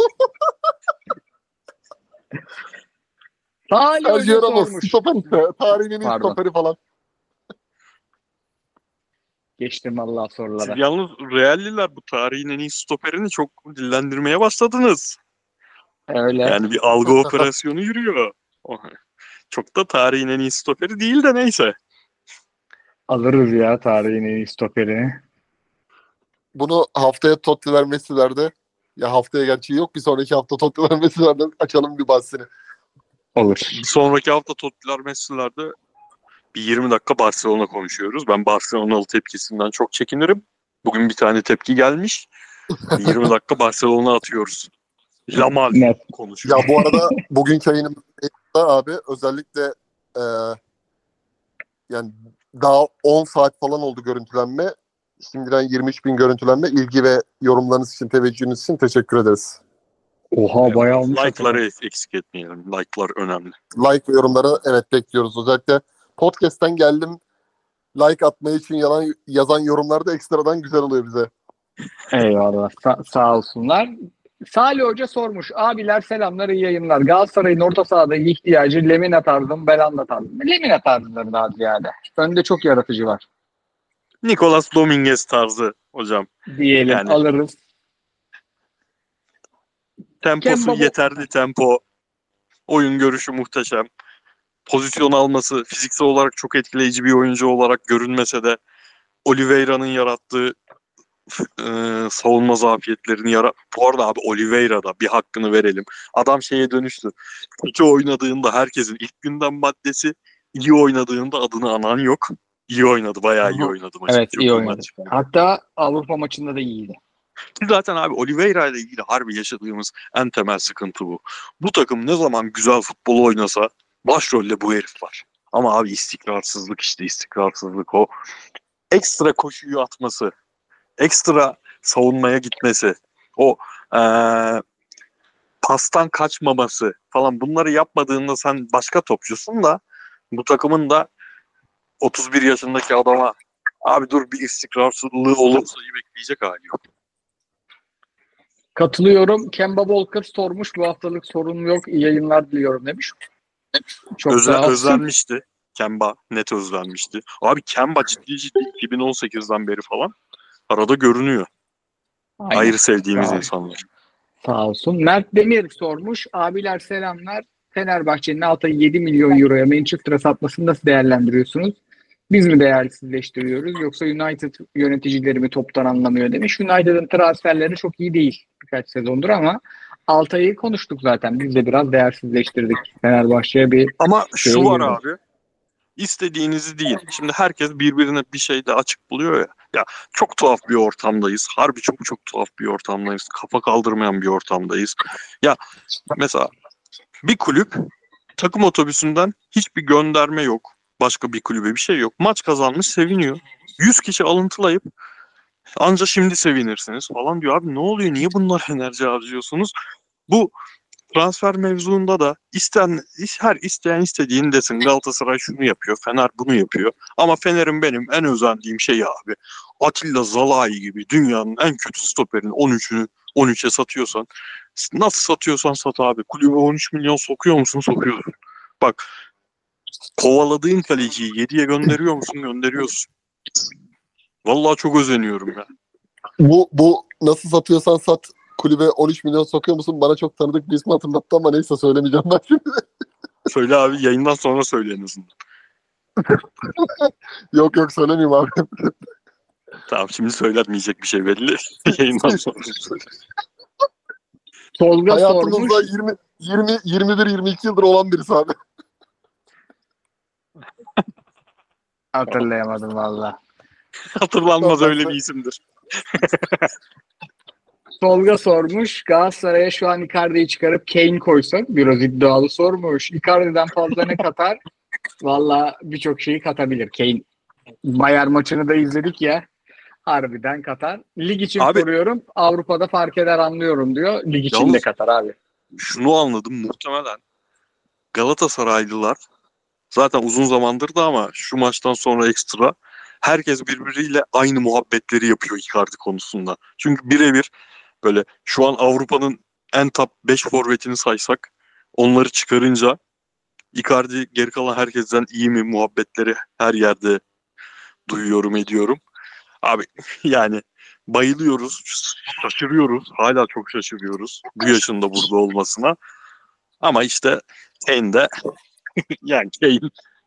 Salih Hoca Sergio Ramos sormuş. stoper işte. Tarihin en iyi Pardon. stoperi falan. Geçtim Allah Siz sorulara. yalnız Realliler bu tarihin en iyi stoperini çok dillendirmeye başladınız. Öyle. Yani bir algı operasyonu yürüyor. Çok da tarihin en iyi stoperi değil de neyse. Alırız ya tarihin en iyi stoperini. Bunu haftaya Totti'ler Messi'lerde, ya haftaya gerçi yok, bir sonraki hafta Totti'ler Messi'lerde açalım bir bahsini. Olur. Bir sonraki hafta Totti'ler Messi'lerde bir yirmi dakika Barcelona konuşuyoruz. Ben Barcelona'lı tepkisinden çok çekinirim. Bugün bir tane tepki gelmiş. Bir yirmi dakika Barcelona atıyoruz. Lamal Net. konuşuyor. Ya bu arada bugünkü yayınımda abi özellikle e, yani daha on saat falan oldu görüntülenme. Şimdiden yirmi üç bin görüntülenme. İlgi ve yorumlarınız için, teveccühünüz için teşekkür ederiz. Oha bayağı olmuş. Like'ları eksik etmeyelim. Like'lar önemli. Like ve yorumları evet bekliyoruz. Özellikle podcast'ten geldim like atmayı için yalan, yazan yorumlar da ekstradan güzel oluyor bize. Eyvallah. Sa- sağ olsunlar. Salih Hoca sormuş. Abiler selamlar, iyi yayınlar. Galatasaray'ın orta sahada ihtiyacı Lemina tarzı mı, Belhanda tarzı mı? Lemina tarzıları daha ziyade. Önde çok yaratıcı var. Nicolas Dominguez tarzı hocam. Diyelim Yani- alırız. Temposu Kemba bu- yeterli tempo. Oyun görüşü muhteşem. Pozisyon alması fiziksel olarak çok etkileyici bir oyuncu olarak görünmese de Oliveira'nın yarattığı e, savunma zafiyetlerini yarat. Bu arada abi Oliveira'da bir hakkını verelim. Adam şeye dönüştü. Kötü oynadığında herkesin ilk günden maddesi, iyi oynadığında adını anan yok. İyi oynadı, bayağı iyi oynadı maçı. Evet Çok iyi oynadı. maç. Hatta Avrupa maçında da iyiydi. Ki zaten abi Oliveira ile ilgili harbi yaşadığımız en temel sıkıntı bu. Bu takım ne zaman güzel futbol oynasa başrolde bu herif var. Ama abi istikrarsızlık işte istikrarsızlık o. Ekstra koşuyu atması, ekstra savunmaya gitmesi, o ee, pastan kaçmaması falan, bunları yapmadığında sen başka topçusun da bu takımın da otuz bir yaşındaki adama Abi dur bir istikrarsızlığı olursa iyi bekleyecek hali yok. Katılıyorum. Kemba Walker sormuş. Bu haftalık sorunum yok. İyi yayınlar diliyorum demiş. Çok Öze, sağ olsun. özlenmişti. Kemba net özlenmişti. Abi Kemba ciddi ciddi iki bin on sekizden beri falan arada görünüyor. Aynen. Ayrı sevdiğimiz Sağ ol. insanlar. Sağ olsun. Mert Demir sormuş. Abiler selamlar. Fenerbahçe'nin Altay'ı yedi milyon euroya Manchester'a satmasını nasıl değerlendiriyorsunuz? Biz mi değersizleştiriyoruz yoksa United yöneticileri mi toptan anlamıyor demiş. United'ın transferleri çok iyi değil birkaç sezondur ama Altay'ı konuştuk zaten. Biz de biraz değersizleştirdik. Fenerbahçe'ye bir Ama şu şeye var girdi. abi. İstediğinizi değil. Şimdi herkes birbirine bir şeyde açık buluyor ya. Ya çok tuhaf bir ortamdayız. Harbi çok çok tuhaf bir ortamdayız. Kafa kaldırmayan bir ortamdayız. Ya mesela bir kulüp takım otobüsünden hiçbir gönderme yok. Başka bir kulübe bir şey yok. Maç kazanmış seviniyor. yüz kişi alıntılayıp anca şimdi sevinirsiniz falan diyor. Abi ne oluyor? Niye bunlar enerji harcıyorsunuz? Bu transfer mevzuunda da isteyen, her isteyen istediğini desin. Galatasaray şunu yapıyor, Fener bunu yapıyor. Ama Fener'in benim en özendiğim şey abi. Atilla Zalai gibi dünyanın en kötü stoperinin on üçünü on üçe satıyorsan nasıl satıyorsan sat abi. Kulübe on üç milyon sokuyor musun? Sokuyorsun. Bak kovaladığın kaleciyi yediye gönderiyor musun? Gönderiyorsun. Vallahi çok özeniyorum ya. Bu, bu nasıl satıyorsan sat kulübe on üç milyon sokuyor musun? Bana çok tanıdık bir ismi hatırlattı ama neyse söylemeyeceğim ben şimdi. Söyle abi yayından sonra söyle en azından. Yok yok söylemeyeyim abi. Tamam şimdi söylenmeyecek bir şey belli. Yayından sonra söyle. Tolga sormuş. Hayatımızda yirmi, yirmi, yirmi bir yirmi iki yıldır olan birisi abi. Hatırlayamadım valla. Hatırlanmaz Tamam, öyle ben- bir isimdir. Tolga sormuş. Galatasaray'a şu an Icardi'yi çıkarıp Kane koysak biraz iddialı sormuş. Icardi'den fazla ne katar? Valla birçok şeyi katabilir. Kane Bayern maçını da izledik ya. Harbiden katar. Lig için Abi- soruyorum. Avrupa'da fark eder anlıyorum diyor. Lig için Yalnız- de katar abi. Şunu anladım muhtemelen Galatasaraylılar zaten uzun zamandır da ama şu maçtan sonra ekstra herkes birbiriyle aynı muhabbetleri yapıyor Icardi konusunda. Çünkü birebir böyle şu an Avrupa'nın en top beş forvetini saysak onları çıkarınca Icardi geri kalan herkesten iyi mi muhabbetleri her yerde duyuyorum ediyorum. Abi yani bayılıyoruz, şaşırıyoruz. Hala çok şaşırıyoruz bu yaşında burada olmasına. Ama işte Kane de yani Kane.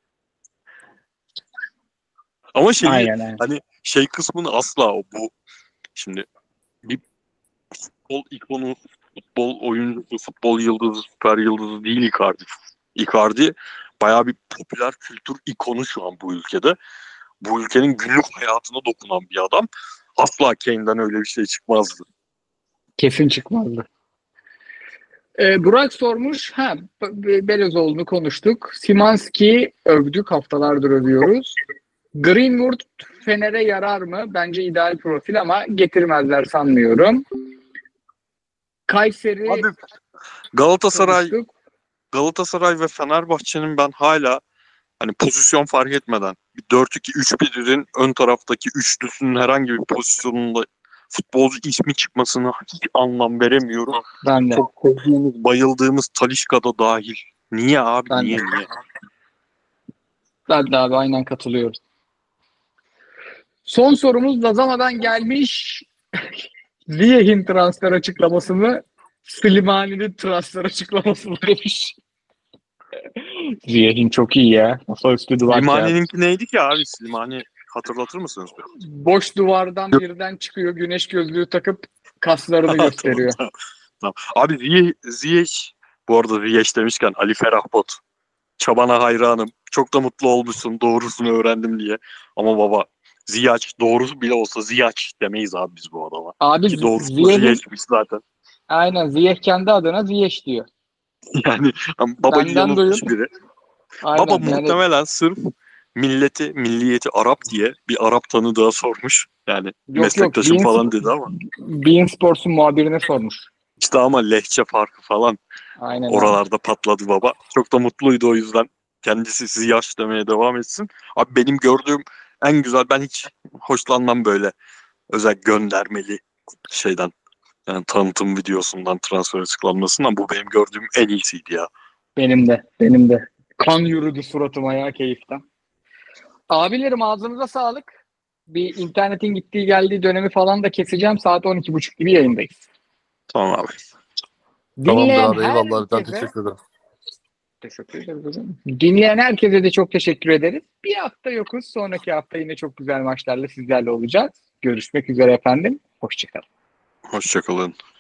Ama şeyi Aynen aynen. hani şey kısmını asla o bu şimdi bir futbol ikonu, futbol oyuncusu, futbol yıldızı, süper yıldızı değil Icardi. Icardi bayağı bir popüler kültür ikonu şu an bu ülkede. Bu ülkenin günlük hayatına dokunan bir adam. Asla Kane'den öyle bir şey çıkmazdı. Kesin çıkmazdı. Ee, Burak sormuş. Ha, Be- Belözoğlu'nu konuştuk. Szymański'yi övdük. Haftalardır övüyoruz. Greenwood Fener'e yarar mı? Bence ideal profil ama getirmezler sanmıyorum. Kayseri Abi Galatasaray konuştuk. Galatasaray ve Fenerbahçe'nin ben hala hani pozisyon fark etmeden bir dört iki üç birin ön taraftaki üçlüsünün herhangi bir pozisyonunda futbolcu ismi çıkmasına hiç anlam veremiyorum. Ben de. Çok sevdiğimiz, bayıldığımız Talisca da dahil. Niye abi? Ben niye de. niye? Ben de abi aynen katılıyorum. Son sorumuz Lazana'dan gelmiş. Ziyech'in transfer açıklaması mı? Slimani'nin transfer açıklaması mı demiş. Ziyech'in çok iyi ya. Masaüstü duvar kağıdı. Slimani'ninki neydi ki abi? Slimani hatırlatır mısınız? Boş duvardan birden çıkıyor. Güneş gözlüğü takıp kaslarını gösteriyor. Tamam, tamam. Abi Ziyech, Ziyech bu arada Ziyech demişken Ali Ferah Bot. Çabana hayranım. Çok da mutlu olmuşsun doğrusunu öğrendim diye. Ama baba Ziyech doğrusu bile olsa Ziyech demeyiz abi biz bu adama. Abi Ki doğrusu Ziyech'in Ziyech'miş zaten. aynen Ziyech kendi adına Ziyech diyor. Yani baba Benden yanılmış duyun. biri. Aynen, Baba yani muhtemelen sırf milleti, milliyeti Arap diye bir Arap tanıdığa sormuş. Yani yok meslektaşım Bein, falan dedi ama. Bein Sports'un muhabirine sormuş. İşte ama lehçe farkı falan Aynen abi. oralarda patladı baba. Çok da mutluydu o yüzden. Kendisi Ziyech demeye devam etsin. Abi benim gördüğüm En güzel, ben hiç hoşlanmam böyle özel göndermeli şeyden. Yani tanıtım videosundan transfer açıklanmasından bu benim gördüğüm en iyisiydi ya. Benim de. Benim de. Kan yürüdü suratıma ya keyiften. Abilerim ağzınıza sağlık. Bir internetin gittiği geldiği dönemi falan da keseceğim. Saat on iki buçuk gibi yayındayız. Tamam abi. Tamamdır Dinleyen abi, eyvallah. Ben herkese teşekkür ederim. teşekkür ederiz hocam. Dinleyen herkese de çok teşekkür ederiz. Bir hafta yokuz. Sonraki hafta yine çok güzel maçlarla sizlerle olacağız. Görüşmek üzere efendim. Hoşçakalın. Hoşçakalın.